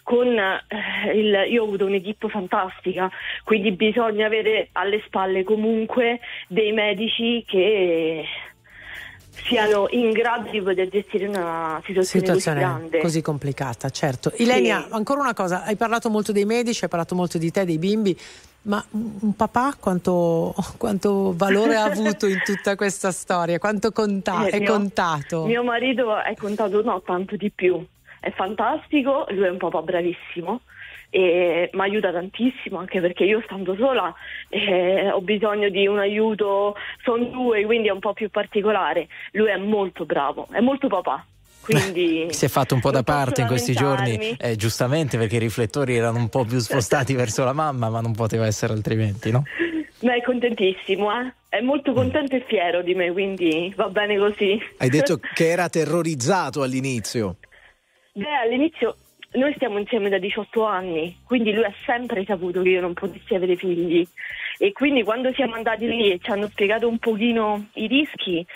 Speaker 12: io ho avuto un'equipe fantastica, quindi bisogna avere alle spalle comunque dei medici che siano in grado di poter gestire una situazione così grande,
Speaker 2: così complicata, certo. Ilenia, sì. Ancora una cosa, hai parlato molto dei medici, hai parlato molto di te, dei bimbi, ma un papà quanto valore ha avuto in tutta questa storia? Quanto è contato?
Speaker 12: Mio marito è contato, no, tanto di più. È fantastico, lui è un papà bravissimo e mi aiuta tantissimo, anche perché io stando sola ho bisogno di un aiuto, sono 2, quindi è un po' più particolare. Lui è molto bravo, è molto papà. Quindi
Speaker 1: si è fatto un po' da parte in questi giorni, giustamente, perché i riflettori erano un po' più spostati verso la mamma, ma non poteva essere altrimenti, no?
Speaker 12: Ma è contentissimo, è molto contento e fiero di me, quindi va bene così.
Speaker 3: Hai detto che era terrorizzato all'inizio.
Speaker 12: Beh, all'inizio noi stiamo insieme da 18 anni, quindi lui ha sempre saputo che io non potessi avere figli, e quindi quando siamo andati lì e ci hanno spiegato un pochino i rischi,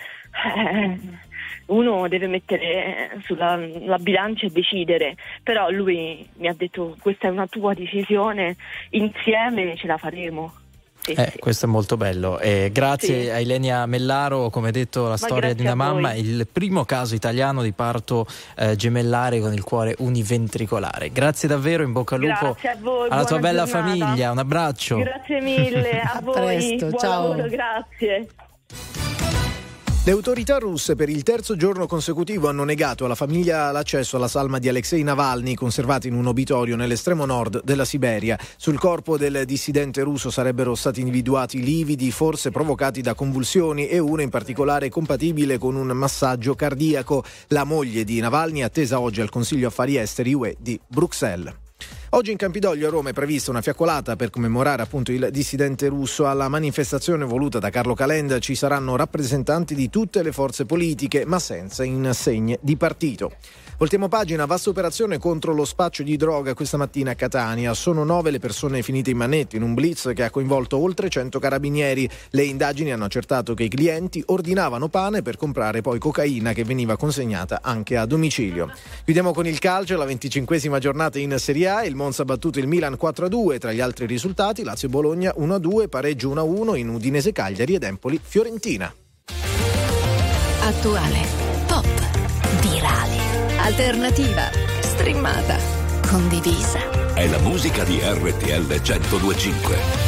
Speaker 12: uno deve mettere sulla bilancia e decidere, però lui mi ha detto: questa è una tua decisione, insieme ce la faremo.
Speaker 1: Questo è molto bello. Grazie a Ilenia Mellaro. Come detto, la storia di una mamma, il primo caso italiano di parto gemellare con il cuore univentricolare. Grazie davvero, in bocca al lupo
Speaker 12: a voi,
Speaker 1: alla tua bella
Speaker 12: giornata.
Speaker 1: Famiglia. Un abbraccio.
Speaker 12: Grazie mille a voi.
Speaker 2: Presto,
Speaker 12: buon
Speaker 2: ciao.
Speaker 12: lavoro, grazie.
Speaker 3: Le autorità russe per il terzo giorno consecutivo hanno negato alla famiglia l'accesso alla salma di Alexei Navalny, conservata in un obitorio nell'estremo nord della Siberia. Sul corpo del dissidente russo sarebbero stati individuati lividi, forse provocati da convulsioni, e uno in particolare compatibile con un massaggio cardiaco. La moglie di Navalny è attesa oggi al Consiglio Affari Esteri UE di Bruxelles. Oggi in Campidoglio a Roma è prevista una fiaccolata per commemorare appunto il dissidente russo. Alla manifestazione voluta da Carlo Calenda ci saranno rappresentanti di tutte le forze politiche, ma senza insegne di partito. Voltiamo pagina, vasta operazione contro lo spaccio di droga questa mattina a Catania. Sono 9 le persone finite in manetto in un blitz che ha coinvolto oltre 100 carabinieri. Le indagini hanno accertato che i clienti ordinavano pane per comprare poi cocaina che veniva consegnata anche a domicilio. Chiudiamo con il calcio, la 25esima giornata in Serie A. Il Monza ha battuto il Milan 4-2, tra gli altri risultati Lazio-Bologna 1-2, pareggio 1-1 in Udinese-Cagliari ed Empoli-Fiorentina.
Speaker 11: Attuale, pop, virale, alternativa, streamata, condivisa.
Speaker 6: È la musica di RTL 102.5.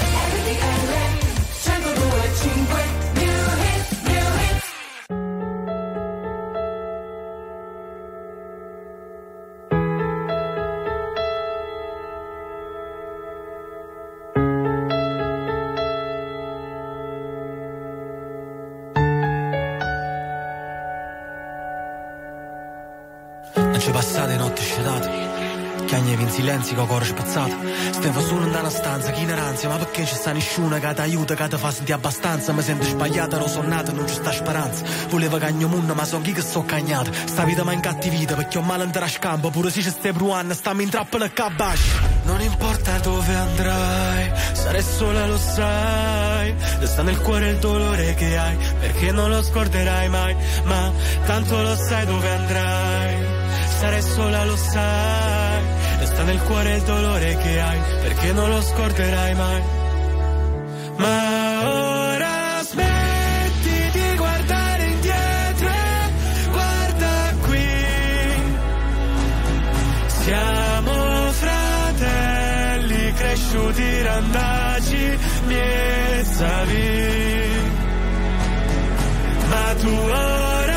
Speaker 13: Ci passate notti scelate, chiagnevi in silenzio con cuore spezzato. Stevo solo in una stanza, chi in ranzia, ma perché ci sta nessuno che ti aiuta, che ti fa sentire abbastanza. Mi sento sbagliata, ero sonnato, non ci sta speranza. Volevo cagno munna, ma son chi che sto cagnata. Sta vita mi ha incattivita, perché ho male andare a scampo. Pure se ci stai bruando, stammi in trappola e cabasci. Non importa dove andrai, sarai sola, lo sai. Resta nel cuore il dolore che hai, perché non lo scorderai mai. Ma tanto lo sai dove andrai, sarai sola, lo sai. Resta nel cuore il dolore che hai, perché non lo scorderai mai. Ma ora smetti di guardare indietro e guarda qui. Siamo fratelli cresciuti randaci, mezzavi. Ma tu ora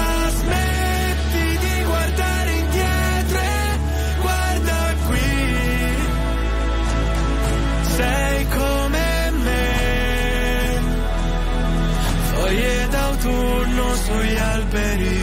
Speaker 13: sei come me, foglie d'autunno sugli alberi.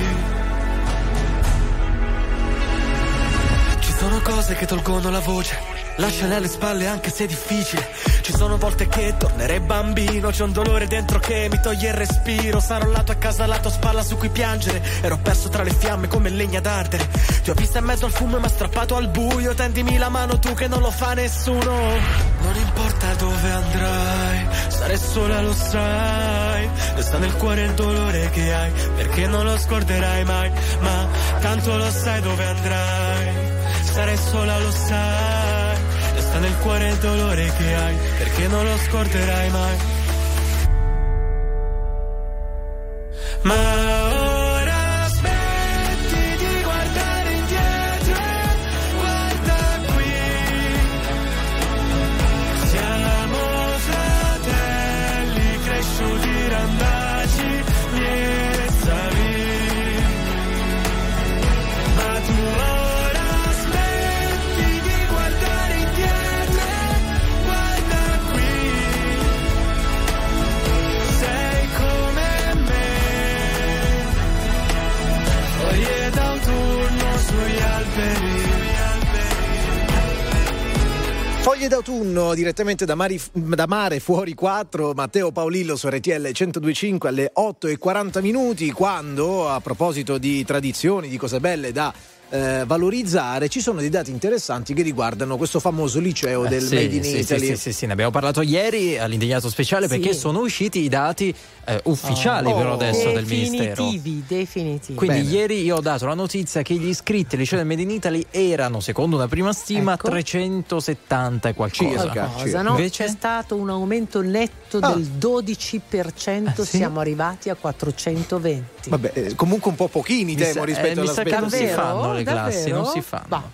Speaker 13: Ci sono cose che tolgono la voce, lasciale alle spalle anche se è difficile. Ci sono volte che tornerei bambino, c'è un dolore dentro che mi toglie il respiro. Sarò lato a casa, lato spalla su cui piangere. Ero perso tra le fiamme come legna d'ardere. Ti ho vista in mezzo al fumo e mi ha strappato al buio. Tendimi la mano tu che non lo fa nessuno. Non importa dove andrai, sarai sola, lo sai. Resta nel cuore il dolore che hai, perché non lo scorderai mai. Ma tanto lo sai dove andrai, sarai sola, lo sai. Resta nel cuore il dolore che hai, perché non lo scorderai mai. Ma ora smetti di guardare indietro e guarda qui. Siamo fratelli cresciuti randaci, mezzavi. Ma tu ora smetti di guardare indietro e guarda qui. Sei come me, foglie d'autunno sugli alberi.
Speaker 3: Foglie d'autunno direttamente da Mare Fuori 4, Matteo Paolillo su RTL 102.5 alle 8:40, quando, a proposito di tradizioni, di cose belle da valorizzare. Ci sono dei dati interessanti che riguardano questo famoso liceo del Made in Italy.
Speaker 1: Sì, ne abbiamo parlato ieri all'indignato speciale, perché sono usciti i dati ufficiali però adesso del Ministero.
Speaker 2: Definitivi.
Speaker 1: Quindi ieri io ho dato la notizia che gli iscritti al liceo del Made in Italy erano, secondo una prima stima, 370 e qualcosa.
Speaker 2: No? Invece c'è stato un aumento netto del 12%, siamo arrivati a 420.
Speaker 3: Vabbè, comunque un po' pochini temo rispetto alla
Speaker 1: spesa. Non si fanno le classi, non si fanno.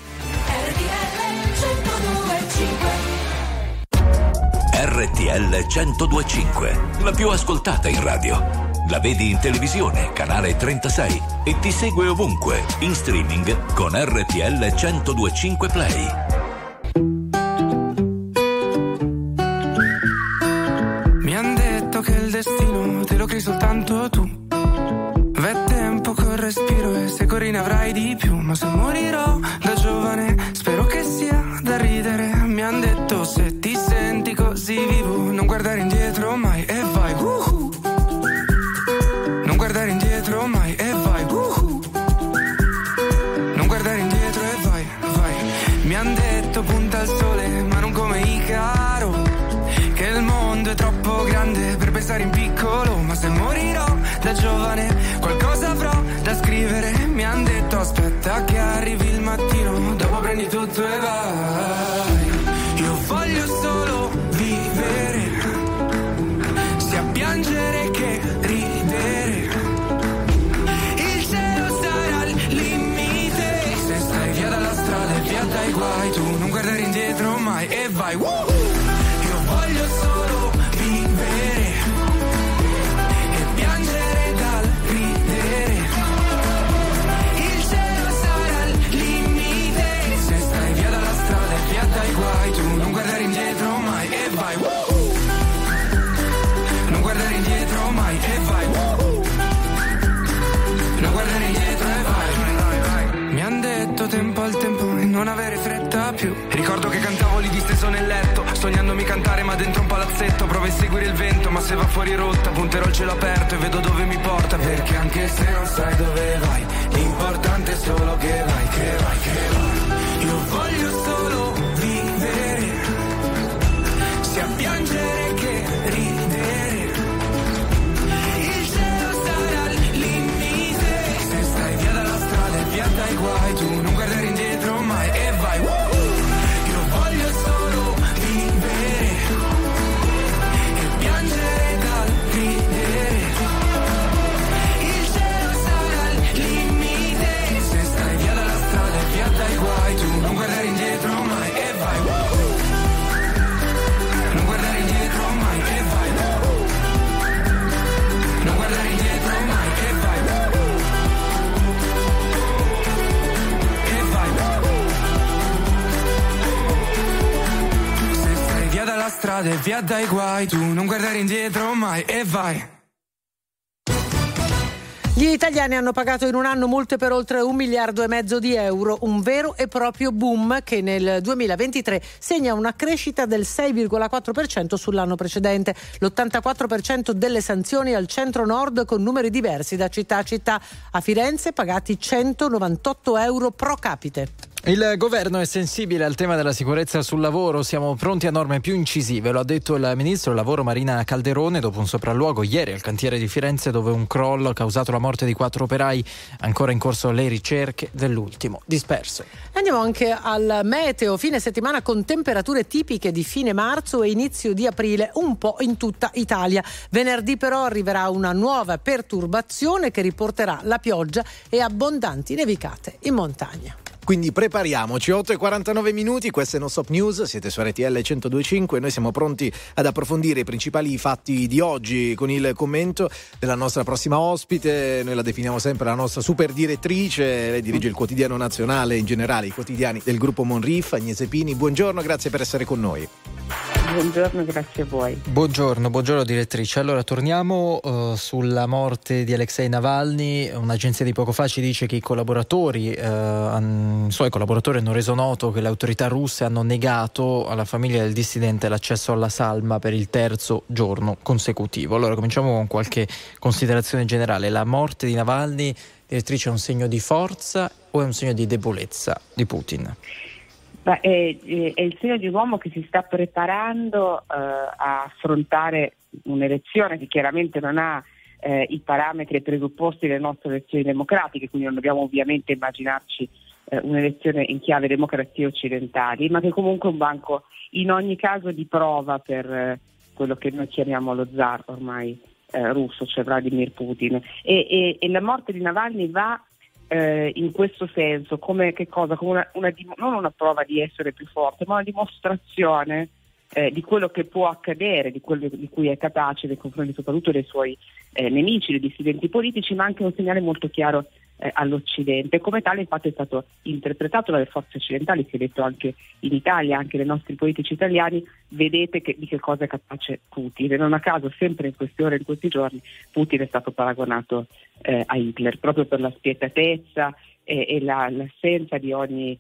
Speaker 6: RTL 102.5, la più ascoltata in radio. La vedi in televisione, canale 36, e ti segue ovunque, in streaming con RTL 102.5 Play.
Speaker 13: Mi han detto che il destino te lo crei soltanto tu. V'è tempo col respiro e se corri ne avrai di più. Ma se morirò da giovane spero che sia da ridere. Mi han detto se ti senti così vivo non guardare indietro mai e vai non guardare indietro mai e vai non guardare indietro e vai. Mi han detto punta al sole ma non come Icaro, che il mondo è troppo grande per pensare in piccolo. Ma se morirò da giovane qualcosa avrò da scrivere. Mi han detto aspetta che arrivi il mattino, dopo prendi tutto e vai. Io voglio solo vivere, sia piangere che ridere. Il cielo sarà al limite, se stai via dalla strada e via dai guai, tu non guardare indietro mai e vai. Io voglio solo vivere e piangere dal ridere. Il cielo sarà al limite, se stai via dalla strada e via dai guai, tu non guardare indietro mai e vai. Non guardare indietro mai e vai. Non guardare indietro e vai. Mi han detto tempo al tempo e non avere fretta più. Ricordo che cantavo lì disteso nel letto, sognandomi cantare ma dentro un palazzetto. Provo a seguire il vento ma se va fuori rotta punterò il cielo aperto e vedo dove mi porta. Perché anche se non sai dove vai, l'importante è solo che vai, che vai, che vai. Io voglio solo vivere, sia piangere che ridere. Il cielo sarà al limite, se stai via dalla strada e via dai guai, tu non guardare indietro mai e vai. Io voglio solo vivere e piangere dal ridere. Il cielo sarà al limite, se stai via dalla strada e via dai guai, tu non guardare indietro mai e vai. Non guardare indietro mai e vai. Non guardare indietro mai e vai. E vai. Se stai via dalla strada e via dai guai, tu non guardare indietro mai e vai.
Speaker 2: Gli italiani hanno pagato in un anno multe per oltre 1,5 miliardi di euro, un vero e proprio boom che nel 2023 segna una crescita del 6,4% sull'anno precedente. L'84% delle sanzioni al centro-nord con numeri diversi da città a città. A Firenze pagati 198 euro pro capite.
Speaker 1: Il governo è sensibile al tema della sicurezza sul lavoro, siamo pronti a norme più incisive, lo ha detto il ministro del lavoro Marina Calderone dopo un sopralluogo ieri al cantiere di Firenze dove un crollo ha causato la morte di 4 operai, ancora in corso le ricerche dell'ultimo disperso.
Speaker 2: Andiamo anche al meteo, fine settimana con temperature tipiche di fine marzo e inizio di aprile un po' in tutta Italia. Venerdì però arriverà una nuova perturbazione che riporterà la pioggia e abbondanti nevicate in montagna.
Speaker 3: Quindi prepariamoci, 8:49, queste non stop news, siete su RTL 102.5 e noi siamo pronti ad approfondire i principali fatti di oggi con il commento della nostra prossima ospite. Noi la definiamo sempre la nostra super direttrice, lei dirige il quotidiano nazionale e in generale i quotidiani del gruppo Monrif. Agnese Pini, buongiorno, grazie per essere con noi.
Speaker 14: Buongiorno, grazie a voi.
Speaker 1: Buongiorno direttrice. Allora torniamo sulla morte di Alexei Navalny. Un'agenzia di poco fa ci dice che i collaboratori hanno reso noto che le autorità russe hanno negato alla famiglia del dissidente l'accesso alla salma per il 3° giorno consecutivo. Allora cominciamo con qualche considerazione generale. La morte di Navalny, direttrice, è un segno di forza o è un segno di debolezza di Putin?
Speaker 14: È il segno di un uomo che si sta preparando a affrontare un'elezione che chiaramente non ha i parametri e presupposti delle nostre elezioni democratiche, quindi non dobbiamo ovviamente immaginarci un'elezione in chiave democrazie occidentali, ma che comunque è un banco in ogni caso di prova per quello che noi chiamiamo lo zar ormai russo, cioè Vladimir Putin, e la morte di Navalny va in questo senso come che cosa? Come non una prova di essere più forte, ma una dimostrazione di quello che può accadere, di quello di cui è capace nei confronti soprattutto dei suoi nemici, dei dissidenti politici, ma anche un segnale molto chiaro all'Occidente. Come tale infatti è stato interpretato dalle forze occidentali, si è detto anche in Italia, anche dai nostri politici italiani: vedete di che cosa è capace Putin. E non a caso sempre in queste ore, in questi giorni, Putin è stato paragonato a Hitler, proprio per la spietatezza e l'assenza di ogni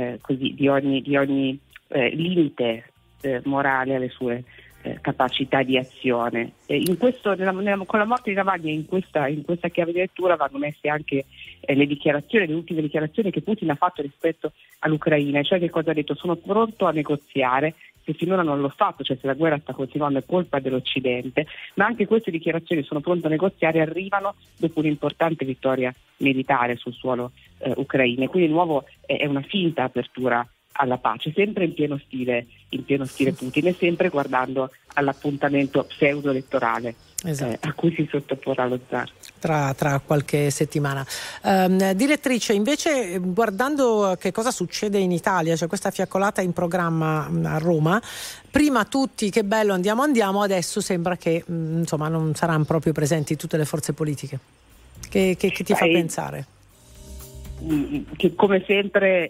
Speaker 14: limite morale alle sue capacità di azione. Con la morte di Navalny in questa chiave di lettura vanno messe anche le ultime dichiarazioni che Putin ha fatto rispetto all'Ucraina, cioè che cosa ha detto: sono pronto a negoziare, se finora non l'ho fatto, cioè se la guerra sta continuando è colpa dell'Occidente, ma anche queste dichiarazioni, sono pronto a negoziare, arrivano dopo un'importante vittoria militare sul suolo ucraino, quindi di nuovo è una finta apertura alla pace, sempre in pieno stile Putin, e sempre guardando all'appuntamento pseudo-elettorale a cui si sottoporrà lo zar
Speaker 2: tra qualche settimana. Direttrice, invece, guardando che cosa succede in Italia, cioè questa fiaccolata in programma a Roma, prima tutti che bello andiamo, adesso sembra che insomma non saranno proprio presenti tutte le forze politiche. Che ti fa pensare?
Speaker 14: Che come sempre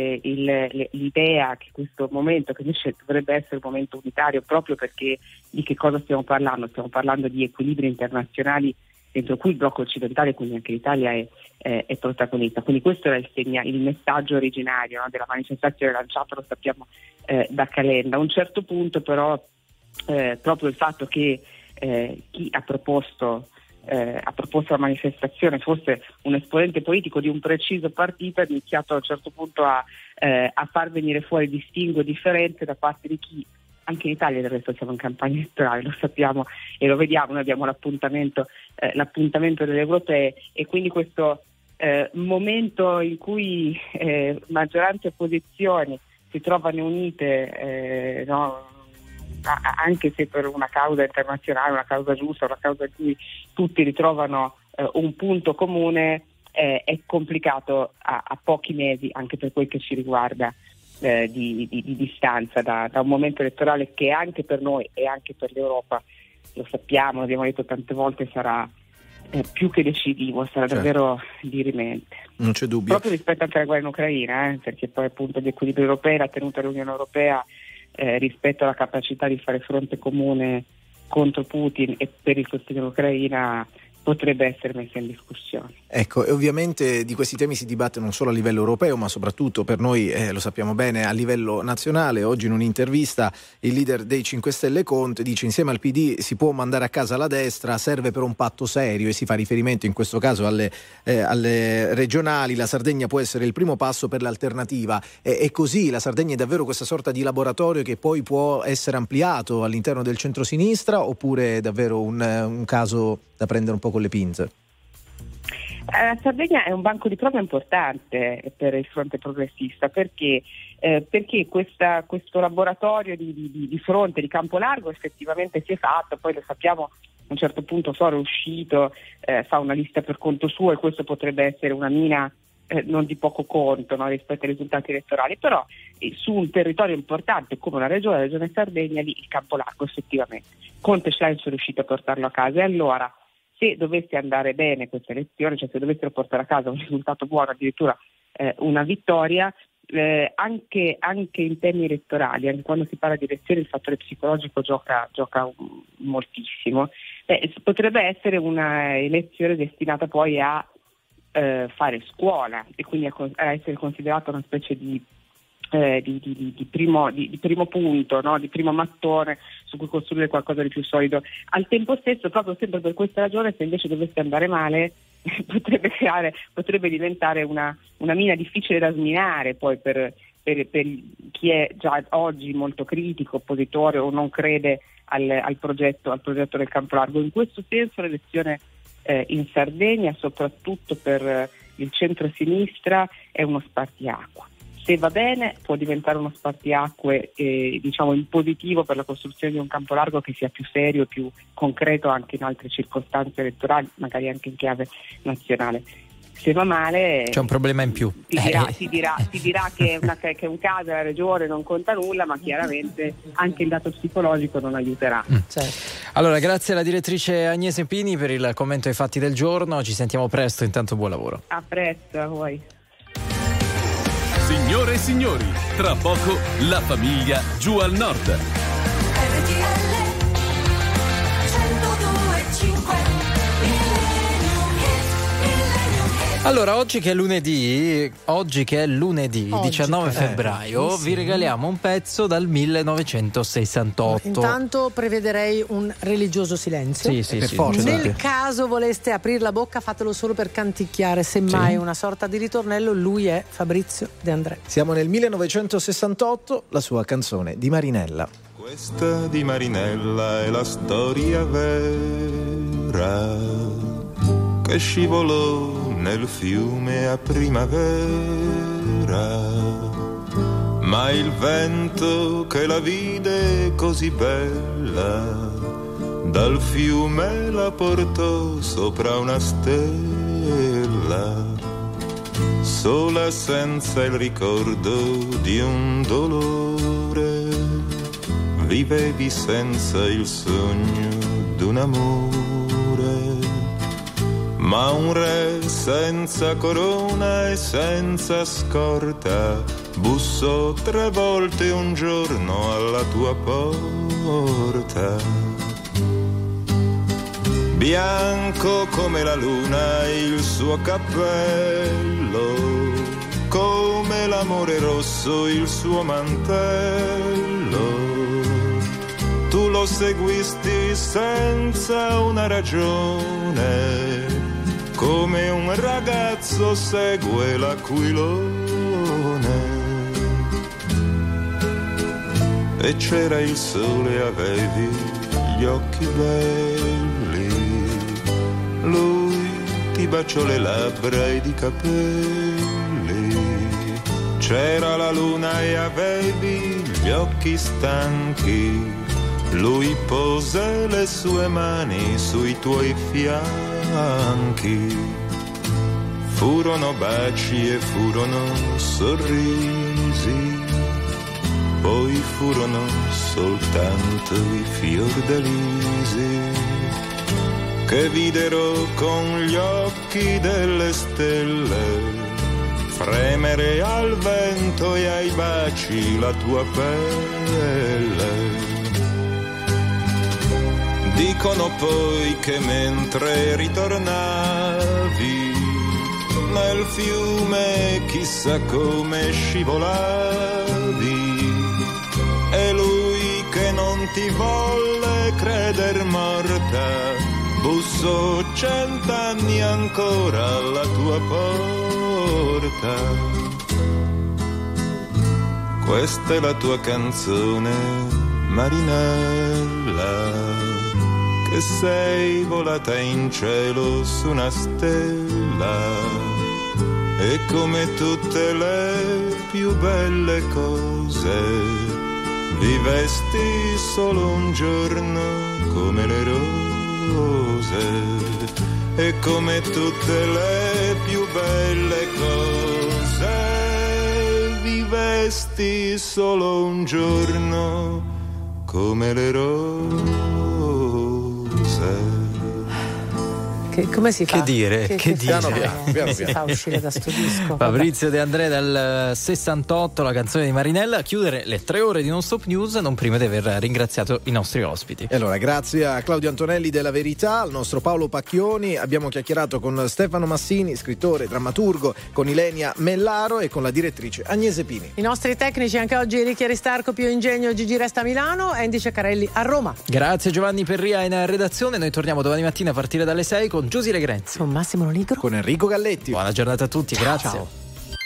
Speaker 14: l'idea che questo momento, che invece dovrebbe essere un momento unitario, proprio perché di che cosa stiamo parlando? Stiamo parlando di equilibri internazionali dentro cui il blocco occidentale, quindi anche l'Italia, è protagonista. Quindi questo era il messaggio originario, no, della manifestazione lanciata, lo sappiamo, da Calenda. A un certo punto però proprio il fatto che chi ha proposto la manifestazione fosse un esponente politico di un preciso partito, ha iniziato a un certo punto a far venire fuori distinguo e differenze da parte di chi, anche in Italia del resto siamo in campagna elettorale, lo sappiamo e lo vediamo, noi abbiamo l'appuntamento delle europee, e quindi questo momento in cui maggioranza e opposizioni si trovano unite, anche se per una causa internazionale, una causa giusta, una causa in cui tutti ritrovano un punto comune, è complicato a pochi mesi, anche per quel che ci riguarda, di distanza da un momento elettorale che anche per noi e anche per l'Europa, lo sappiamo, l'abbiamo detto tante volte, sarà più che decisivo, sarà davvero dirimente.
Speaker 3: Non c'è dubbio.
Speaker 14: Proprio rispetto anche alla guerra in Ucraina, perché poi appunto gli equilibri europei, la tenuta dell'Unione Europea rispetto alla capacità di fare fronte comune contro Putin e per il sostegno all'Ucraina potrebbe essere messa in discussione.
Speaker 3: Ecco, e ovviamente di questi temi si dibatte non solo a livello europeo, ma soprattutto per noi, lo sappiamo bene, a livello nazionale. Oggi in un'intervista il leader dei 5 Stelle Conte dice: insieme al PD si può mandare a casa la destra, serve per un patto serio, e si fa riferimento in questo caso alle regionali. La Sardegna può essere il primo passo per l'alternativa. E così la Sardegna è davvero questa sorta di laboratorio che poi può essere ampliato all'interno del centrosinistra, oppure è davvero un caso da prendere un po' con le pinze?
Speaker 14: La Sardegna è un banco di prova importante per il fronte progressista, perché questo laboratorio di fronte, di campo largo, effettivamente si è fatto. Poi lo sappiamo, a un certo punto Soro è uscito, fa una lista per conto suo, e questo potrebbe essere una mina non di poco conto, no, rispetto ai risultati elettorali, però su un territorio importante come la regione Sardegna, lì il campo largo effettivamente Conte ce l'ha, è riuscito a portarlo a casa. E allora, se dovesse andare bene questa elezione, cioè se dovessero portare a casa un risultato buono, addirittura una vittoria, anche in temi elettorali, anche quando si parla di elezioni, il fattore psicologico gioca moltissimo. Potrebbe essere una elezione destinata poi a fare scuola, e quindi a essere considerata una specie di primo punto, no? Di primo mattone su cui costruire qualcosa di più solido. Al tempo stesso, proprio sempre per questa ragione, se invece dovesse andare male, potrebbe diventare una mina difficile da sminare poi per chi è già oggi molto critico, oppositore o non crede al progetto del campo largo. In questo senso l'elezione in Sardegna, soprattutto per il centro-sinistra, è uno spartiacque. Se va bene può diventare uno spartiacque in positivo per la costruzione di un campo largo che sia più serio, più concreto anche in altre circostanze elettorali, magari anche in chiave nazionale. Se va male
Speaker 1: c'è un problema in più.
Speaker 14: Si dirà che è un caso, la regione non conta nulla, ma chiaramente anche il dato psicologico non aiuterà.
Speaker 1: Certo. Allora, grazie alla direttrice Agnese Pini per il commento ai fatti del giorno, ci sentiamo presto, intanto buon lavoro.
Speaker 14: A presto, a voi.
Speaker 15: Signore e signori, tra poco la famiglia giù al nord.
Speaker 1: Allora, oggi che è lunedì 19 febbraio, vi regaliamo un pezzo dal 1968.
Speaker 2: Intanto prevederei un religioso silenzio.
Speaker 1: Sì, per forza.
Speaker 2: Nel caso voleste aprire la bocca, fatelo solo per canticchiare, semmai una sorta di ritornello. Lui è Fabrizio De André.
Speaker 3: Siamo nel 1968, la sua canzone di Marinella.
Speaker 16: Questa di Marinella è la storia vera che scivolò nel fiume a primavera, ma il vento che la vide così bella dal fiume la portò sopra una stella, sola senza il ricordo di un dolore, vivevi senza il sogno d'un amore. Ma un re senza corona e senza scorta bussò 3 volte un giorno alla tua porta. Bianco come la luna il suo cappello, come l'amore rosso il suo mantello. Tu lo seguisti senza una ragione, come un ragazzo segue l'aquilone. E c'era il sole, avevi gli occhi belli, lui ti baciò le labbra ed i capelli. C'era la luna e avevi gli occhi stanchi, lui pose le sue mani sui tuoi fianchi. Furono baci e furono sorrisi, poi furono soltanto i fiordalisi che videro con gli occhi delle stelle fremere al vento e ai baci la tua pelle. Dicono poi che mentre ritornavi nel fiume chissà come scivolavi, e lui che non ti volle creder morta bussò 100 anni ancora alla tua porta. Questa è la tua canzone, Marinella, che sei volata in cielo su una stella, e come tutte le più belle cose vivesti solo un giorno come le rose, e come tutte le più belle cose vivesti solo un giorno come le rose.
Speaker 2: Come si fa?
Speaker 1: Che dire?
Speaker 2: Piano. Si fa uscire da sto disco.
Speaker 1: Fabrizio De André dal 68, la canzone di Marinella, a chiudere le 3 ore di Non Stop News, non prima di aver ringraziato i nostri ospiti.
Speaker 3: E allora, grazie a Claudio Antonelli della Verità, al nostro Paolo Pacchioni, abbiamo chiacchierato con Stefano Massini, scrittore, drammaturgo, con Ilenia Mellaro e con la direttrice Agnese Pini.
Speaker 2: I nostri tecnici anche oggi: Ricchi Aristarco, Pio Ingegno, Gigi Resta a Milano, Andy Ceccarelli a Roma.
Speaker 1: Grazie Giovanni Perria in redazione, noi torniamo domani mattina a partire dalle 6 con Giusy Legrenzi,
Speaker 2: con Massimo Nigro,
Speaker 3: con Enrico Galletti.
Speaker 1: Buona giornata a tutti,
Speaker 2: ciao,
Speaker 1: grazie.
Speaker 2: Ciao.